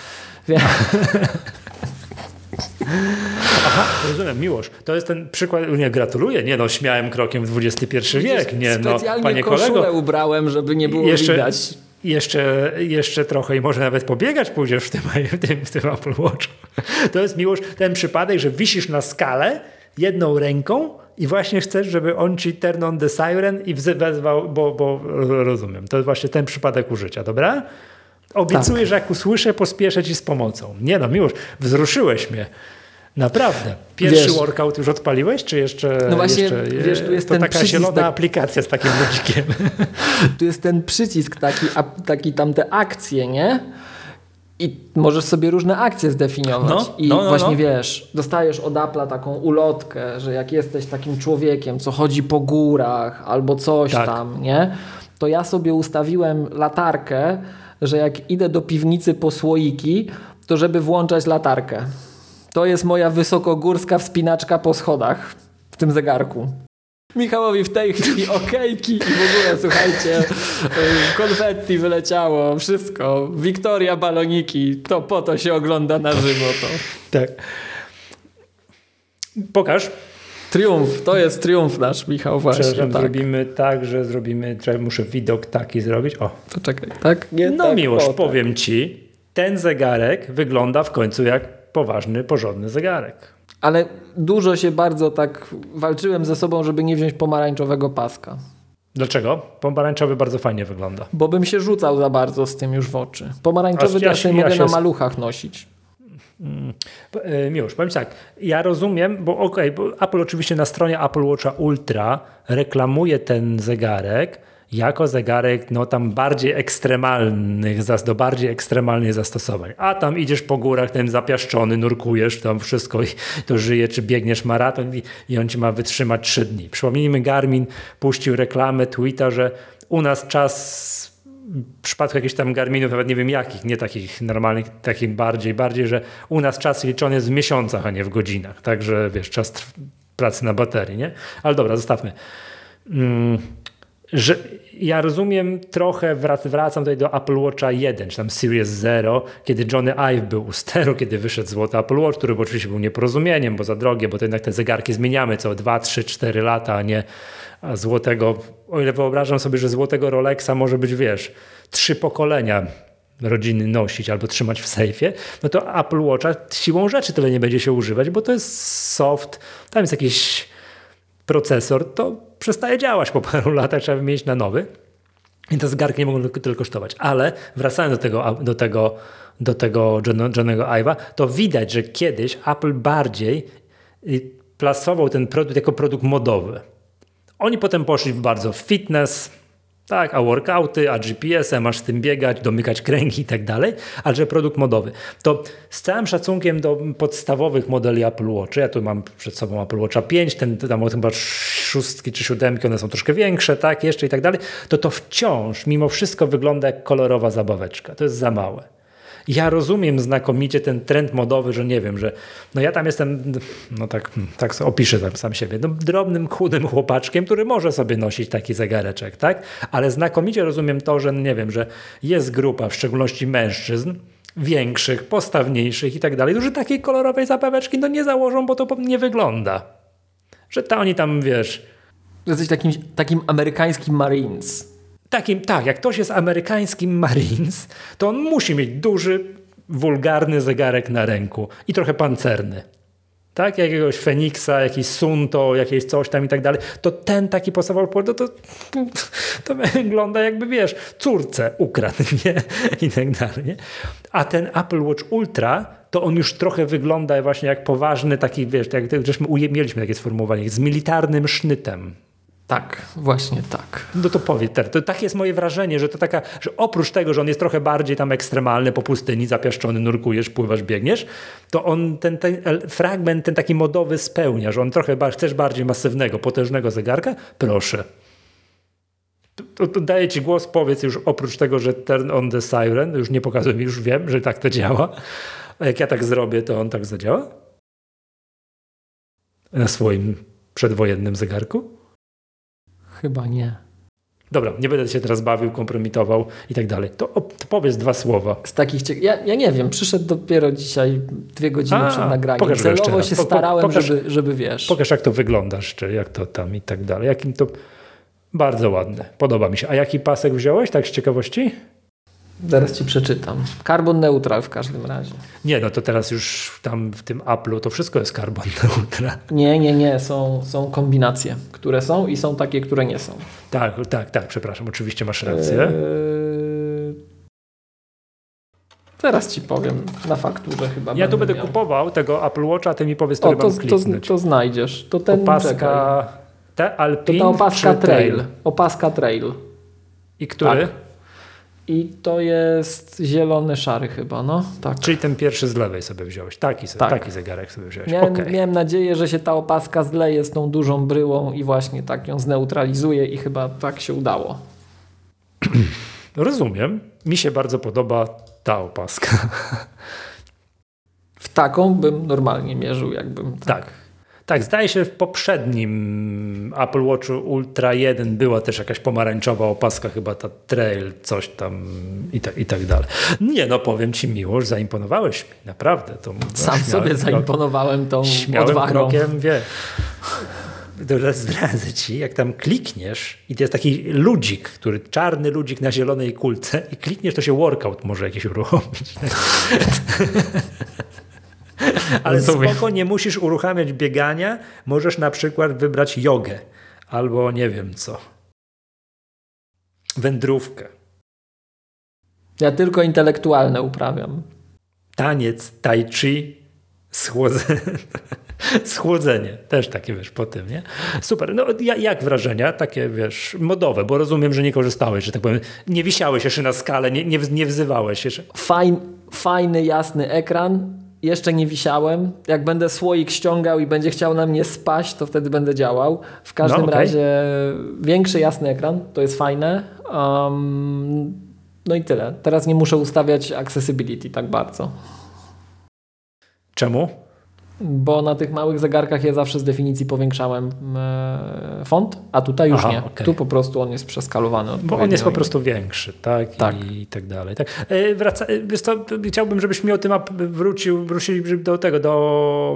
Aha, rozumiem, Miłosz. To jest ten przykład, nie, gratuluję, nie no, śmiałym krokiem w dwudziesty pierwszy wiek. Nie, no, specjalnie panie koszulę kolego, ubrałem, żeby nie było jeszcze, widać. Jeszcze, jeszcze trochę i może nawet pobiegać pójdziesz w tym, w tym, w tym Apple Watchu. To jest, Miłosz, ten przypadek, że wisisz na skale jedną ręką i właśnie chcesz, żeby on ci turn on the siren i wezwał, bo, bo rozumiem, to jest właśnie ten przypadek użycia, dobra? Obiecuję, tak. że jak usłyszę, pospieszę ci z pomocą. Nie no, Miłosz, wzruszyłeś mnie. Naprawdę. Pierwszy wiesz, workout już odpaliłeś, czy jeszcze... No właśnie, jeszcze, wiesz, tu jest to ten taka przycisk, zielona tak... aplikacja z takim ludzikiem. Tu jest ten przycisk taki, a, taki tam te akcje, nie? I możesz sobie różne akcje zdefiniować. No, I no, no, właśnie no. wiesz, dostajesz od Apple'a taką ulotkę, że jak jesteś takim człowiekiem, co chodzi po górach albo coś tak. tam, nie? To ja sobie ustawiłem latarkę, że jak idę do piwnicy po słoiki, to żeby włączać latarkę. To jest moja wysokogórska wspinaczka po schodach w tym zegarku. Michałowi w tej chwili okejki i w ogóle, słuchajcie, konfetti wyleciało, wszystko. Wiktoria, baloniki, to po to się ogląda na żywo to. Tak. Pokaż. Triumf, to jest triumf nasz, Michał, właśnie. Przepraszam, tak. zrobimy tak, że zrobimy, muszę widok taki zrobić. O. To czekaj, tak? Nie, no tak, Miłosz, o, powiem tak. ci, ten zegarek wygląda w końcu jak poważny, porządny zegarek. Ale dużo się bardzo tak walczyłem ze sobą, żeby nie wziąć pomarańczowego paska. Dlaczego? Pomarańczowy bardzo fajnie wygląda. Bo bym się rzucał za bardzo z tym już w oczy. Pomarańczowy ja, ja sobie ja mogę się... na maluchach nosić. Hmm. Miłosz, powiem tak, ja rozumiem, bo okej, okay, bo Apple oczywiście na stronie Apple Watcha Ultra reklamuje ten zegarek jako zegarek no tam bardziej ekstremalnych, do bardziej ekstremalnych zastosowań. A tam idziesz po górach, ten zapiaszczony, nurkujesz, tam wszystko i to żyje, czy biegniesz maraton i, i on ci ma wytrzymać trzy dni. Przypomnijmy, Garmin puścił reklamę, tweeta, że u nas czas w przypadku jakichś tam Garminów, nawet nie wiem jakich, nie takich normalnych, takich bardziej, bardziej, że u nas czas liczony jest w miesiącach, a nie w godzinach. Także wiesz, czas pracy na baterii, nie? Ale dobra, zostawmy. Hmm. Że ja rozumiem trochę, wracam tutaj do Apple Watcha jeden, czy tam Series zero, kiedy Johnny Ive był u steru, kiedy wyszedł złoty Apple Watch, który oczywiście był nieporozumieniem, bo za drogie, bo to jednak te zegarki zmieniamy co dwa, trzy, cztery lata, a nie a złotego, o ile wyobrażam sobie, że złotego Rolexa może być, wiesz, trzy pokolenia rodziny nosić albo trzymać w sejfie, no to Apple Watcha siłą rzeczy tyle nie będzie się używać, bo to jest soft, tam jest jakiś procesor, to przestaje działać po paru latach, trzeba wymienić na nowy i te zegarki nie mogą tyle kosztować. Ale wracając do tego, do tego, do tego Johnnego Ive'a, to widać, że kiedyś Apple bardziej plasował ten produkt jako produkt modowy. Oni potem poszli w bardzo fitness, tak, a workouty, a G P S-em, masz z tym biegać, domykać kręgi i tak dalej, ale że produkt modowy. To z całym szacunkiem do podstawowych modeli Apple Watch, ja tu mam przed sobą Apple Watcha pięć, ten tam chyba szóstki czy siódemki, one są troszkę większe, tak, jeszcze i tak dalej, to to wciąż mimo wszystko wygląda jak kolorowa zabaweczka. To jest za małe. Ja rozumiem znakomicie ten trend modowy, że nie wiem, że no ja tam jestem, no tak, tak opiszę tam sam siebie, no drobnym, chudym chłopaczkiem, który może sobie nosić taki zegareczek, tak? Ale znakomicie rozumiem to, że nie wiem, że jest grupa, w szczególności mężczyzn, większych, postawniejszych i tak dalej, którzy takiej kolorowej zabaweczki no nie założą, bo to nie wygląda. Że to oni tam, wiesz... Jesteś takim, takim amerykańskim Marines. Takim, tak, jak ktoś jest amerykańskim Marines, to on musi mieć duży, wulgarny zegarek na ręku i trochę pancerny. Tak, jakiegoś Feniksa, jakiś Sunto, jakieś coś tam i tak dalej, to ten taki podstawowy, to, to, to wygląda jakby, wiesz, córce ukradł, nie? I tak dalej, nie? A ten Apple Watch Ultra, to on już trochę wygląda właśnie jak poważny taki, wiesz, jak żeśmy mieliśmy takie sformułowanie, z militarnym sznytem. Tak, właśnie tak. No to powiedz, to takie jest moje wrażenie, że to taka, że oprócz tego, że on jest trochę bardziej tam ekstremalny, po pustyni, zapiaszczony, nurkujesz, pływasz, biegniesz, to on ten, ten fragment, ten taki modowy spełnia, że on trochę ba- chcesz bardziej masywnego, potężnego zegarka? Proszę. To, to daję ci głos, powiedz już oprócz tego, że turn on the siren, już nie pokazuję, już wiem, że tak to działa. A jak ja tak zrobię, to on tak zadziała? Na swoim przedwojennym zegarku? Chyba nie. Dobra, nie będę się teraz bawił, kompromitował i tak dalej. To, to powiedz dwa słowa. Z takich cie... ja, ja nie wiem, przyszedł dopiero dzisiaj dwie godziny A, przed nagraniem. pokaż go jeszcze Celowo raz. się Po- po- starałem, pokaż- żeby, żeby wiesz. Pokaż, jak to wyglądasz, czy jak to tam i tak dalej. Jakim to... Bardzo ładne. Podoba mi się. A jaki pasek wziąłeś, tak z ciekawości? Zaraz ci przeczytam. Carbon neutral w każdym razie. Nie, no to teraz już tam w tym Apple'u to wszystko jest carbon neutral. Nie, nie, nie. Są, są kombinacje, które są i są takie, które nie są. Tak, tak, tak, przepraszam. Oczywiście masz rację. Eee... Teraz ci powiem na fakturze chyba. Ja tu będę miał. kupował tego Apple Watcha, a ty mi powiedz, O, który to, mam to, kliknąć. to znajdziesz. To ten Opaska... Te To Alpine ta opaska czy trail. Opaska trail. I który? Tak. I to jest zielony, szary chyba, no. Tak. Czyli ten pierwszy z lewej sobie wziąłeś. Taki, sobie, Tak. taki zegarek sobie wziąłeś. Miałem, Okay. miałem nadzieję, że się ta opaska zleje z tą dużą bryłą i właśnie tak ją zneutralizuje i chyba tak się udało. Rozumiem. Mi się bardzo podoba ta opaska. W taką bym normalnie mierzył, jakbym tak. Tak. Tak, zdaje się w poprzednim Apple Watchu Ultra jeden była też jakaś pomarańczowa opaska, chyba ta Trail, coś tam i, ta, i tak dalej. Nie, no powiem ci Miłosz, zaimponowałeś mi, naprawdę. To, Sam śmiałem sobie krok, zaimponowałem tą śmiałem odwagą. krokiem, wie. To zdradzę ci, jak tam klikniesz i to jest taki ludzik, który czarny ludzik na zielonej kulce i klikniesz, to się workout może jakiś uruchomić. Ale Rozumiem. spoko, nie musisz uruchamiać biegania, możesz na przykład wybrać jogę albo nie wiem co. Wędrówkę. Ja tylko intelektualne uprawiam. Taniec, tai chi, schłodzenie. Schłodzenie. Też takie, wiesz, po tym, nie? Super. No jak wrażenia? Takie, wiesz, modowe, bo rozumiem, że nie korzystałeś, że tak powiem, nie wisiałeś jeszcze na skalę, nie, nie, nie wzywałeś jeszcze. Fajn, fajny, jasny ekran. Jeszcze nie wisiałem. Jak będę słoik ściągał i będzie chciał na mnie spaść, to wtedy będę działał. W każdym No, okay. razie większy, jasny ekran. To jest fajne. Um, no i tyle. Teraz nie muszę ustawiać accessibility tak bardzo. Czemu? Bo na tych małych zegarkach ja zawsze z definicji powiększałem e, font, a tutaj już Aha, nie. okay. Tu po prostu on jest przeskalowany. Bo on jest po prostu większy, tak? Tak. I tak dalej. Tak. E, wraca, wiesz co, chciałbym, żebyś mi o tym wrócił, wrócili do tego, do,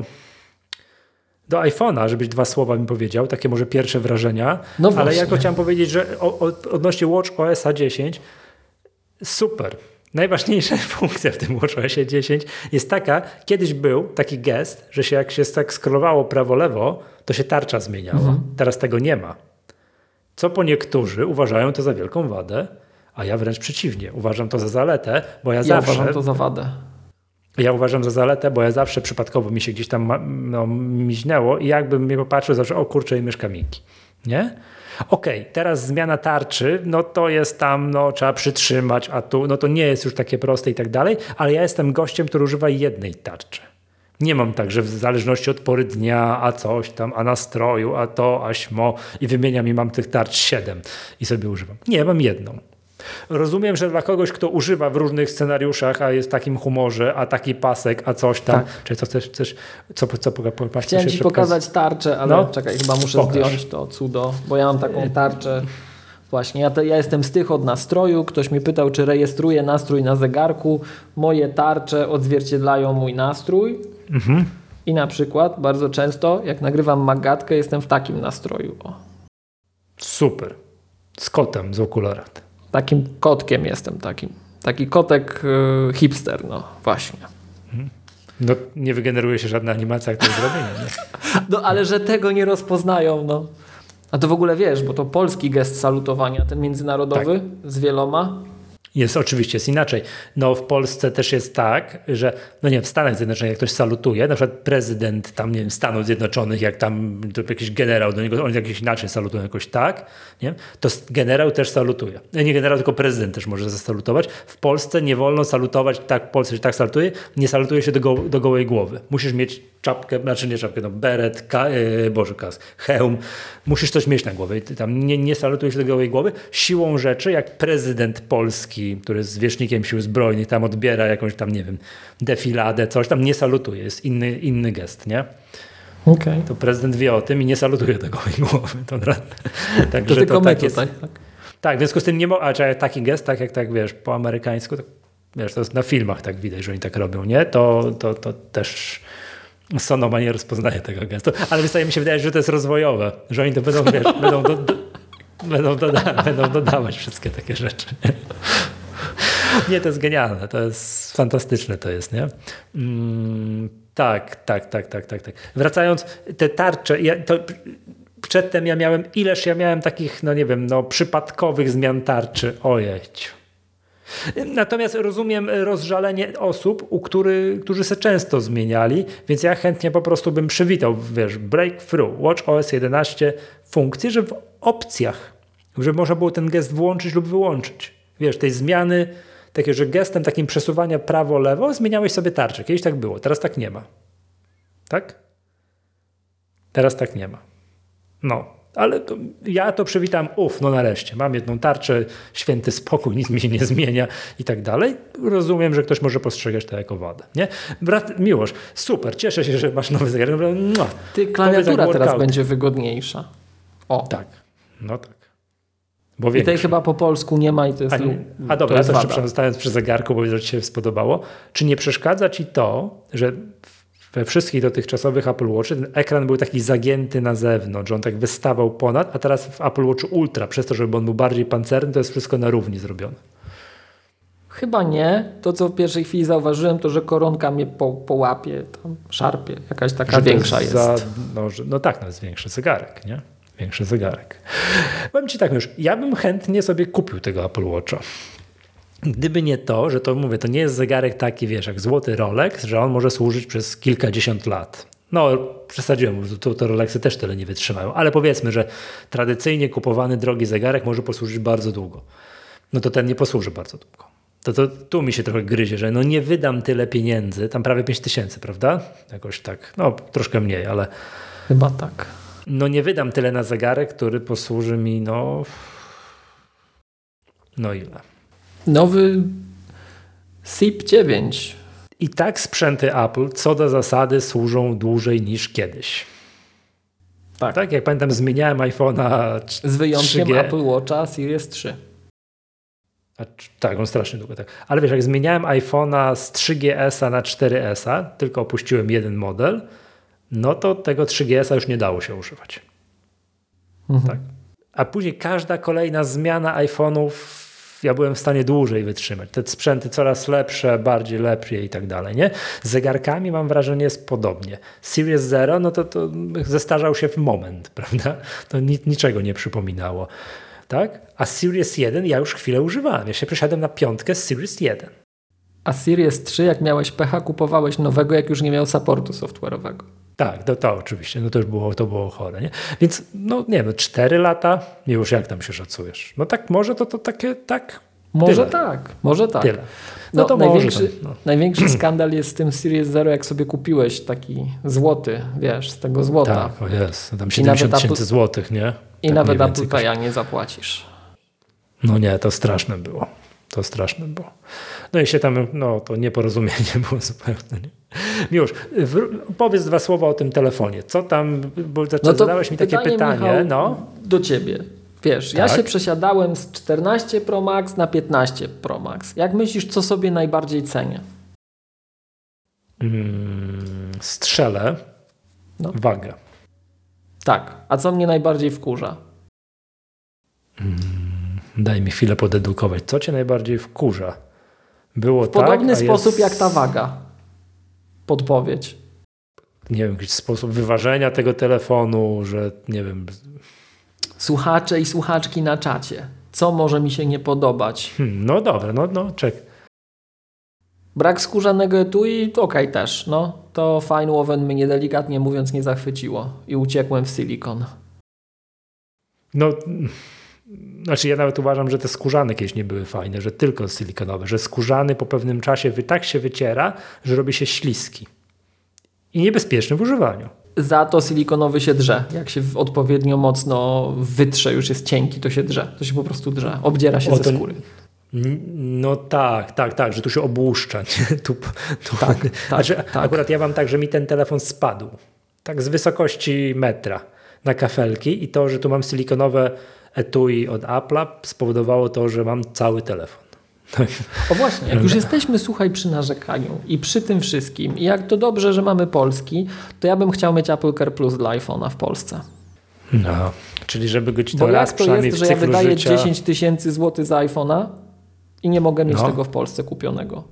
do iPhone'a, żebyś dwa słowa mi powiedział, takie może pierwsze wrażenia. No ale właśnie. ja to chciałem powiedzieć, że o, o, odnośnie WatchOS dziesięć, super. Najważniejsza funkcja w tym WatchOS dziesięć jest taka, kiedyś był taki gest, że się jak się tak scrollowało prawo-lewo, to się tarcza zmieniała. Mhm. Teraz tego nie ma. Co po niektórzy uważają to za wielką wadę, a ja wręcz przeciwnie. Uważam to za zaletę, bo ja, Ja zawsze... uważam to za wadę. Ja uważam za zaletę, bo ja zawsze przypadkowo mi się gdzieś tam no, miźnęło i jakbym mnie popatrzył zawsze, o kurczę, i myszka Miki. Nie? Okej, okay, teraz zmiana tarczy, no to jest tam, no trzeba przytrzymać, a tu, no to nie jest już takie proste i tak dalej, ale ja jestem gościem, który używa jednej tarczy. Nie mam tak, że w zależności od pory dnia, a coś tam, a nastroju, a to, a śmo i wymieniam i mam tych tarcz siedem i sobie używam. Nie, mam jedną. Rozumiem, że dla kogoś, kto używa w różnych scenariuszach, a jest w takim humorze, a taki pasek, a coś tam, tak. Czy co chcesz, chcesz co, co, co popatrz, Chciałem ci pokazać tarczę, ale no? czekaj, chyba muszę Pokaż. zdjąć to cudo, bo ja mam taką tarczę. Właśnie, ja, te, ja jestem stych od nastroju. Ktoś mnie pytał, czy rejestruję nastrój na zegarku. Moje tarcze odzwierciedlają mój nastrój. Mhm. I na przykład bardzo często, jak nagrywam magatkę, jestem w takim nastroju. O. Super. Z kotem, z okularami. Takim kotkiem jestem, takim. Taki kotek yy, hipster, no właśnie. No nie wygeneruje się żadna animacja, jak to zrobienie. No ale że tego nie rozpoznają, no. A to w ogóle wiesz, bo to polski gest salutowania, ten międzynarodowy tak. z wieloma. Jest oczywiście, jest inaczej. No w Polsce też jest tak, że no nie w Stanach Zjednoczonych jak ktoś salutuje, na przykład prezydent tam nie wiem, Stanów Zjednoczonych, jak tam to jakiś generał do niego, oni jakoś inaczej salutują jakoś tak, nie? To generał też salutuje. Nie generał, tylko prezydent też może zasalutować. W Polsce nie wolno salutować tak, w Polsce się tak salutuje, nie salutuje się do, go, do gołej głowy. Musisz mieć czapkę, znaczy nie czapkę, no beret, ka, yy, boże kas, hełm, musisz coś mieć na głowie. Ty tam nie, nie salutuje się do gołej głowy. Siłą rzeczy, jak prezydent Polski, który jest zwierzchnikiem sił zbrojnych, tam odbiera jakąś tam, nie wiem, defiladę, coś tam, nie salutuje. Jest inny, inny gest, nie? Okay. To prezydent wie o tym i nie salutuje do gołej głowy. To, także to tylko to tak jest. Tak, tak. tak, w związku z tym nie ma, a taki gest, tak jak tak wiesz, po amerykańsku, tak, wiesz, to jest na filmach tak widać, że oni tak robią, nie? To, to, to też Sonoma nie rozpoznaje tego gestu. Ale wydaje mi się wydaje, że to jest rozwojowe, że oni to będą, wiesz, będą, do, do, będą, doda, będą dodawać wszystkie takie rzeczy. Nie, to jest genialne, to jest fantastyczne to jest, nie? Mm, tak, tak, tak, tak, tak, tak. Wracając, te tarcze, ja, to przedtem ja miałem, ileż ja miałem takich, no nie wiem, no przypadkowych zmian tarczy, ojejciu. Natomiast rozumiem rozżalenie osób, u który, którzy się często zmieniali, więc ja chętnie po prostu bym przywitał, wiesz, breakthrough, WatchOS jedenaście funkcję, że w opcjach, żeby można było ten gest włączyć lub wyłączyć. Wiesz, tej zmiany, takie, że gestem takim przesuwania prawo-lewo zmieniałeś sobie tarczę. Kiedyś tak było, teraz tak nie ma. Tak? Teraz tak nie ma. No. Ale to, ja to przywitam, uff, no nareszcie, mam jedną tarczę, święty spokój, nic mi się nie zmienia i tak dalej. Rozumiem, że ktoś może postrzegać to jako wadę, nie? Brat Miłosz, super, cieszę się, że masz nowy zegarek. No, Ty, klawiatura teraz będzie wygodniejsza. O. Tak, no tak. Bo I tej chyba po polsku nie ma i to jest. A, a dobra, to, to jeszcze pozostając przy zegarku, bo widzę, że ci się spodobało. Czy nie przeszkadza ci to, że we wszystkich dotychczasowych Apple Watch ten ekran był taki zagięty na zewnątrz, że on tak wystawał ponad, a teraz w Apple Watch Ultra, przez to, żeby on był bardziej pancerny, to jest wszystko na równi zrobione? Chyba nie. To, co w pierwszej chwili zauważyłem, to, że koronka mnie po, połapie, tam szarpie, jakaś taka że większa jest. Za, no, że, no tak, no jest większy zegarek, nie? Większy zegarek. Powiem ci tak już, ja bym chętnie sobie kupił tego Apple Watcha. Gdyby nie to, że to mówię, to nie jest zegarek taki, wiesz, jak złoty Rolex, że on może służyć przez kilkadziesiąt lat. No, przesadziłem, to, to Rolexy też tyle nie wytrzymają, ale powiedzmy, że tradycyjnie kupowany drogi zegarek może posłużyć bardzo długo. No to ten nie posłuży bardzo długo. To, to tu mi się trochę gryzie, że no nie wydam tyle pieniędzy, tam prawie pięć tysięcy, prawda? Jakoś tak, no troszkę mniej, ale... Chyba tak. No nie wydam tyle na zegarek, który posłuży mi, no... No ile? Nowy S I P dziewięć. I tak sprzęty Apple co do zasady służą dłużej niż kiedyś. Tak. Tak, jak pamiętam, zmieniałem iPhone'a z wyjątkiem trzy G. Apple Watcha Series trzy. A, tak, on strasznie długo tak. Ale wiesz, jak zmieniałem iPhone'a z trzy G S-a na cztery S-a, tylko opuściłem jeden model, no to tego trzy G S-a już nie dało się używać. Mhm. Tak. A później każda kolejna zmiana iPhone'ów ja byłem w stanie dłużej wytrzymać. Te sprzęty coraz lepsze, bardziej lepiej i tak dalej, nie? Z zegarkami mam wrażenie jest podobnie. Series Zero, no to, to zestarzał się w moment, prawda? To nic, niczego nie przypominało, tak? A Series jeden ja już chwilę używałem. Ja się przesiadłem na piątkę z Series jeden. A Series trzy, jak miałeś pecha, kupowałeś nowego, jak już nie miał supportu software'owego. Tak, to, to oczywiście, no to już było, to było chore, nie? Więc, no nie wiem, cztery lata, już jak tam się szacujesz? No tak, może to, to takie, tak? Może tyle. tak, może tak. Tyle. No, no to największy, może. No. Największy skandal jest z tym Series Zero, jak sobie kupiłeś taki złoty, wiesz, z tego złota. Tak, o jest, tam siedemdziesiąt tysięcy złotych, nie? I tak nawet Apple Pay'a nie zapłacisz. No nie, to straszne było. To straszne było. No i się tam, no to nieporozumienie było zupełnie. Nie? Miłosz, powiedz dwa słowa o tym telefonie. Co tam, bo no zadałeś mi takie pytanie. Michał, no. Do ciebie. Wiesz, tak? Ja się przesiadałem z czternaście Pro Max na piętnaście Pro Max. Jak myślisz, co sobie najbardziej cenię? Hmm, strzelę no. wagę. Tak. A co mnie najbardziej wkurza? Hmm. Daj mi chwilę podedukować. Co cię najbardziej wkurza? Było w podobny tak, sposób jest... jak ta waga. Podpowiedź. Nie wiem, jakiś sposób wyważenia tego telefonu, że nie wiem... Słuchacze i słuchaczki na czacie. Co może mi się nie podobać? Hmm, no dobra, no, no czek. Brak skórzanego etui? Okej okay, też. No, to Fine Woven mnie delikatnie mówiąc nie zachwyciło. I uciekłem w silikon. No... Znaczy ja nawet uważam, że te skórzane kiedyś nie były fajne, że tylko silikonowe, że skórzany po pewnym czasie tak się wyciera, że robi się śliski i niebezpieczny w używaniu. Za to silikonowy się drze. Jak się odpowiednio mocno wytrze, już jest cienki, to się drze. To się po prostu drze. Obdziera się o, ze skóry. No tak, tak, tak, że tu się obłuszcza. Tu, tu. Tak, tak, znaczy, tak. Akurat ja mam tak, że mi ten telefon spadł. Tak z wysokości metra na kafelki i to, że tu mam silikonowe etui od Apple'a spowodowało to, że mam cały telefon. O właśnie, jak już jesteśmy, słuchaj, przy narzekaniu i przy tym wszystkim, i jak to dobrze, że mamy polski, to ja bym chciał mieć Apple Car Plus dla iPhone'a w Polsce. No, czyli żeby go ci to Bo raz jak to przynajmniej jest, w że ja wydaję życia... dziesięć tysięcy złotych za iPhone'a i nie mogę mieć no. tego w Polsce kupionego.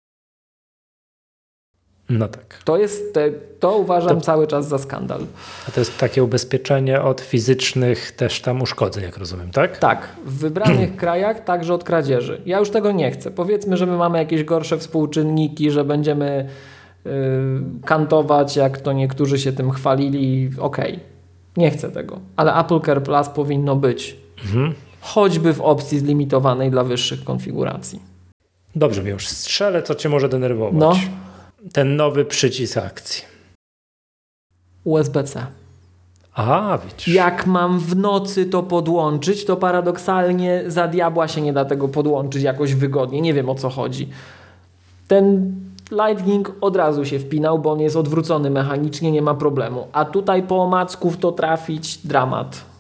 No tak. To jest, te, to uważam to, cały czas za skandal. A to jest takie ubezpieczenie od fizycznych też tam uszkodzeń, jak rozumiem, tak? Tak. W wybranych krajach także od kradzieży. Ja już tego nie chcę. Powiedzmy, że my mamy jakieś gorsze współczynniki, że będziemy yy, kantować, jak to niektórzy się tym chwalili. Okej. Okay. Nie chcę tego. Ale Apple Car Plus powinno być. Mhm. Choćby w opcji zlimitowanej dla wyższych konfiguracji. Dobrze, mi już strzelę, co cię może denerwować. No. Ten nowy przycisk akcji. U S B C. Aha, widzisz. Jak mam w nocy to podłączyć, to paradoksalnie za diabła się nie da tego podłączyć jakoś wygodnie. Nie wiem, o co chodzi. Ten Lightning od razu się wpinał, bo on jest odwrócony mechanicznie, nie ma problemu. A tutaj po omacku w to trafić, dramat.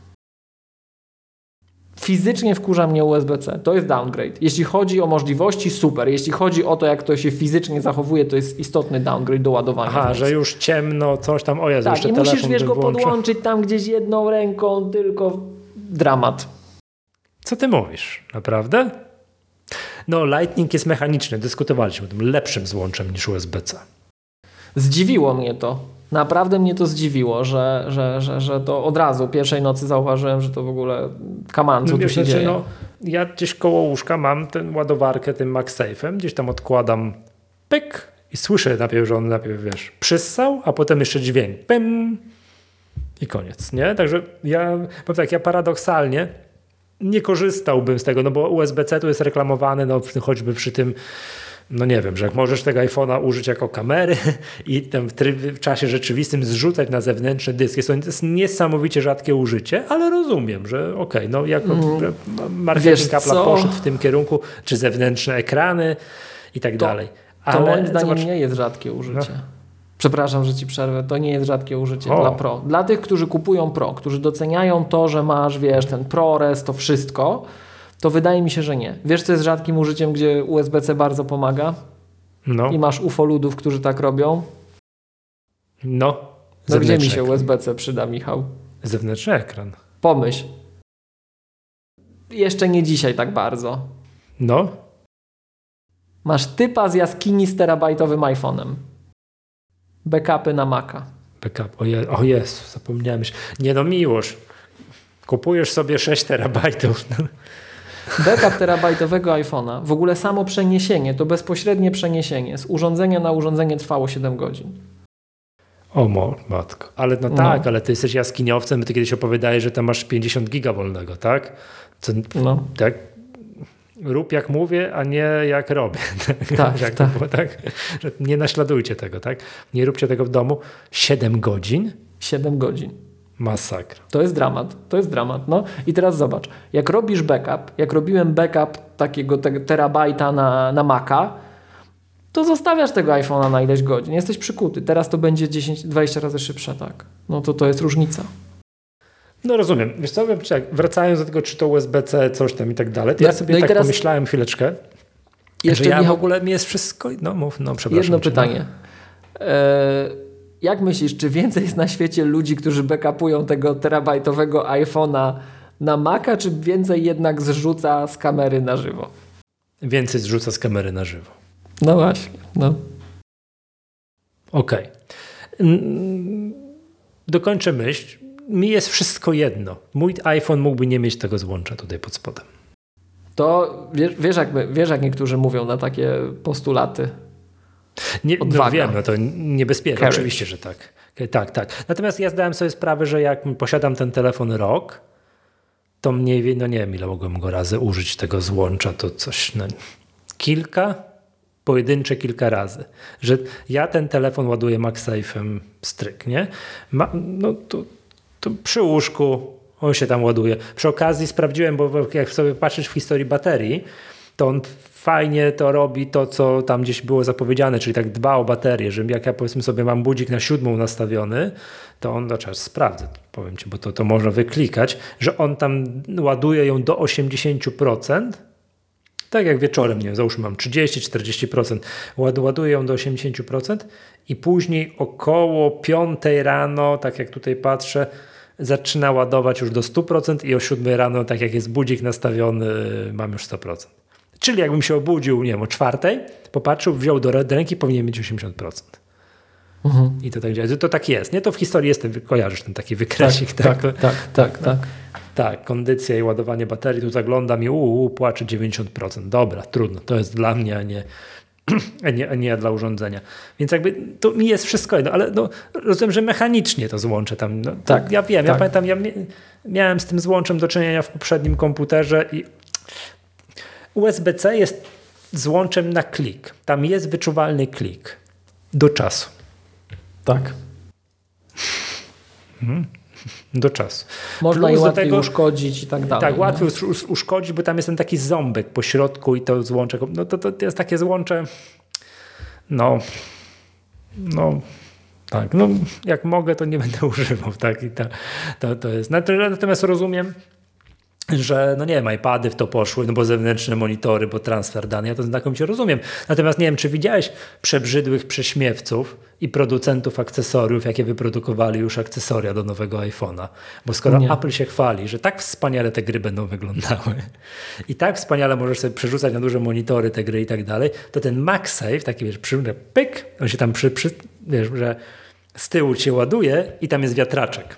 Fizycznie wkurza mnie U S B C. To jest downgrade. Jeśli chodzi o możliwości, super. Jeśli chodzi o to, jak to się fizycznie zachowuje, to jest istotny downgrade do ładowania. Aha, że już ciemno, coś tam, o Jezu, tak, jeszcze i telefon musisz, wiesz, go włączę. podłączyć tam gdzieś jedną ręką, tylko dramat. Co ty mówisz? Naprawdę? No, Lightning jest mechaniczny. Dyskutowaliśmy o tym. Lepszym złączem niż U S B C. Zdziwiło mnie to. Naprawdę mnie to zdziwiło, że, że, że, że to od razu pierwszej nocy zauważyłem, że to w ogóle kaman, co no, tu się dzieje. No, ja gdzieś koło łóżka mam tę ładowarkę tym MagSafe'em, gdzieś tam odkładam pyk i słyszę najpierw, że on najpierw, wiesz, przyssał, a potem jeszcze dźwięk pym i koniec, nie? Także ja, powiem tak, ja paradoksalnie nie korzystałbym z tego, no bo U S B C tu jest reklamowany, no choćby przy tym, no nie wiem, że jak możesz tego iPhone'a użyć jako kamery i tam w, tryb, w czasie rzeczywistym zrzucać na zewnętrzny dysk. Jest to, to jest niesamowicie rzadkie użycie, ale rozumiem, że okej, okay, no jako mm, marketing Apple'a poszedł w tym kierunku, czy zewnętrzne ekrany i tak to, dalej. Ale to moim zdaniem zobacz, nie jest rzadkie użycie. No. Przepraszam, że ci przerwę, to nie jest rzadkie użycie o. dla Pro. Dla tych, którzy kupują Pro, którzy doceniają to, że masz, wiesz, ten ProRes, to wszystko, to wydaje mi się, że nie. Wiesz, co jest rzadkim użyciem, gdzie U S B C bardzo pomaga? No. I masz ufoludów, którzy tak robią? No. No gdzie mi się U S B C przyda, Michał? Zewnętrzny ekran. Pomyśl. Jeszcze nie dzisiaj tak bardzo. No. Masz typa z jaskini z terabajtowym iPhone'em. Backupy na Maca. Backup. O, je, o Jezu, zapomniałem się. Nie no, Miłosz. Kupujesz sobie sześć terabajtów. Backup terabajtowego iPhone'a, w ogóle samo przeniesienie, to bezpośrednie przeniesienie z urządzenia na urządzenie trwało siedem godzin. O mo, matko. Ale no, no tak, ale ty jesteś jaskiniowcem, ty kiedyś opowiadałeś, że tam masz pięćdziesiąt giga wolnego, tak? Co, no. Tak? Rób jak mówię, a nie jak robię. Tak, jak tak. Było, tak? Że nie naśladujcie tego, tak? Nie róbcie tego w domu. siedem godzin? siedem godzin. Masakra. To jest dramat, to jest dramat. No i teraz zobacz, jak robisz backup, jak robiłem backup takiego te, terabajta na, na Maca, to zostawiasz tego iPhone'a na ileś godzin, jesteś przykuty. Teraz to będzie dziesięć dwadzieścia razy szybsze, tak. No to to jest różnica. No rozumiem. Wiesz co, wracając do tego, czy to U S B C, coś tam i tak dalej, to no, ja sobie no tak teraz... pomyślałem chwileczkę, Jeszcze że ja Michał... w ogóle mi jest wszystko... No mów, no przepraszam. Jedno pytanie. E... Jak myślisz, czy więcej jest na świecie ludzi, którzy backupują tego terabajtowego iPhone'a na Maca, czy więcej jednak zrzuca z kamery na żywo? Więcej zrzuca z kamery na żywo. No właśnie, no. Okej. Okay. Dokończę myśl. Mi jest wszystko jedno. Mój iPhone mógłby nie mieć tego złącza tutaj pod spodem. To wiesz, wiesz, jak, wiesz jak niektórzy mówią na takie postulaty? Nie, no wiem, no to niebezpieczne. Oczywiście, że tak. Tak, tak. Natomiast ja zdałem sobie sprawę, że jak posiadam ten telefon rok, to mniej więcej, no nie wiem ile mogłem go razy użyć tego złącza, to coś, no kilka, pojedyncze kilka razy. Że ja ten telefon ładuję MagSafe'em stryk, nie? Ma, no to, to przy łóżku on się tam ładuje. Przy okazji sprawdziłem, bo jak sobie patrzysz w historii baterii, to on fajnie to robi to, co tam gdzieś było zapowiedziane, czyli tak dba o baterię, że jak ja powiedzmy sobie mam budzik na siódmą nastawiony, to on, no czas sprawdzę, powiem ci, bo to, to można wyklikać, że on tam ładuje ją do osiemdziesiąt procent, tak jak wieczorem, nie wiem, załóżmy mam trzydzieści do czterdziestu procent, ład, ładuje ją do osiemdziesiąt procent i później około piątej rano, tak jak tutaj patrzę, zaczyna ładować już do stu procent i o siódmej rano, tak jak jest budzik nastawiony, mam już sto procent. Czyli jakbym się obudził, nie wiem, o czwartej, popatrzył, wziął do ręki, powinien mieć osiemdziesiąt procent. Mhm. I to tak działa. To tak jest, nie? To w historii jest, ten, kojarzysz ten taki wykresik. Tak, tak, tak, tak, tak, tak. Tak, kondycja i ładowanie baterii, tu zaglądam i uuu, płacze dziewięćdziesiąt procent. Dobra, trudno, to jest dla mnie, a nie, a nie, a nie dla urządzenia. Więc jakby to mi jest wszystko jedno, ale no, rozumiem, że mechanicznie to złącze tam. No, tak, ja wiem, tak. Ja pamiętam, ja miałem z tym złączem do czynienia w poprzednim komputerze i U S B C jest złączem na klik. Tam jest wyczuwalny klik do czasu. Tak. Hmm. Do czasu. Można i łatwiej tego, uszkodzić i tak dalej. Tak, łatwiej uszkodzić, bo tam jest ten taki ząbek po środku i to złącze. No to, to jest takie złącze, no, no, tak, no jak mogę, to nie będę używał, tak, i to, to, to jest. Natomiast rozumiem, że no nie wiem, iPady w to poszły, no bo zewnętrzne monitory, bo transfer danych, ja to znakomicie rozumiem. Natomiast nie wiem, czy widziałeś przebrzydłych prześmiewców i producentów akcesoriów, jakie wyprodukowali już akcesoria do nowego iPhone'a. Bo skoro nie. Apple się chwali, że tak wspaniale te gry będą wyglądały i tak wspaniale możesz sobie przerzucać na duże monitory te gry i tak dalej, to ten MagSafe, taki wiesz, przy, pyk, on się tam przy, przy, wiesz, że z tyłu się ładuje i tam jest wiatraczek.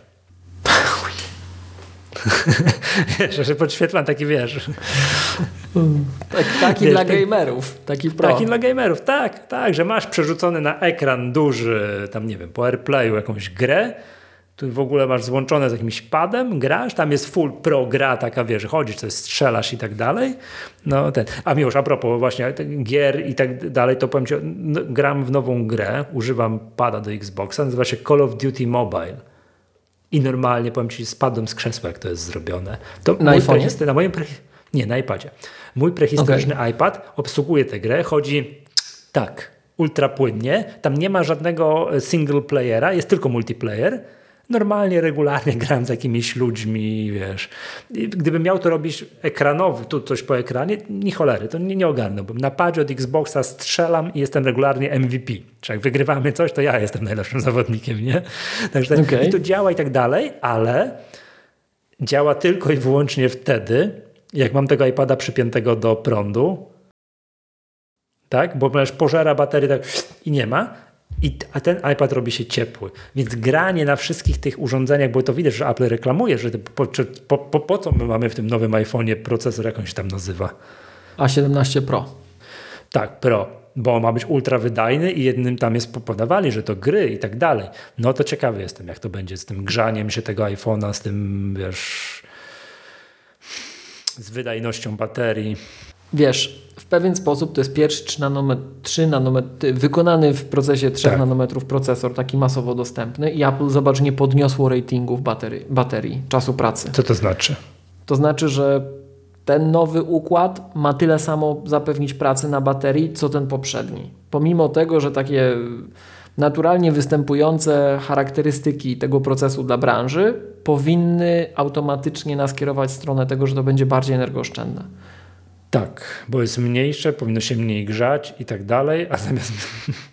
Wiesz, że podświetlam taki, wiesz. Tak, taki wiesz, dla tak, gamerów, taki pro. Taki dla gamerów, tak, tak, że masz przerzucony na ekran duży, tam nie wiem, po AirPlayu jakąś grę, tu w ogóle masz złączone z jakimś padem, grasz, tam jest full pro gra, taka wiesz, chodzisz, coś strzelasz i tak dalej. No ten, a już a propos właśnie gier i tak dalej, to powiem ci, no, gram w nową grę, używam pada do Xboxa, nazywa się Call of Duty Mobile. I normalnie, powiem ci, spadłem z krzesła, jak to jest zrobione. To na iPhone'ie? Na moim pre... Nie, na iPadzie. Mój prehistoryczny okay. iPad obsługuje tę grę, chodzi tak, ultra płynnie, tam nie ma żadnego single playera, jest tylko multiplayer. Normalnie, regularnie gram z jakimiś ludźmi, wiesz. I gdybym miał to robić ekranowy, tu coś po ekranie, ni cholery, to nie, nie ogarnąłbym. Na padzie od Xboxa strzelam i jestem regularnie M V P. Czy jak wygrywamy coś, to ja jestem najlepszym zawodnikiem, nie? Także okay. I to działa i tak dalej, ale działa tylko i wyłącznie wtedy, jak mam tego iPada przypiętego do prądu, tak? Bo pożera baterię tak i nie ma. I, a ten iPad robi się ciepły. Więc granie na wszystkich tych urządzeniach, bo to widać, że Apple reklamuje, że po, po, po, po co my mamy w tym nowym iPhone'ie procesor, jak on się tam nazywa? A siedemnaście Pro. Tak, Pro, bo ma być ultra wydajny i jednym tam jest podawali, że to gry i tak dalej. No to ciekawy jestem, jak to będzie z tym grzaniem się tego iPhone'a, z tym, wiesz, z wydajnością baterii. Wiesz, w pewien sposób to jest pierwszy trzy nanometr, trzy nanometry, wykonany w procesie trzech tak. nanometrów procesor, taki masowo dostępny i Apple, zobacz, nie podniosło ratingów baterii, baterii, czasu pracy. Co to znaczy? To znaczy, że ten nowy układ ma tyle samo zapewnić pracy na baterii, co ten poprzedni. Pomimo tego, że takie naturalnie występujące charakterystyki tego procesu dla branży powinny automatycznie nas kierować w stronę tego, że to będzie bardziej energooszczędne. Tak, bo jest mniejsze, powinno się mniej grzać i tak dalej, a zamiast...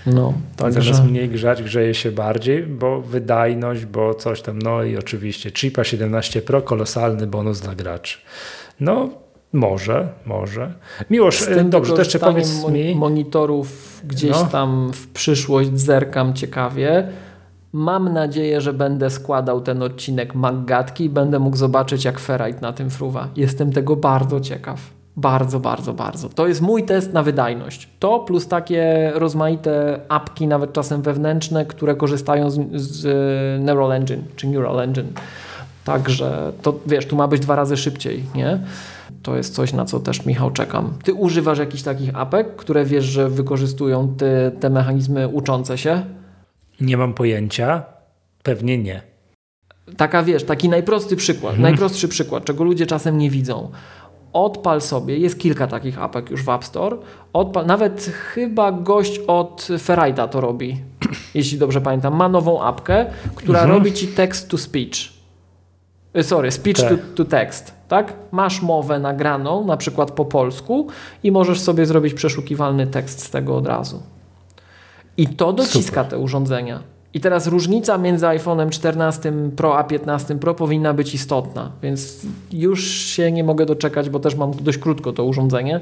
No, także zamiast mniej grzać, grzeje się bardziej, bo wydajność, bo coś tam, no i oczywiście chipa siedemnaście Pro, kolosalny bonus dla graczy. No, może, może. Miłosz, z tym dobrze, to jeszcze powiedz mi. Monitorów gdzieś no. tam w przyszłość zerkam ciekawie. Mam nadzieję, że będę składał ten odcinek Maggatki i będę mógł zobaczyć, jak Ferrite na tym fruwa. Jestem tego bardzo ciekaw. Bardzo, bardzo, bardzo. To jest mój test na wydajność. To plus takie rozmaite apki, nawet czasem wewnętrzne, które korzystają z, z Neural Engine, czy Neural Engine. Także to, wiesz, tu ma być dwa razy szybciej, nie? To jest coś, na co też, Michał, czekam. Ty używasz jakichś takich apek, które wiesz, że wykorzystują te, te mechanizmy uczące się? Nie mam pojęcia. Pewnie nie. Taka, wiesz, taki najprostszy przykład, hmm. najprostszy przykład, czego ludzie czasem nie widzą. Odpal sobie, jest kilka takich apek już w App Store, odpal, nawet chyba gość od Ferrite'a to robi, jeśli dobrze pamiętam, ma nową apkę, która hmm. robi ci text to speech. Sorry, speech to, to text, tak? Masz mowę nagraną, na przykład po polsku i możesz sobie zrobić przeszukiwalny tekst z tego od razu. I to dociska Super. Te urządzenia. I teraz różnica między iPhone'em czternastym Pro a piętnastym Pro powinna być istotna, więc już się nie mogę doczekać, bo też mam dość krótko to urządzenie,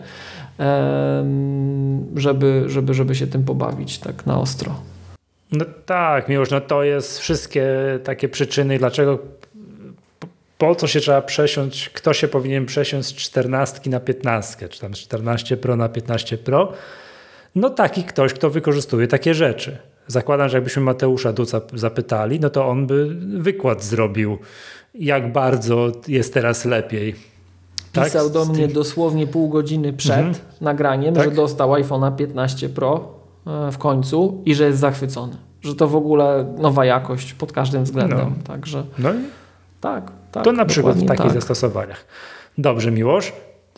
żeby, żeby, żeby się tym pobawić tak na ostro. No tak, Miłosz, no to jest wszystkie takie przyczyny, dlaczego po co się trzeba przesiąść, kto się powinien przesiąść z czternastki na piętnastkę, czy tam z czternaście Pro na piętnaście Pro. No taki ktoś, kto wykorzystuje takie rzeczy. Zakładam, że jakbyśmy Mateusza Duca zapytali, no to on by wykład zrobił, jak bardzo jest teraz lepiej. Pisał tak? do mnie tym... dosłownie pół godziny przed mhm. nagraniem, tak? Że dostał iPhone'a piętnaście Pro w końcu i że jest zachwycony. Że to w ogóle nowa jakość pod każdym względem. No. Także no i tak, tak. To na przykład w takich tak. zastosowaniach. Dobrze, Miłosz.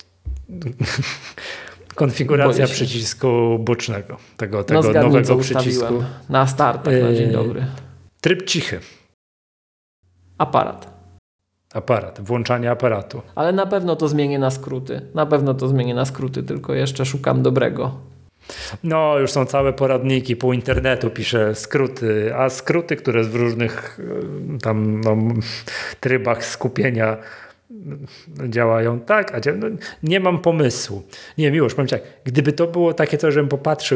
Konfiguracja przycisku bocznego, tego, tego no, nowego przycisku. Na start, tak na dzień dobry. Tryb cichy. Aparat. Aparat, włączanie aparatu. Ale na pewno to zmienię na skróty. Na pewno to zmienię na skróty, tylko jeszcze szukam dobrego. No, już są całe poradniki, pół internetu pisze skróty, a skróty, które w różnych tam no, trybach skupienia działają tak, a dzia- no, nie mam pomysłu. Nie, Miłosz, powiem tak, gdyby to było takie coś, żebym popatrzył,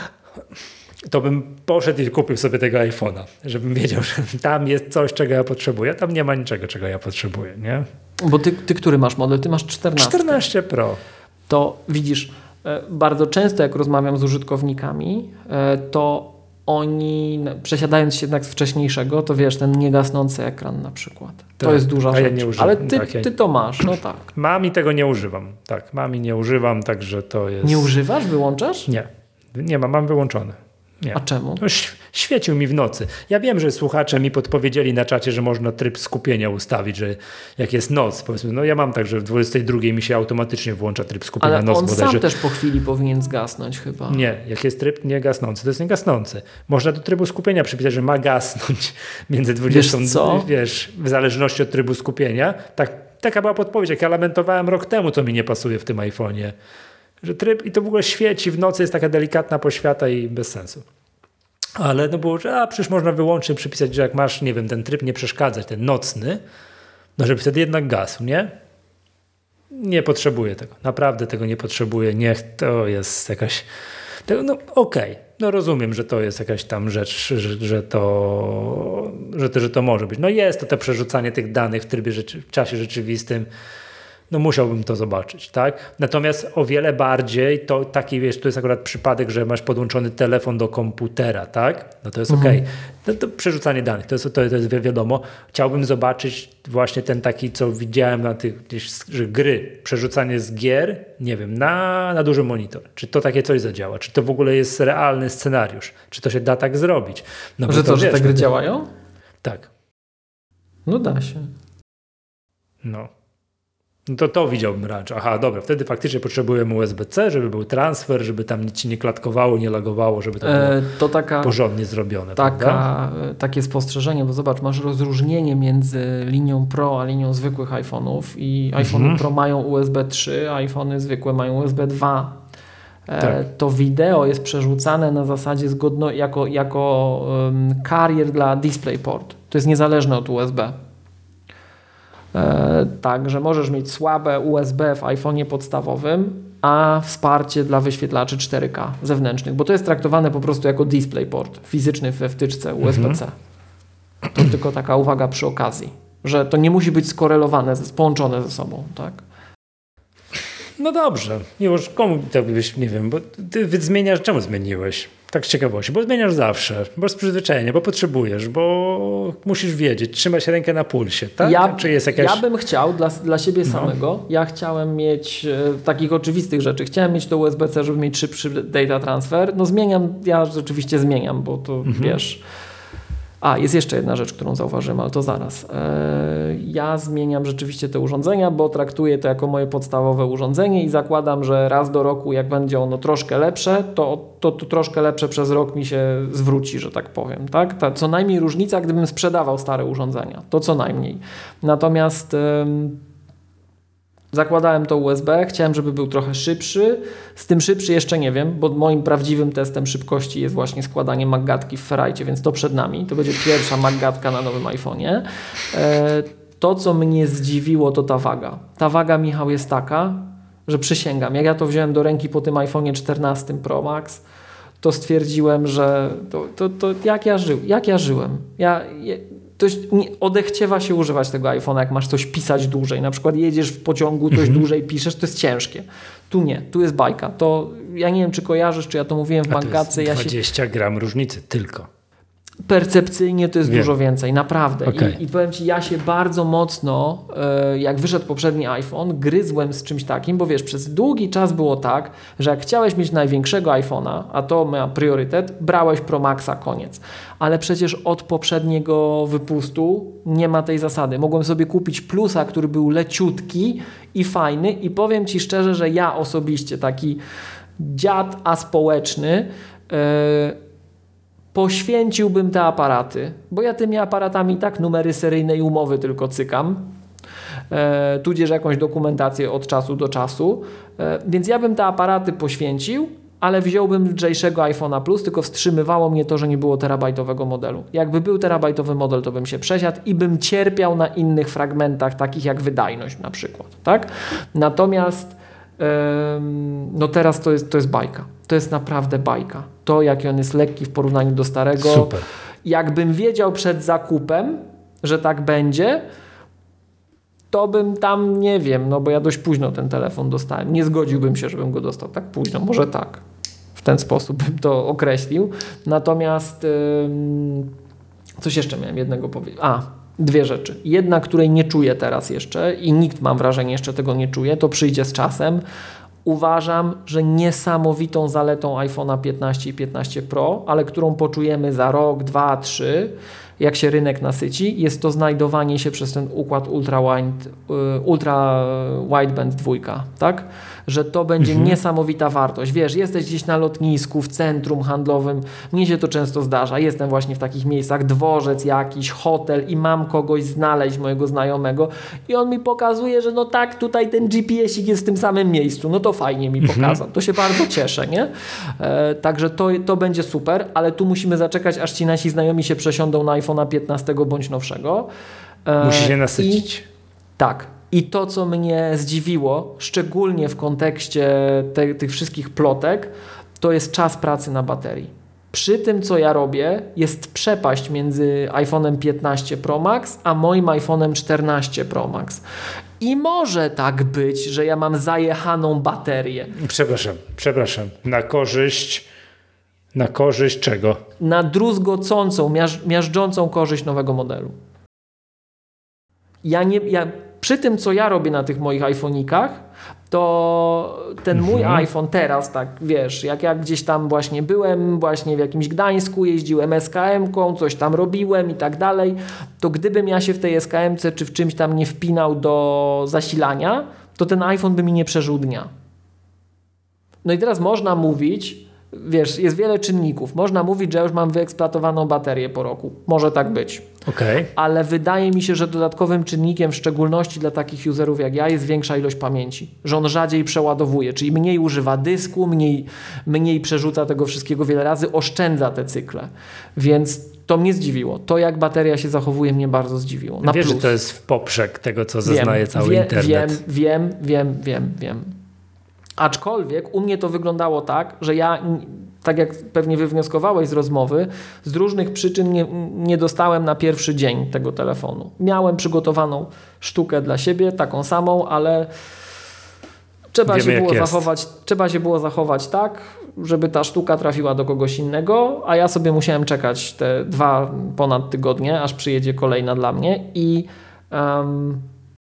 to bym poszedł i kupił sobie tego iPhone'a, żebym wiedział, że tam jest coś, czego ja potrzebuję, a tam nie ma niczego, czego ja potrzebuję, nie? Bo ty, ty który masz model? Ty masz czternaście. czternaście Pro. To widzisz, bardzo często jak rozmawiam z użytkownikami, to oni, przesiadając się jednak z wcześniejszego, to wiesz, ten niegasnący ekran na przykład. To tak, jest duża rzecz. Ja nie używam, ale ty, tak, ja... ty to masz, no tak. Mam i tego nie używam. Tak, mam i nie używam, także to jest... Nie używasz? Wyłączasz? Nie, nie mam, mam wyłączone. Nie. A czemu? No, świecił mi w nocy. Ja wiem, że słuchacze mi podpowiedzieli na czacie, że można tryb skupienia ustawić, że jak jest noc, powiedzmy, no ja mam tak, że w dwudziestej drugiej mi się automatycznie włącza tryb skupienia ale noc. on bodajże. sam też po chwili powinien zgasnąć chyba. Nie, jak jest tryb niegasnący, to jest niegasnący. Można do trybu skupienia przypisać, że ma gasnąć między dwudziestą, wiesz co? wiesz, w zależności od trybu skupienia. Tak, taka była podpowiedź, jak ja lamentowałem rok temu, co mi nie pasuje w tym iPhone'ie. Że tryb i to w ogóle świeci w nocy, jest taka delikatna poświata i bez sensu. Ale no było, że a przecież można wyłącznie przypisać, że jak masz, nie wiem, ten tryb nie przeszkadzać, ten nocny, no żeby wtedy jednak gasł, nie? Nie potrzebuję tego. Naprawdę tego nie potrzebuję. Niech to jest jakaś... No okej, okay. No rozumiem, że to jest jakaś tam rzecz, że, że, to, że, to, że to może być. No jest to te przerzucanie tych danych w trybie rzeczy, w czasie rzeczywistym. No musiałbym to zobaczyć, tak? Natomiast o wiele bardziej to taki, wiesz, to jest akurat przypadek, że masz podłączony telefon do komputera, tak? No to jest mhm. okej. Okay. No to przerzucanie danych, to jest, to, to jest wiadomo. Chciałbym zobaczyć właśnie ten taki, co widziałem na tych gdzieś, że gry, przerzucanie z gier, nie wiem, na, na duży monitor. Czy to takie coś zadziała? Czy to w ogóle jest realny scenariusz? Czy to się da tak zrobić? No, że to, to że wiesz, te gry no, działają? Tak. No da się. No. No to to widziałbym raczej. Aha, dobra, wtedy faktycznie potrzebujemy U S B C, żeby był transfer, żeby tam nic ci nie klatkowało, nie lagowało, żeby to było e, to taka, porządnie zrobione. Taka, takie spostrzeżenie, bo zobacz, masz rozróżnienie między linią Pro a linią zwykłych iPhone'ów i iPhone'y mhm. Pro mają U S B trzy, a iPhone'y zwykłe mają U S B dwa. tak. to wideo jest przerzucane na zasadzie zgodno, jako, jako um, carrier dla DisplayPort. To jest niezależne od U S B. E, Także możesz mieć słabe U S B w iPhone'ie podstawowym, a wsparcie dla wyświetlaczy cztery K zewnętrznych, bo to jest traktowane po prostu jako DisplayPort fizyczny we wtyczce U S B C. Mhm. To tylko taka uwaga przy okazji, że to nie musi być skorelowane, połączone ze sobą, tak? No dobrze, już komu to byś, nie wiem, bo ty zmieniasz, czemu zmieniłeś? Tak z ciekawości, bo zmieniasz zawsze, bo z przyzwyczajenia, bo potrzebujesz, bo musisz wiedzieć, trzymać rękę na pulsie, tak? Ja, Czy jest jakaś... ja bym chciał dla, dla siebie no. samego, ja chciałem mieć e, takich oczywistych rzeczy, chciałem mieć to U S B C, żeby mieć szybszy data transfer, no zmieniam, ja rzeczywiście zmieniam, bo to mhm. wiesz... A, jest jeszcze jedna rzecz, którą zauważyłem, ale to zaraz. Ja zmieniam rzeczywiście te urządzenia, bo traktuję to jako moje podstawowe urządzenie i zakładam, że raz do roku, jak będzie ono troszkę lepsze, to, to, to troszkę lepsze przez rok mi się zwróci, że tak powiem. Tak? Ta, co najmniej różnica, gdybym sprzedawał stare urządzenia. To co najmniej. Natomiast... Zakładałem to U S B, chciałem, żeby był trochę szybszy. Z tym szybszy jeszcze nie wiem, bo moim prawdziwym testem szybkości jest właśnie składanie maggatki w Ferrite, więc to przed nami. To będzie pierwsza maggatka na nowym iPhone'ie. To, co mnie zdziwiło, to ta waga. Ta waga, Michał, jest taka, że przysięgam, jak ja to wziąłem do ręki po tym iPhone'ie czternastym Pro Max, to stwierdziłem, że to, to, to jak ja żył, jak ja żyłem. Ja... ja To nie, odechciewa się używać tego iPhone'a, jak masz coś pisać dłużej. Na przykład jedziesz w pociągu, coś mm-hmm. dłużej piszesz, to jest ciężkie. Tu nie, tu jest bajka. To ja nie wiem, czy kojarzysz, czy ja to mówiłem w maggace. Ja dwadzieścia się... gram różnicy tylko. Percepcyjnie to jest Wiem. dużo więcej, naprawdę. Okay. I, I powiem Ci, ja się bardzo mocno, e, jak wyszedł poprzedni iPhone, gryzłem z czymś takim, bo wiesz, przez długi czas było tak, że jak chciałeś mieć największego iPhone'a, a to ma priorytet, brałeś Pro Maxa, koniec. Ale przecież od poprzedniego wypustu nie ma tej zasady. Mogłem sobie kupić Plusa, który był leciutki i fajny i powiem Ci szczerze, że ja osobiście, taki dziad aspołeczny, e, poświęciłbym te aparaty, bo ja tymi aparatami tak numery seryjnej umowy tylko cykam, e, tudzież jakąś dokumentację od czasu do czasu, e, więc ja bym te aparaty poświęcił, ale wziąłbym lżejszego iPhone'a Plus, tylko wstrzymywało mnie to, że nie było terabajtowego modelu. Jakby był terabajtowy model, to bym się przesiadł i bym cierpiał na innych fragmentach, takich jak wydajność na przykład, tak? Natomiast e, no teraz to jest, to jest bajka. To jest naprawdę bajka. To, jaki on jest lekki w porównaniu do starego. Super. Jakbym wiedział przed zakupem, że tak będzie, to bym tam, nie wiem, no bo ja dość późno ten telefon dostałem. Nie zgodziłbym się, żebym go dostał tak późno. Może tak. W ten sposób bym to określił. Natomiast ym, coś jeszcze miałem jednego powiedzieć. A, dwie rzeczy. Jedna, której nie czuję teraz jeszcze i nikt, mam wrażenie, jeszcze tego nie czuje, to przyjdzie z czasem. Uważam, że niesamowitą zaletą iPhone'a piętnaście i piętnaście Pro, ale którą poczujemy za rok, dwa, trzy, jak się rynek nasyci, jest to znajdowanie się przez ten układ ultra, wide, ultra wideband dwójka, tak? Że to będzie mhm. niesamowita wartość. Wiesz, jesteś gdzieś na lotnisku, w centrum handlowym, mnie się to często zdarza, jestem właśnie w takich miejscach, dworzec jakiś, hotel i mam kogoś znaleźć, mojego znajomego i on mi pokazuje, że no tak, tutaj ten G P S-ik jest w tym samym miejscu, no to fajnie mi mhm. pokazał, to się bardzo cieszę, nie? E, także to, to będzie super, ale tu musimy zaczekać, aż ci nasi znajomi się przesiądą na iPhone'a piętnastego bądź nowszego. E, Musi się nasycić. I, tak. I to, co mnie zdziwiło, szczególnie w kontekście te, tych wszystkich plotek, to jest czas pracy na baterii. Przy tym, co ja robię, jest przepaść między iPhone'em piętnaście Pro Max a moim iPhone'em czternaście Pro Max. I może tak być, że ja mam zajechaną baterię. Przepraszam, przepraszam. Na korzyść... Na korzyść czego? Na druzgocącą, miaż, miażdżącą korzyść nowego modelu. Ja nie... Ja, przy tym, co ja robię na tych moich iPhone'ikach, to ten mój mhm. iPhone teraz, tak wiesz, jak ja gdzieś tam właśnie byłem, właśnie w jakimś Gdańsku, jeździłem es ka emką, coś tam robiłem i tak dalej, to gdybym ja się w tej es ka emce czy w czymś tam nie wpinał do zasilania, to ten iPhone by mi nie przeżył dnia. No i teraz można mówić, wiesz, jest wiele czynników. Można mówić, że już mam wyeksploatowaną baterię po roku. Może tak być. Okay. Ale wydaje mi się, że dodatkowym czynnikiem, w szczególności dla takich userów jak ja, jest większa ilość pamięci. Że on rzadziej przeładowuje, czyli mniej używa dysku, mniej, mniej przerzuca tego wszystkiego wiele razy, oszczędza te cykle. Więc to mnie zdziwiło. To, jak bateria się zachowuje, mnie bardzo zdziwiło. Na Wiesz, plus. że to jest w poprzek tego, co zeznaje wiem, cały wie, internet. Wiem, wiem, wiem, wiem, wiem. Aczkolwiek u mnie to wyglądało tak, że ja, tak jak pewnie wywnioskowałeś z rozmowy, z różnych przyczyn nie, nie dostałem na pierwszy dzień tego telefonu. Miałem przygotowaną sztukę dla siebie, taką samą, ale trzeba Wiemy, się było jest. zachować, trzeba się było zachować tak, żeby ta sztuka trafiła do kogoś innego, a ja sobie musiałem czekać te dwa ponad tygodnie, aż przyjedzie kolejna dla mnie i um,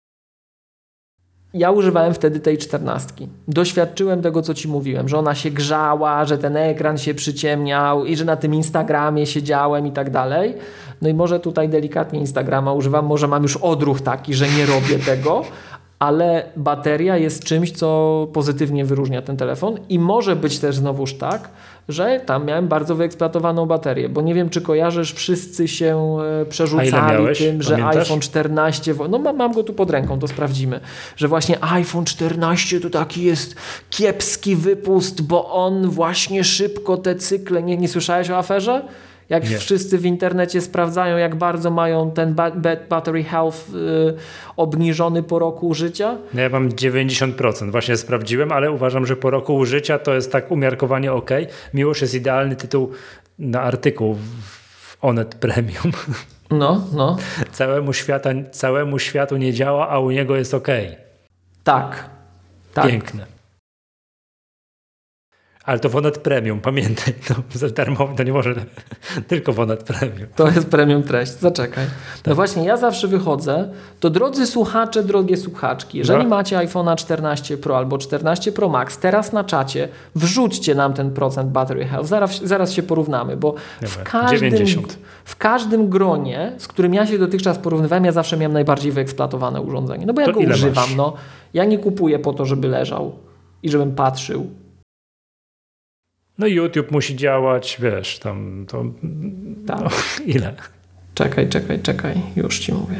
ja używałem wtedy tej czternastki. Doświadczyłem tego, co ci mówiłem, że ona się grzała, że ten ekran się przyciemniał i że na tym Instagramie siedziałem i tak dalej. No i może tutaj delikatnie Instagrama używam, może mam już odruch taki, że nie robię tego, ale bateria jest czymś, co pozytywnie wyróżnia ten telefon i może być też znowuż tak, że tam miałem bardzo wyeksploatowaną baterię, bo nie wiem, czy kojarzysz, wszyscy się przerzucali tym, że Pamiętasz? iPhone czternaście, no mam, mam go tu pod ręką, to sprawdzimy, że właśnie iPhone czternaście to taki jest kiepski wypust, bo on właśnie szybko te cykle, nie, nie słyszałeś o aferze? Jak nie. Wszyscy w internecie sprawdzają, jak bardzo mają ten ba- battery health yy, obniżony po roku użycia? No ja mam dziewięćdziesiąt procent. Właśnie sprawdziłem, ale uważam, że po roku użycia to jest tak umiarkowanie ok. Miłość jest idealny tytuł na artykuł w Onet Premium. No, no. Całemu, świata, całemu światu nie działa, a u niego jest ok. Tak. tak. Piękne. Ale to w Onet Premium, pamiętaj, to darmowe, to nie może, tylko w Onet Premium. To jest premium treść, zaczekaj. Tak. No właśnie, ja zawsze wychodzę, to drodzy słuchacze, drogie słuchaczki, jeżeli no. macie iPhone'a czternaście Pro albo czternaście Pro Max, teraz na czacie wrzućcie nam ten procent battery health, zaraz, zaraz się porównamy, bo w każdym, w każdym gronie, z którym ja się dotychczas porównywałem, ja zawsze miałem najbardziej wyeksploatowane urządzenie, no bo ja to go używam, masz? no. Ja nie kupuję po to, żeby leżał i żebym patrzył. No YouTube musi działać, wiesz, tam to tak. No, ile? Czekaj, czekaj, czekaj, już ci mówię.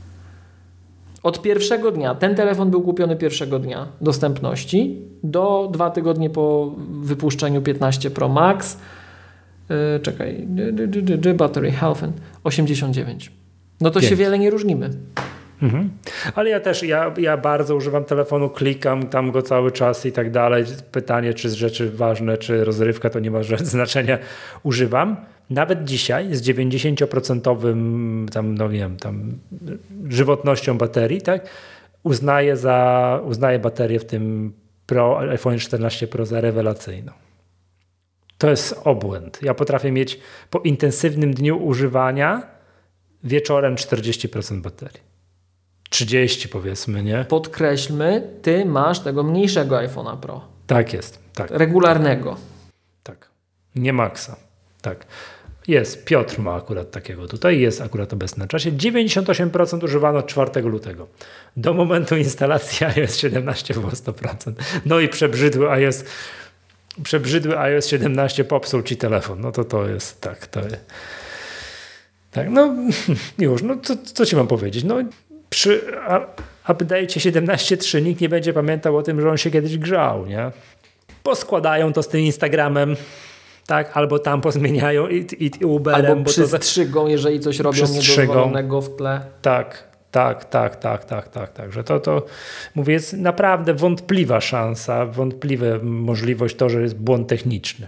Od pierwszego dnia, ten telefon był kupiony pierwszego dnia dostępności, do dwa tygodnie po wypuszczeniu piętnaście Pro Max, yy, czekaj, battery health osiemdziesiąt dziewięć. No to Pięknie. Się wiele nie różnimy. Mhm. Ale ja też, ja, ja bardzo używam telefonu, klikam tam go cały czas i tak dalej. Pytanie, czy z rzeczy ważne, czy rozrywka, to nie ma znaczenia. Używam. Nawet dzisiaj z dziewięćdziesięcioprocentowym tam, no wiem, tam żywotnością baterii, tak? Uznaję, za, uznaję baterię w tym Pro, iPhone czternaście Pro za rewelacyjną. To jest obłęd. Ja potrafię mieć po intensywnym dniu używania wieczorem czterdzieści procent baterii. trzydzieści powiedzmy, nie? Podkreślmy, ty masz tego mniejszego iPhone'a Pro. Tak jest, tak. Regularnego. Tak. Nie Maxa. Tak. Jest. Piotr ma akurat takiego tutaj. Jest akurat obecny na czasie. dziewięćdziesiąt osiem procent używano od czwartego lutego. Do momentu instalacji iOS siedemnaście było sto procent. No i przebrzydły iOS przebrzydły iOS siedemnaście popsuł ci telefon. No to to jest tak. To jest, tak, no już. No co, co ci mam powiedzieć? No przy update'cie siedemnaście trzy nikt nie będzie pamiętał o tym, że on się kiedyś grzał, nie? Poskładają to z tym Instagramem, tak? Albo tam pozmieniają i, i, i Uberem. Albo przystrzygą, to, jeżeli coś robią niedozwolonego w tle. Tak, tak, tak, tak, tak, tak. Także to, to mówię, jest naprawdę wątpliwa szansa, wątpliwa możliwość to, że jest błąd techniczny.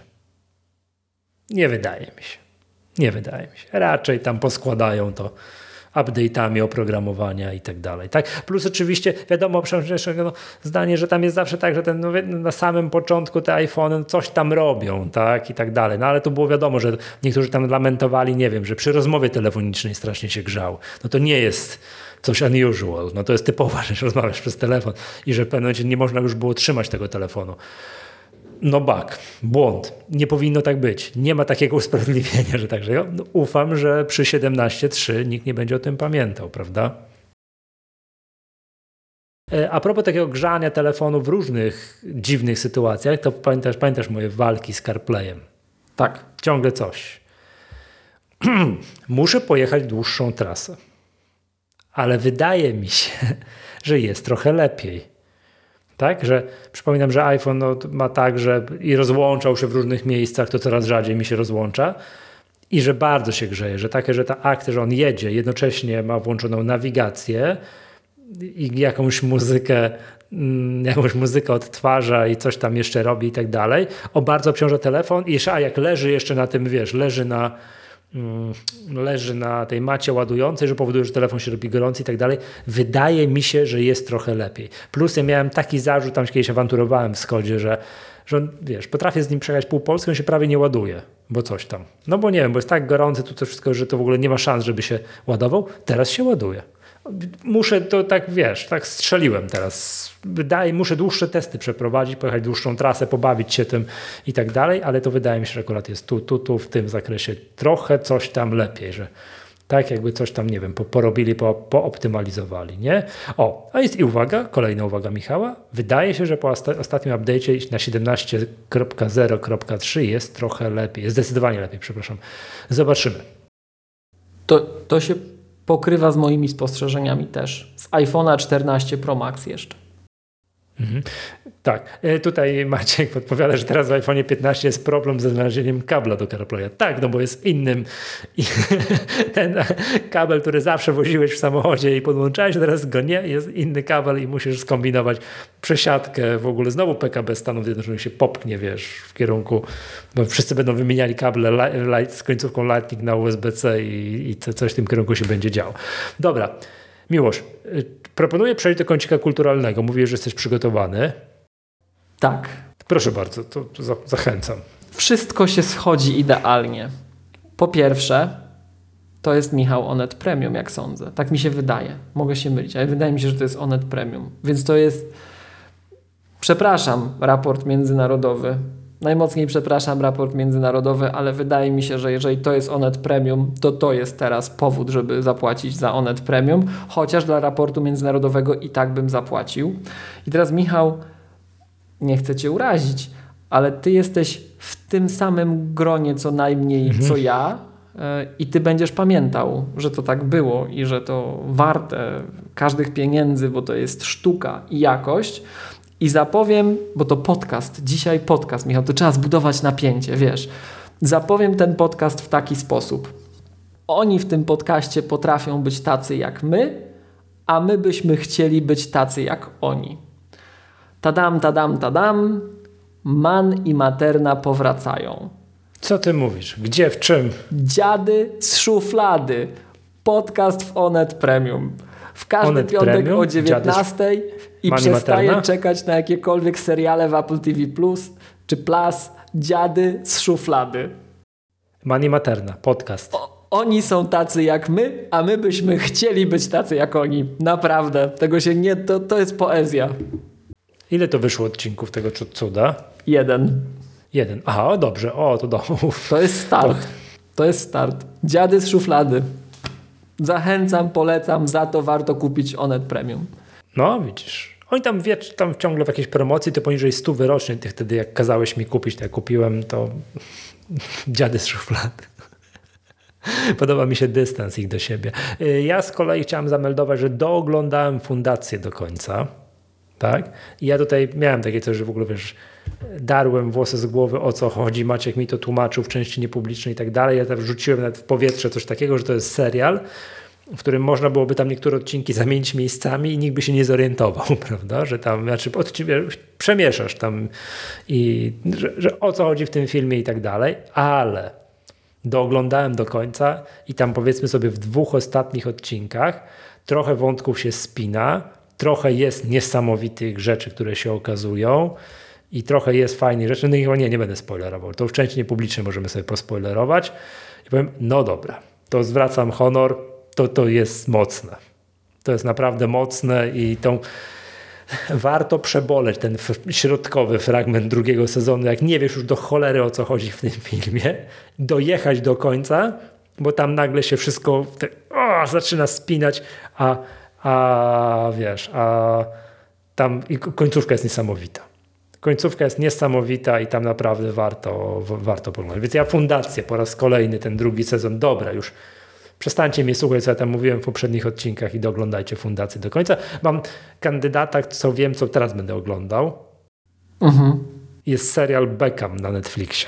Nie wydaje mi się. Nie wydaje mi się. Raczej tam poskładają to update'ami oprogramowania i tak dalej. Tak? Plus oczywiście wiadomo, przecież no, zdanie, że tam jest zawsze tak, że ten, no, na samym początku te iPhony coś tam robią, tak? I tak dalej. No ale tu było wiadomo, że niektórzy tam lamentowali, nie wiem, że przy rozmowie telefonicznej strasznie się grzał. No to nie jest coś unusual. No to jest typowa rzecz, rozmawiasz przez telefon i że w pewnym momencie nie można już było trzymać tego telefonu. No bug, błąd. Nie powinno tak być. Nie ma takiego usprawiedliwienia, że także ja no, ufam, że przy siedemnaście trzy nikt nie będzie o tym pamiętał, prawda? A propos takiego grzania telefonu w różnych dziwnych sytuacjach, to pamiętasz, pamiętasz moje walki z CarPlayem? Tak. Ciągle coś. Muszę pojechać dłuższą trasę, ale wydaje mi się, że jest trochę lepiej. Tak, że przypominam, że iPhone no, ma tak, że i rozłączał się w różnych miejscach, to coraz rzadziej mi się rozłącza i że bardzo się grzeje, że takie, że ta akcja, że on jedzie, jednocześnie ma włączoną nawigację i jakąś muzykę, jakąś muzykę odtwarza i coś tam jeszcze robi i tak dalej. O, bardzo obciąża telefon i jeszcze, a jak leży jeszcze na tym, wiesz, leży na leży na tej macie ładującej, że powoduje, że telefon się robi gorący i tak dalej. Wydaje mi się, że jest trochę lepiej. Plus ja miałem taki zarzut, tam się kiedyś awanturowałem w Skodzie, że, że on, wiesz, potrafię z nim przejechać pół Polski, on się prawie nie ładuje, bo coś tam. No bo nie wiem, bo jest tak gorący tu to wszystko, że to w ogóle nie ma szans, żeby się ładował. Teraz się ładuje. Muszę to tak, wiesz, tak strzeliłem teraz. Wydaje, muszę dłuższe testy przeprowadzić, pojechać dłuższą trasę, pobawić się tym i tak dalej, ale to wydaje mi się, że akurat jest tu, tu, tu w tym zakresie trochę coś tam lepiej, że tak jakby coś tam, nie wiem, porobili, po, pooptymalizowali, nie? O, a jest i uwaga, kolejna uwaga Michała. Wydaje się, że po ostatnim update'cie na siedemnaście zero trzy jest trochę lepiej, jest zdecydowanie lepiej, przepraszam. Zobaczymy. To, to się pokrywa z moimi spostrzeżeniami też. Z iPhone'a czternaście Pro Max jeszcze. Mhm. Tak, tutaj Maciek podpowiada, że teraz w iPhone'ie piętnaście jest problem ze znalezieniem kabla do CarPlaya. Tak, no bo jest innym i ten kabel, który zawsze woziłeś w samochodzie i podłączałeś, teraz go nie, jest inny kabel i musisz skombinować przesiadkę, w ogóle znowu P K B Stanów Zjednoczonych się popchnie, wiesz, w kierunku, bo wszyscy będą wymieniali kable light, z końcówką Lightning na U S B C i, i coś w tym kierunku się będzie działo. Dobra, Miłosz, proponuję przejść do kącika kulturalnego. Mówisz, że jesteś przygotowany. Tak. Proszę bardzo, to, to za, zachęcam. Wszystko się schodzi idealnie. Po pierwsze, to jest Michał Onet Premium, jak sądzę. Tak mi się wydaje. Mogę się mylić, ale wydaje mi się, że to jest Onet Premium. Więc to jest, przepraszam, raport międzynarodowy. Najmocniej przepraszam, raport międzynarodowy, ale wydaje mi się, że jeżeli to jest Onet Premium, to to jest teraz powód, żeby zapłacić za Onet Premium, chociaż dla raportu międzynarodowego i tak bym zapłacił. I teraz Michał, nie chcę cię urazić, ale ty jesteś w tym samym gronie co najmniej mhm. co ja yy, i ty będziesz pamiętał, że to tak było i że to warte każdych pieniędzy, bo to jest sztuka i jakość. I zapowiem, bo to podcast, dzisiaj podcast, Michał, to trzeba zbudować napięcie, wiesz. Zapowiem ten podcast w taki sposób. Oni w tym podcaście potrafią być tacy jak my, a my byśmy chcieli być tacy jak oni. Tadam, tadam, tadam, Man i Materna powracają. Co ty mówisz? Gdzie, w czym? Dziady z szuflady. Podcast w Onet Premium. W każdy Onet piątek Premium? O dziewiętnastej i Man przestaję Materna? Czekać na jakiekolwiek seriale w Apple T V Plus czy Plus. Dziady z szuflady. Man i Materna, podcast. O, oni są tacy jak my, a my byśmy chcieli być tacy jak oni. Naprawdę. Tego się nie... To, to jest poezja. Ile to wyszło odcinków tego cuda? Jeden. Jeden. Aha, o, dobrze. O, to do... To jest start. To jest start. Dziady z szuflady. Zachęcam, polecam. Za to warto kupić Onet Premium. No, widzisz. Oni tam, wie, tam ciągle w jakiejś promocji, to poniżej stu wyrocznie. Ty wtedy jak kazałeś mi kupić, to jak kupiłem, to dziady z szuflady. Podoba mi się dystans ich do siebie. Ja z kolei chciałem zameldować, że dooglądałem Fundację do końca. Tak? I ja tutaj miałem takie coś, że w ogóle wiesz, darłem włosy z głowy, o co chodzi. Maciek mi to tłumaczył w części niepublicznej i tak dalej. Ja tam wrzuciłem nawet w powietrze coś takiego, że to jest serial, w którym można byłoby tam niektóre odcinki zamienić miejscami i nikt by się nie zorientował, prawda? Że tam, znaczy przemieszasz tam i że, że o co chodzi w tym filmie i tak dalej, ale dooglądałem do końca i tam powiedzmy sobie w dwóch ostatnich odcinkach trochę wątków się spina, trochę jest niesamowitych rzeczy, które się okazują i trochę jest fajnych rzeczy. No nie, nie będę spoilerował. To w części niepublicznej możemy sobie pospoilerować. I powiem, no dobra, to zwracam honor, to, to jest mocne. To jest naprawdę mocne i tą warto przeboleć ten f- środkowy fragment drugiego sezonu, jak nie wiesz już do cholery o co chodzi w tym filmie, dojechać do końca, bo tam nagle się wszystko te, o, zaczyna spinać, a A wiesz, a tam i końcówka jest niesamowita. Końcówka jest niesamowita i tam naprawdę warto, warto poglądać. Więc ja Fundację po raz kolejny, ten drugi sezon, dobra, już przestańcie mnie słuchać, co ja tam mówiłem w poprzednich odcinkach i doglądajcie Fundację do końca. Mam kandydata, co wiem, co teraz będę oglądał. Mhm. Jest serial Beckham na Netflixie.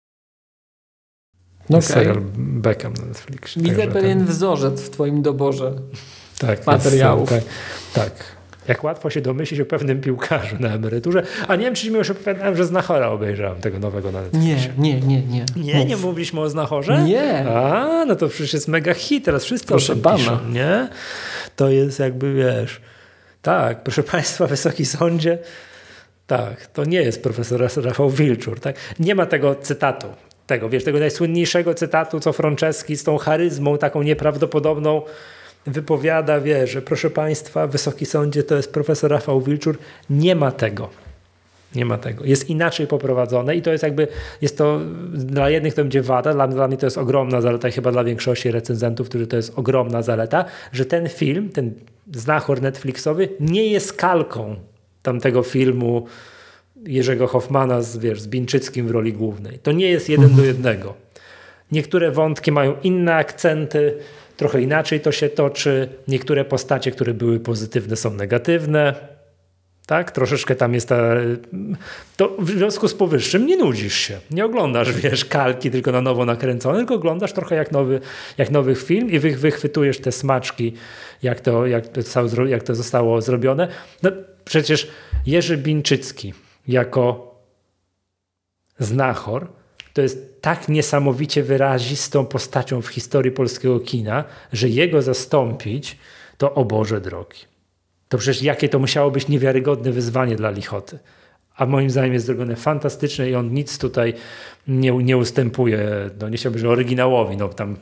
Okay. Serial Beckham na Netflixie. Widzę Także pewien ten... wzorzec w twoim doborze tak, materiałów. Jest, tak, tak. Jak łatwo się domyślić o pewnym piłkarzu na emeryturze. A nie wiem, czy mi już opowiadałem, że Znachora obejrzałem, tego nowego na Netflixie. Nie, nie, nie, nie. Nie, Mów. nie mówiliśmy o Znachorze? Nie. A, no to przecież jest mega hit, teraz wszyscy proszę o tym pana. piszą, nie? To jest jakby, wiesz, tak, proszę państwa, Wysoki Sądzie, tak, to nie jest profesor Rafał Wilczur, tak? Nie ma tego cytatu, tego, wiesz, tego najsłynniejszego cytatu, co Franceski z tą charyzmą taką nieprawdopodobną wypowiada, wie, że proszę państwa, Wysoki Sądzie, to jest profesor Rafał Wilczur. Nie ma tego. Nie ma tego. Jest inaczej poprowadzone i to jest jakby, jest to, dla jednych to będzie wada, dla, dla mnie to jest ogromna zaleta i chyba dla większości recenzentów, którzy to jest ogromna zaleta, że ten film, ten Znachor Netflixowy nie jest kalką tamtego filmu Jerzego Hoffmana z, wiesz, z Bińczyckim w roli głównej. To nie jest jeden do jednego. Niektóre wątki mają inne akcenty, trochę inaczej to się toczy. Niektóre postacie, które były pozytywne, są negatywne. Tak? Troszeczkę tam jest ta... To w związku z powyższym nie nudzisz się. Nie oglądasz, wiesz, kalki tylko na nowo nakręcone, tylko oglądasz trochę jak nowy, jak nowy film i wy, wychwytujesz te smaczki, jak to, jak to, zostało, jak to zostało zrobione. No przecież Jerzy Bińczycki jako Znachor to jest tak niesamowicie wyrazistą postacią w historii polskiego kina, że jego zastąpić to o Boże drogi. To przecież jakie to musiało być niewiarygodne wyzwanie dla Lichoty. A moim zdaniem jest zrobione fantastycznie i on nic tutaj nie, nie ustępuje, no nie chciałbym, że oryginałowi, no tam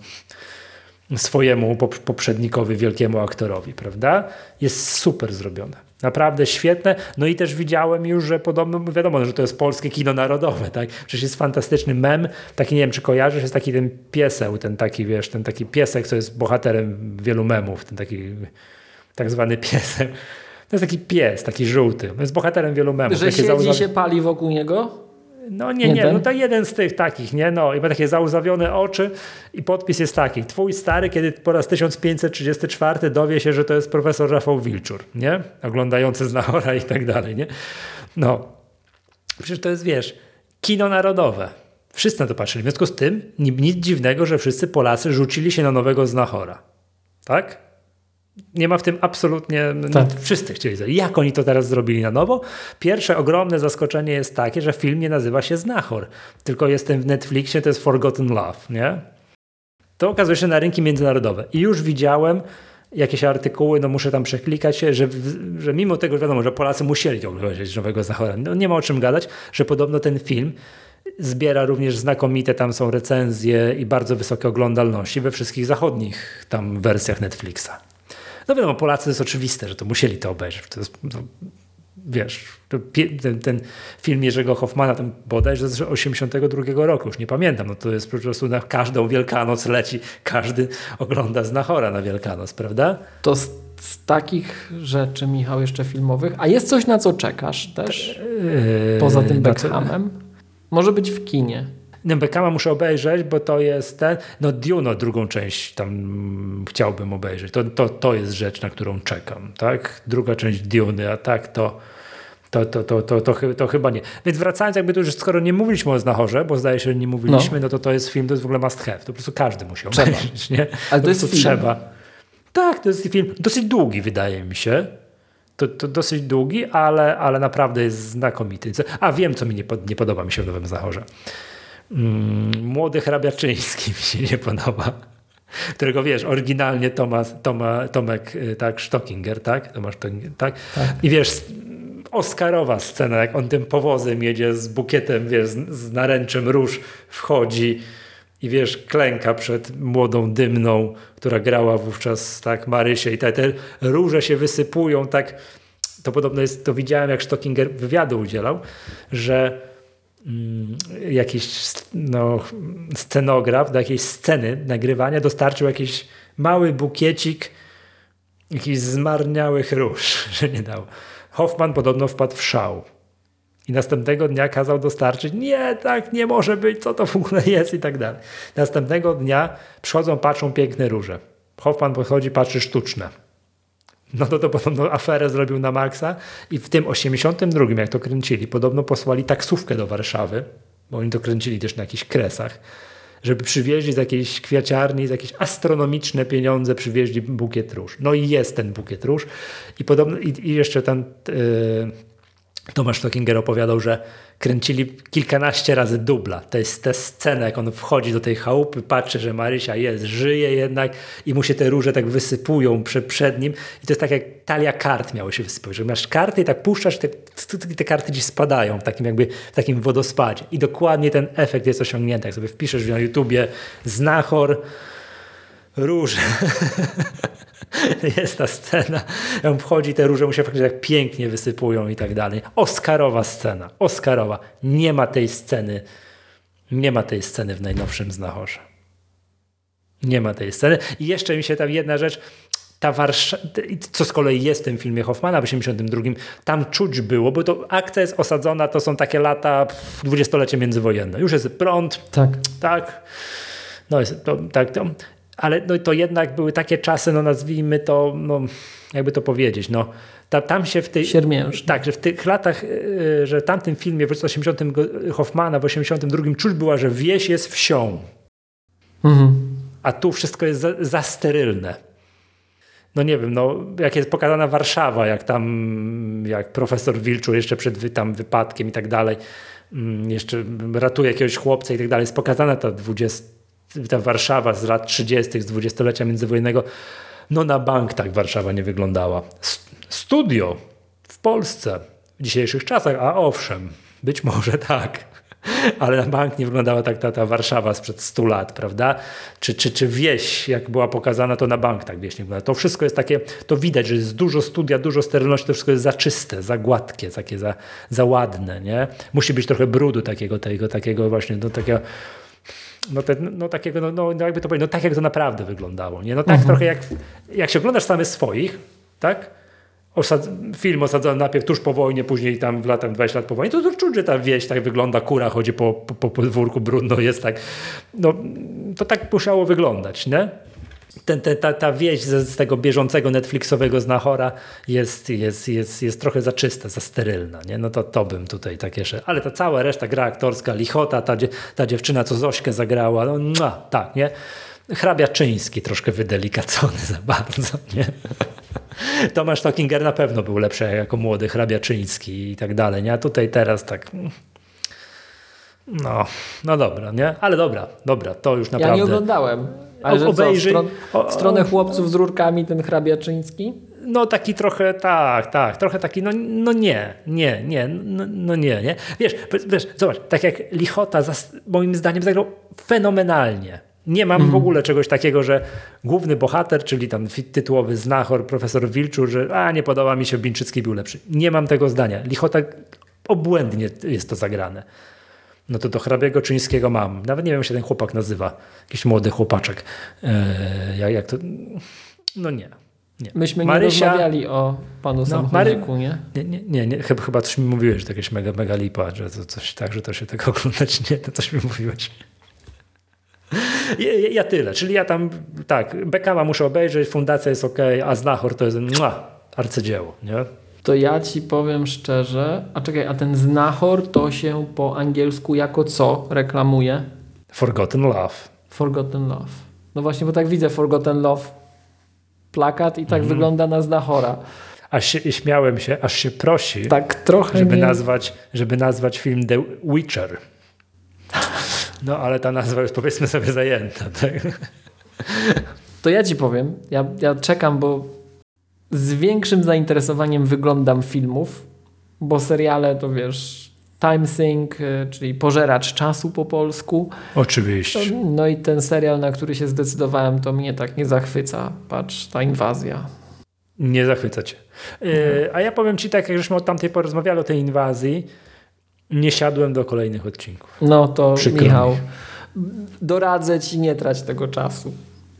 swojemu poprzednikowi, wielkiemu aktorowi, prawda? Jest super zrobione. Naprawdę świetne. No i też widziałem już, że podobno, wiadomo, że to jest polskie kino narodowe, tak? Przecież jest fantastyczny mem, taki, nie wiem, czy kojarzysz, jest taki ten pieseł, ten taki, wiesz, ten taki piesek, co jest bohaterem wielu memów, ten taki tak zwany piesek. To jest taki pies, taki żółty. On jest bohaterem wielu memów. Że siedzi zauza... się pali wokół niego? No nie, nie, nie no to jeden z tych takich, nie? No i ma takie zauzawione oczy i podpis jest taki. Twój stary, kiedy po raz tysiąc pięćset trzydziesty czwarty dowie się, że to jest profesor Rafał Wilczur, nie? Oglądający Znachora i tak dalej, nie? No. Przecież to jest, wiesz, kino narodowe. Wszyscy na to patrzyli. W związku z tym nic dziwnego, że wszyscy Polacy rzucili się na nowego Znachora. Tak? Nie ma w tym absolutnie... Tak. No, wszyscy chcieli zrobić. Jak oni to teraz zrobili na nowo? Pierwsze ogromne zaskoczenie jest takie, że film nie nazywa się Znachor, tylko jest w Netflixie, to jest Forgotten Love, nie? To okazuje się na rynki międzynarodowe. I już widziałem jakieś artykuły, no muszę tam przeklikać się, że, że mimo tego, że wiadomo, że Polacy musieli oglądać nowego Znachora, no nie ma o czym gadać, że podobno ten film zbiera również znakomite, tam są recenzje i bardzo wysokie oglądalności we wszystkich zachodnich tam wersjach Netflixa. No wiadomo, Polacy to jest oczywiste, że to musieli to obejrzeć. To jest, no, wiesz, to ten, ten film Jerzego Hoffmana, ten bodajże z osiemdziesiątego drugiego roku, już nie pamiętam, no to jest po prostu na każdą Wielkanoc leci, każdy ogląda Znachora na Wielkanoc, prawda? To z, z takich rzeczy, Michał, jeszcze filmowych, a jest coś, na co czekasz też? Yy, Poza tym Beckhamem? Może być w kinie. No, Beckhama muszę obejrzeć, bo to jest ten, no Dune, drugą część tam chciałbym obejrzeć. To, to, to jest rzecz, na którą czekam, tak? Druga część Dune, a tak to, to, to, to, to, to, to, to chyba nie. Więc wracając, jakby tu już skoro nie mówiliśmy o Znachorze, bo zdaje się, że nie mówiliśmy, no, no to to jest film, to jest w ogóle must have. To po prostu każdy musi obejrzeć, nie? Ale to jest film. Trzeba. Tak, to jest film dosyć długi, wydaje mi się. To, to dosyć długi, ale, ale naprawdę jest znakomity. A wiem, co mi nie, pod, nie podoba mi się w Nowym Znachorze. Młody Hrabiaczyński mi się nie podoba, którego wiesz, oryginalnie Tomasz, Toma, Tomek tak, Stockinger, tak? Tomasz Stockinger, tak? tak? I wiesz, oscarowa scena, jak on tym powozem jedzie z bukietem, wiesz, z, z naręczem róż wchodzi i wiesz, klęka przed młodą Dymną, która grała wówczas tak Marysię i te, te róże się wysypują, tak, to podobno jest, to widziałem, jak Stockinger wywiadu udzielał, że jakiś no, scenograf do jakiejś sceny nagrywania dostarczył jakiś mały bukiecik jakichś zmarniałych róż, że nie dał. Hoffman podobno wpadł w szał. I następnego dnia kazał dostarczyć, nie, tak nie może być, co to w ogóle jest i tak dalej. Następnego dnia przychodzą, patrzą piękne róże. Hoffman podchodzi, patrzy sztuczne. No to to podobno aferę zrobił na maksa i w tym osiemdziesiątym drugim, jak to kręcili, podobno posłali taksówkę do Warszawy, bo oni to kręcili też na jakichś kresach, żeby przywieźli z jakiejś kwiaciarni, z jakieś astronomiczne pieniądze przywieźli bukiet róż. No i jest ten bukiet róż i podobno i, i jeszcze ten yy, Tomasz Stockinger opowiadał, że kręcili kilkanaście razy dubla. To jest ta scena, jak on wchodzi do tej chałupy, patrzy, że Marysia jest, żyje jednak i mu się te róże tak wysypują przed, przed nim. I to jest tak jak talia kart miało się wysypać, że masz karty i tak puszczasz, te, te karty ci spadają w takim jakby w takim wodospadzie. I dokładnie ten efekt jest osiągnięty. Jak sobie wpiszesz na YouTubie Znachor, róże. Jest ta scena, on wchodzi, te róże mu się faktycznie tak pięknie wysypują i tak dalej. Oscarowa scena, Oscarowa. Nie ma tej sceny, nie ma tej sceny w najnowszym Znachorze. Nie ma tej sceny. I jeszcze mi się tam jedna rzecz, ta Warszawa, co z kolei jest w tym filmie Hoffmana w osiemdziesiątym drugim, tam czuć było, bo to akcja jest osadzona, to są takie lata dwudziestolecie międzywojenne. Już jest prąd. Tak. Tak. No jest to, tak, to. Ale no, to jednak były takie czasy, no nazwijmy to, no, jakby to powiedzieć, no, ta, tam się w tej... Siermiężne. Tak, że w tych latach, yy, że w tamtym filmie w osiemdziesiątym Hoffmana, w osiemdziesiątym drugim czuć była, że wieś jest wsią. Mhm. A tu wszystko jest za, za sterylne. No nie wiem, no, jak jest pokazana Warszawa, jak tam, jak profesor Wilczur jeszcze przed wy, tam wypadkiem i tak dalej, jeszcze ratuje jakiegoś chłopca i tak dalej, jest pokazana ta dwudziesta ta Warszawa z lat trzydziestych, z dwudziestolecia międzywojennego, no na bank tak Warszawa nie wyglądała. Studio w Polsce w dzisiejszych czasach, a owszem, być może tak, ale na bank nie wyglądała tak ta, ta Warszawa sprzed stu lat, prawda? Czy, czy, czy wieś, jak była pokazana, to na bank tak wieś nie wygląda. To wszystko jest takie, to widać, że jest dużo studia, dużo sterylności, to wszystko jest za czyste, za gładkie, takie za, za ładne, nie? Musi być trochę brudu takiego, tego, takiego właśnie, do takiego No, te, no takiego, no, no jakby to powiedzieć, no tak jak to naprawdę wyglądało, nie? No tak mhm. trochę jak, jak się oglądasz samych swoich, tak? Osad, film osadzony najpierw tuż po wojnie, później tam w latach dwadzieścia lat po wojnie, to, to czuć, że ta wieś tak wygląda, kura chodzi po, po, po podwórku, brudno jest tak, no to tak musiało wyglądać, nie? Ten, ten, ta, ta wieś z, z tego bieżącego Netflixowego Znachora jest, jest, jest, jest trochę za czysta, za sterylna, nie? No to, to bym tutaj tak jeszcze, ale ta cała reszta gra aktorska, lichota, ta, ta dziewczyna, co Zośkę zagrała, no, no tak, nie? Hrabia Czyński troszkę wydelikacony za bardzo, nie? Tomasz Stockinger na pewno był lepszy jako młody hrabia Czyński i tak dalej, nie? A tutaj teraz tak... No, no dobra, nie? Ale dobra, dobra, to już naprawdę... Ja nie oglądałem. Ale że obejrzyj, co, w, stron, w stronę chłopców z rurkami ten hrabia Czyński? No taki trochę, tak, tak, trochę taki, no, no nie, nie, nie, no, no nie, nie. Wiesz, wiesz, zobacz, tak jak Lichota zas, moim zdaniem zagrał fenomenalnie. Nie mam mm. w ogóle czegoś takiego, że główny bohater, czyli tam tytułowy Znachor, profesor Wilczur, że a nie podoba mi się, Bińczycki był lepszy. Nie mam tego zdania. Lichota obłędnie jest to zagrane. No to do hrabiego Czyńskiego mam. Nawet nie wiem, jak się ten chłopak nazywa. Jakiś młody chłopaczek. Eee, jak, jak to... No nie. nie. Myśmy Marysia... nie rozmawiali o panu no, samochodziku, Mary... nie? Nie, nie, nie, nie. Chyba, chyba coś mi mówiłeś, że to jakaś mega, mega lipa, że to coś tak, że to się tego oglądać nie, to coś mi mówiłeś. Ja, ja tyle, czyli ja tam, tak, Beckama muszę obejrzeć, Fundacja jest okej, okay, a Znachor to jest mua, arcydzieło, nie? To ja ci powiem szczerze, a czekaj, a ten Znachor to się po angielsku jako co reklamuje? Forgotten Love. Forgotten Love. No właśnie, bo tak widzę Forgotten Love plakat i tak mm. wygląda na Znachora. Aż się, śmiałem się, aż się prosi, tak trochę żeby, nie... nazwać, żeby nazwać film The Witcher. No ale ta nazwa jest powiedzmy sobie zajęta. Tak? To ja ci powiem, ja, ja czekam, bo z większym zainteresowaniem wyglądam filmów, bo seriale to wiesz, Time Sink, czyli Pożeracz czasu po polsku. Oczywiście. No i ten serial, na który się zdecydowałem, to mnie tak nie zachwyca. Patrz, ta inwazja. Nie zachwyca cię. Yy, a ja powiem ci tak, jak żeśmy od tamtej pory rozmawiali o tej inwazji, nie siadłem do kolejnych odcinków. No to Przykro Michał, mi. doradzę ci nie trać tego czasu.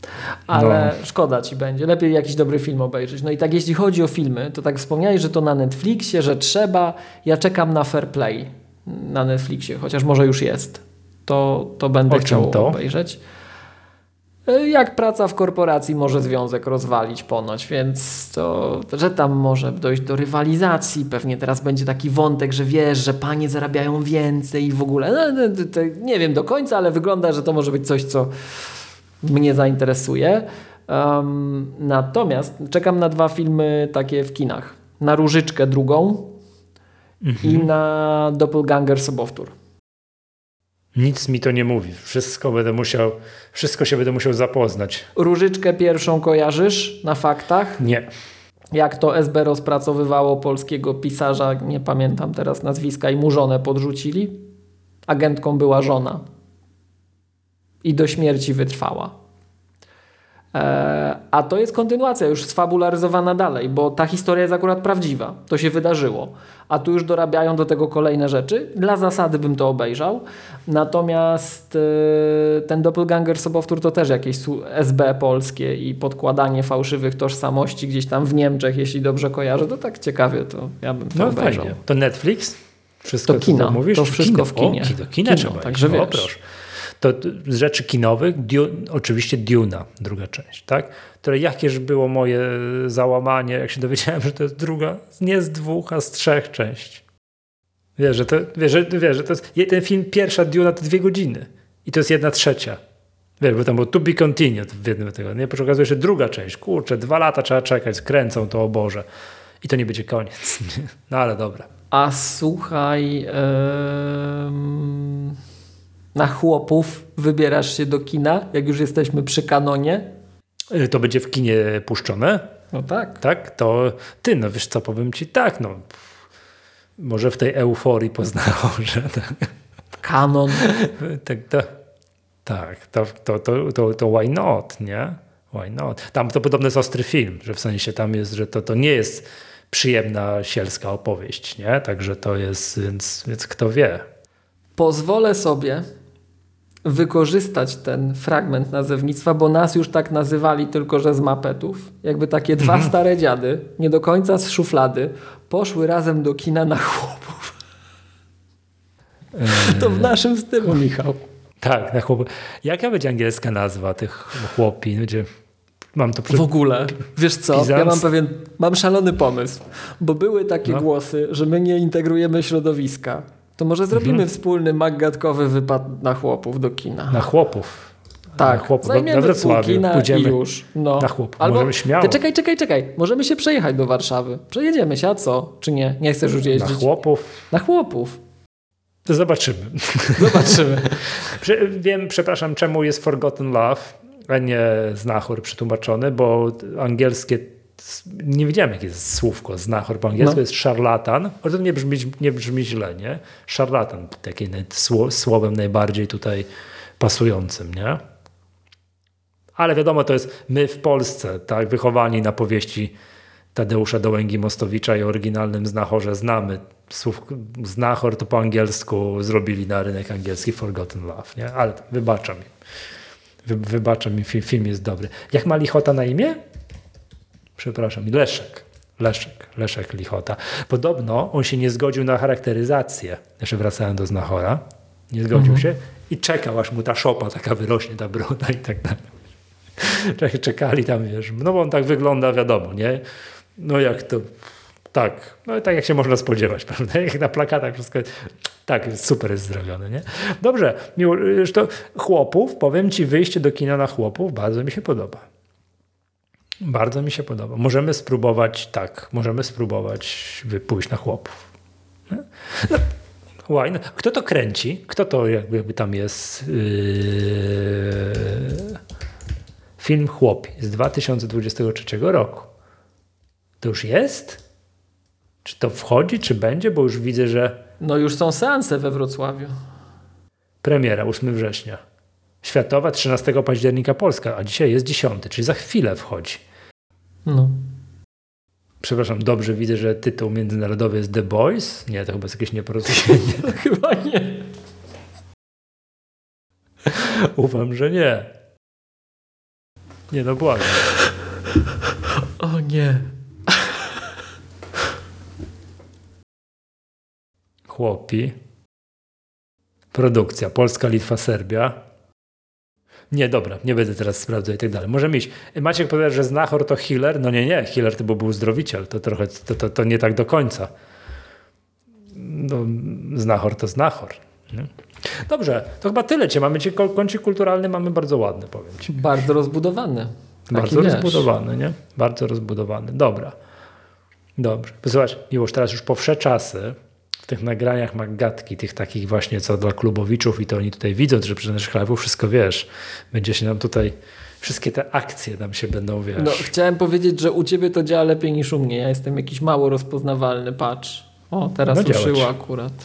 Ale no. szkoda ci będzie. Lepiej jakiś dobry film obejrzeć. No i tak jeśli chodzi o filmy, to tak wspomniałeś, że to na Netflixie, że trzeba. Ja czekam na Fair Play na Netflixie, chociaż może już jest. To, to będę o czym chciał to? obejrzeć. Jak praca w korporacji może związek rozwalić ponoć, więc to, że tam może dojść do rywalizacji. Pewnie teraz będzie taki wątek, że wiesz, że panie zarabiają więcej i w ogóle. No, to, to, nie wiem do końca, ale wygląda, że to może być coś, co mnie zainteresuje. Um, natomiast czekam na dwa filmy takie w kinach. Na Różyczkę drugą mhm. i na Doppelganger Sobowtór. Nic mi to nie mówi. Wszystko będę musiał, wszystko się będę musiał zapoznać. Różyczkę pierwszą kojarzysz na faktach? Nie. Jak to S B rozpracowywało polskiego pisarza, nie pamiętam teraz nazwiska, i mu żonę podrzucili. Agentką była żona. I do śmierci wytrwała. Eee, a to jest kontynuacja już sfabularyzowana dalej, bo ta historia jest akurat prawdziwa. To się wydarzyło. A tu już dorabiają do tego kolejne rzeczy. Dla zasady bym to obejrzał. Natomiast e, ten Doppelganger Sobowtór to też jakieś S B polskie i podkładanie fałszywych tożsamości gdzieś tam w Niemczech, jeśli dobrze kojarzę. To tak ciekawie, to ja bym to no obejrzał. Fajnie. To Netflix? Wszystko to kino. To mówisz? To wszystko kino. w kinie. O, do kina, kino trzeba także iść. O, wiesz. proszę. To z rzeczy kinowych, Dune, oczywiście Duna, druga część, tak? Które jakież było moje załamanie, jak się dowiedziałem, że to jest druga, nie z dwóch, a z trzech części. Wiesz, że to, wiesz, że, wiesz, że to jest, ten film, pierwsza Duna to dwie godziny i to jest jedna trzecia. Wiesz, bo tam było to be continued w jednym tego, nie? Potem okazuje się druga część, kurczę, dwa lata trzeba czekać, kręcą to, o Boże. I to nie będzie koniec. No ale dobra. A słuchaj... Yy... Na Chłopów wybierasz się do kina, jak już jesteśmy przy kanonie? To będzie w kinie puszczone? No tak. Tak? To ty, no wiesz co, powiem ci tak, no może w tej euforii poznało, że tak. Kanon. tak, to, tak, to, to, to, to, to why not, nie? Why not? Tam to podobno jest ostry film, że w sensie tam jest, że to, to nie jest przyjemna sielska opowieść, nie? Także to jest, więc, więc kto wie. Pozwolę sobie wykorzystać ten fragment nazewnictwa, bo nas już tak nazywali tylko, że z mapetów. Jakby takie dwa mm. stare dziady, nie do końca z szuflady, poszły razem do kina na Chłopów. Yy. To w naszym stylu, Michał. Tak, na Chłopów. Jaka będzie angielska nazwa tych chłopi? Będzie... Mam to przy... W ogóle, wiesz co, Pizans? ja mam pewien, mam szalony pomysł, bo były takie no. głosy, że my nie integrujemy środowiska. To może zrobimy mhm. wspólny magatkowy wypad na Chłopów do kina. Na Chłopów? Tak, na Chłopów. zajmiemy na Wrocławiu kina pójdziemy i już. No. Na Chłopów. Albo, możemy śmiało. Ty czekaj, czekaj, czekaj. Możemy się przejechać do Warszawy. Przejedziemy się, a co? Czy nie? Nie chcesz już jeździć? Na Chłopów? Na Chłopów. To zobaczymy. Zobaczymy. Wiem, przepraszam, czemu jest Forgotten Love, a nie Znachor przetłumaczony, bo angielskie nie wiedziałem, jakie jest słówko znachor po angielsku, no. jest szarlatan, ale to nie brzmi, nie brzmi źle, nie? Szarlatan, takie słowem najbardziej tutaj pasującym, nie? Ale wiadomo, to jest my w Polsce, tak, wychowani na powieści Tadeusza Dołęgi-Mostowicza i oryginalnym Znachorze znamy. Słów, znachor to po angielsku zrobili na rynek angielski Forgotten Love, nie? Ale wybaczam mi. Wy, wybaczam mi, film, film jest dobry. Jak ma Lichota na imię? Przepraszam, Leszek. Leszek, Leszek Lichota. Podobno on się nie zgodził na charakteryzację, jeszcze wracając do Znachora, nie zgodził mhm. się i czekał, aż mu ta szopa taka wyrośnie, ta broda i tak dalej. Czekali tam, wiesz, no bo on tak wygląda, wiadomo, nie? No jak to, tak, no tak jak się można spodziewać, prawda? Jak na plakatach wszystko, tak, super jest zrobione, nie? Dobrze, miło, to Chłopów, powiem ci, wyjście do kina na Chłopów bardzo mi się podoba. Bardzo mi się podoba. Możemy spróbować, tak, możemy spróbować pójść na Chłopów. No, no, kto to kręci? Kto to jakby, jakby tam jest? Yy... Film Chłopi z dwa tysiące dwudziestego trzeciego roku. To już jest? Czy to wchodzi, czy będzie? Bo już widzę, że... No już są seanse we Wrocławiu. Premiera ósmego września. Światowa trzynastego października Polska, a dzisiaj jest dziesiąty, czyli za chwilę wchodzi. No. Przepraszam, dobrze widzę, że tytuł międzynarodowy jest The Boys? Nie, to chyba jest jakieś nieporozumienie. Chyba nie. Ufam, że nie. Nie no, błagam. O nie. Chłopi. Produkcja. Polska, Litwa, Serbia. Nie, dobra, nie będę teraz sprawdzał i tak dalej. Możemy iść. Maciek powiedział, że Znachor to healer. No nie, nie, healer to był uzdrowiciel. To trochę, to, to, to nie tak do końca. No, Znachor to Znachor. Nie? Dobrze, to chyba tyle. Cię mamy, kącik kulturalny mamy bardzo ładny, powiem ci. Bardzo rozbudowany. Taki Bardzo wiesz. rozbudowany, nie? Bardzo rozbudowany. Dobra. Dobrze. Zobacz, Miłosz, teraz już po wsze czasy w tych nagraniach Maggatki, tych takich właśnie co dla klubowiczów i to oni tutaj widzą, że przy naszych live'ów wszystko, wiesz, będzie się nam tutaj, wszystkie te akcje nam się będą, wiesz. No, chciałem powiedzieć, że u ciebie to działa lepiej niż u mnie. Ja jestem jakiś mało rozpoznawalny, patrz. O, teraz No ruszyło działać. akurat.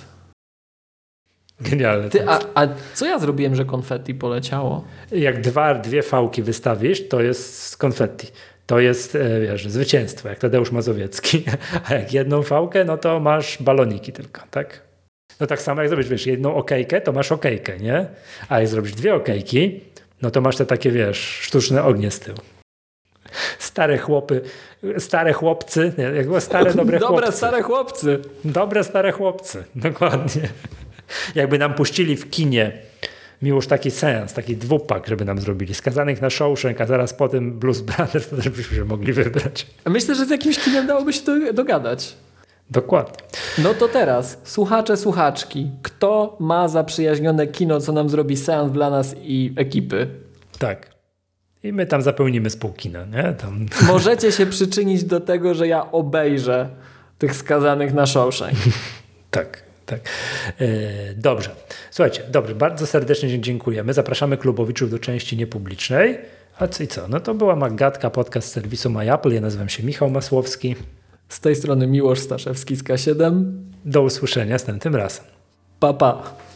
Genialne. Ty, a, a co ja zrobiłem, że konfetti poleciało? Jak dwa, dwie fałki wystawisz, to jest konfetti. To jest, wiesz, zwycięstwo, jak Tadeusz Mazowiecki. A jak jedną fałkę, no to masz baloniki tylko, tak? No tak samo jak zrobisz, wiesz, jedną okejkę, to masz okejkę, nie? A jak zrobisz dwie okejki, no to masz te takie, wiesz, sztuczne ognie z tyłu. Stare chłopy, stare chłopcy, nie, jak było stare, dobre chłopcy. Dobre, stare chłopcy. Dobre, stare chłopcy, dokładnie. Jakby nam puścili w kinie Miłosz taki seans, taki dwupak, żeby nam zrobili. Skazanych na Shawshank, a zaraz potem Blues Brothers, to też byśmy się mogli wybrać. Myślę, że z jakimś kinem dałoby się to dogadać. Dokładnie. No to teraz, słuchacze, słuchaczki, kto ma zaprzyjaźnione kino, co nam zrobi seans dla nas i ekipy? Tak. I my tam zapełnimy spółkina, nie? Tam. Możecie się przyczynić do tego, że ja obejrzę tych skazanych na Shawshank. Tak. Tak. E, dobrze. Słuchajcie, dobrze, bardzo serdecznie dziękujemy. Zapraszamy klubowiczów do części niepublicznej. A co i co? No to była Maggatka, podcast serwisu MyApple. Ja nazywam się Michał Masłowski. Z tej strony Miłosz Staszewski z K siedem. Do usłyszenia następnym razem. Pa, pa.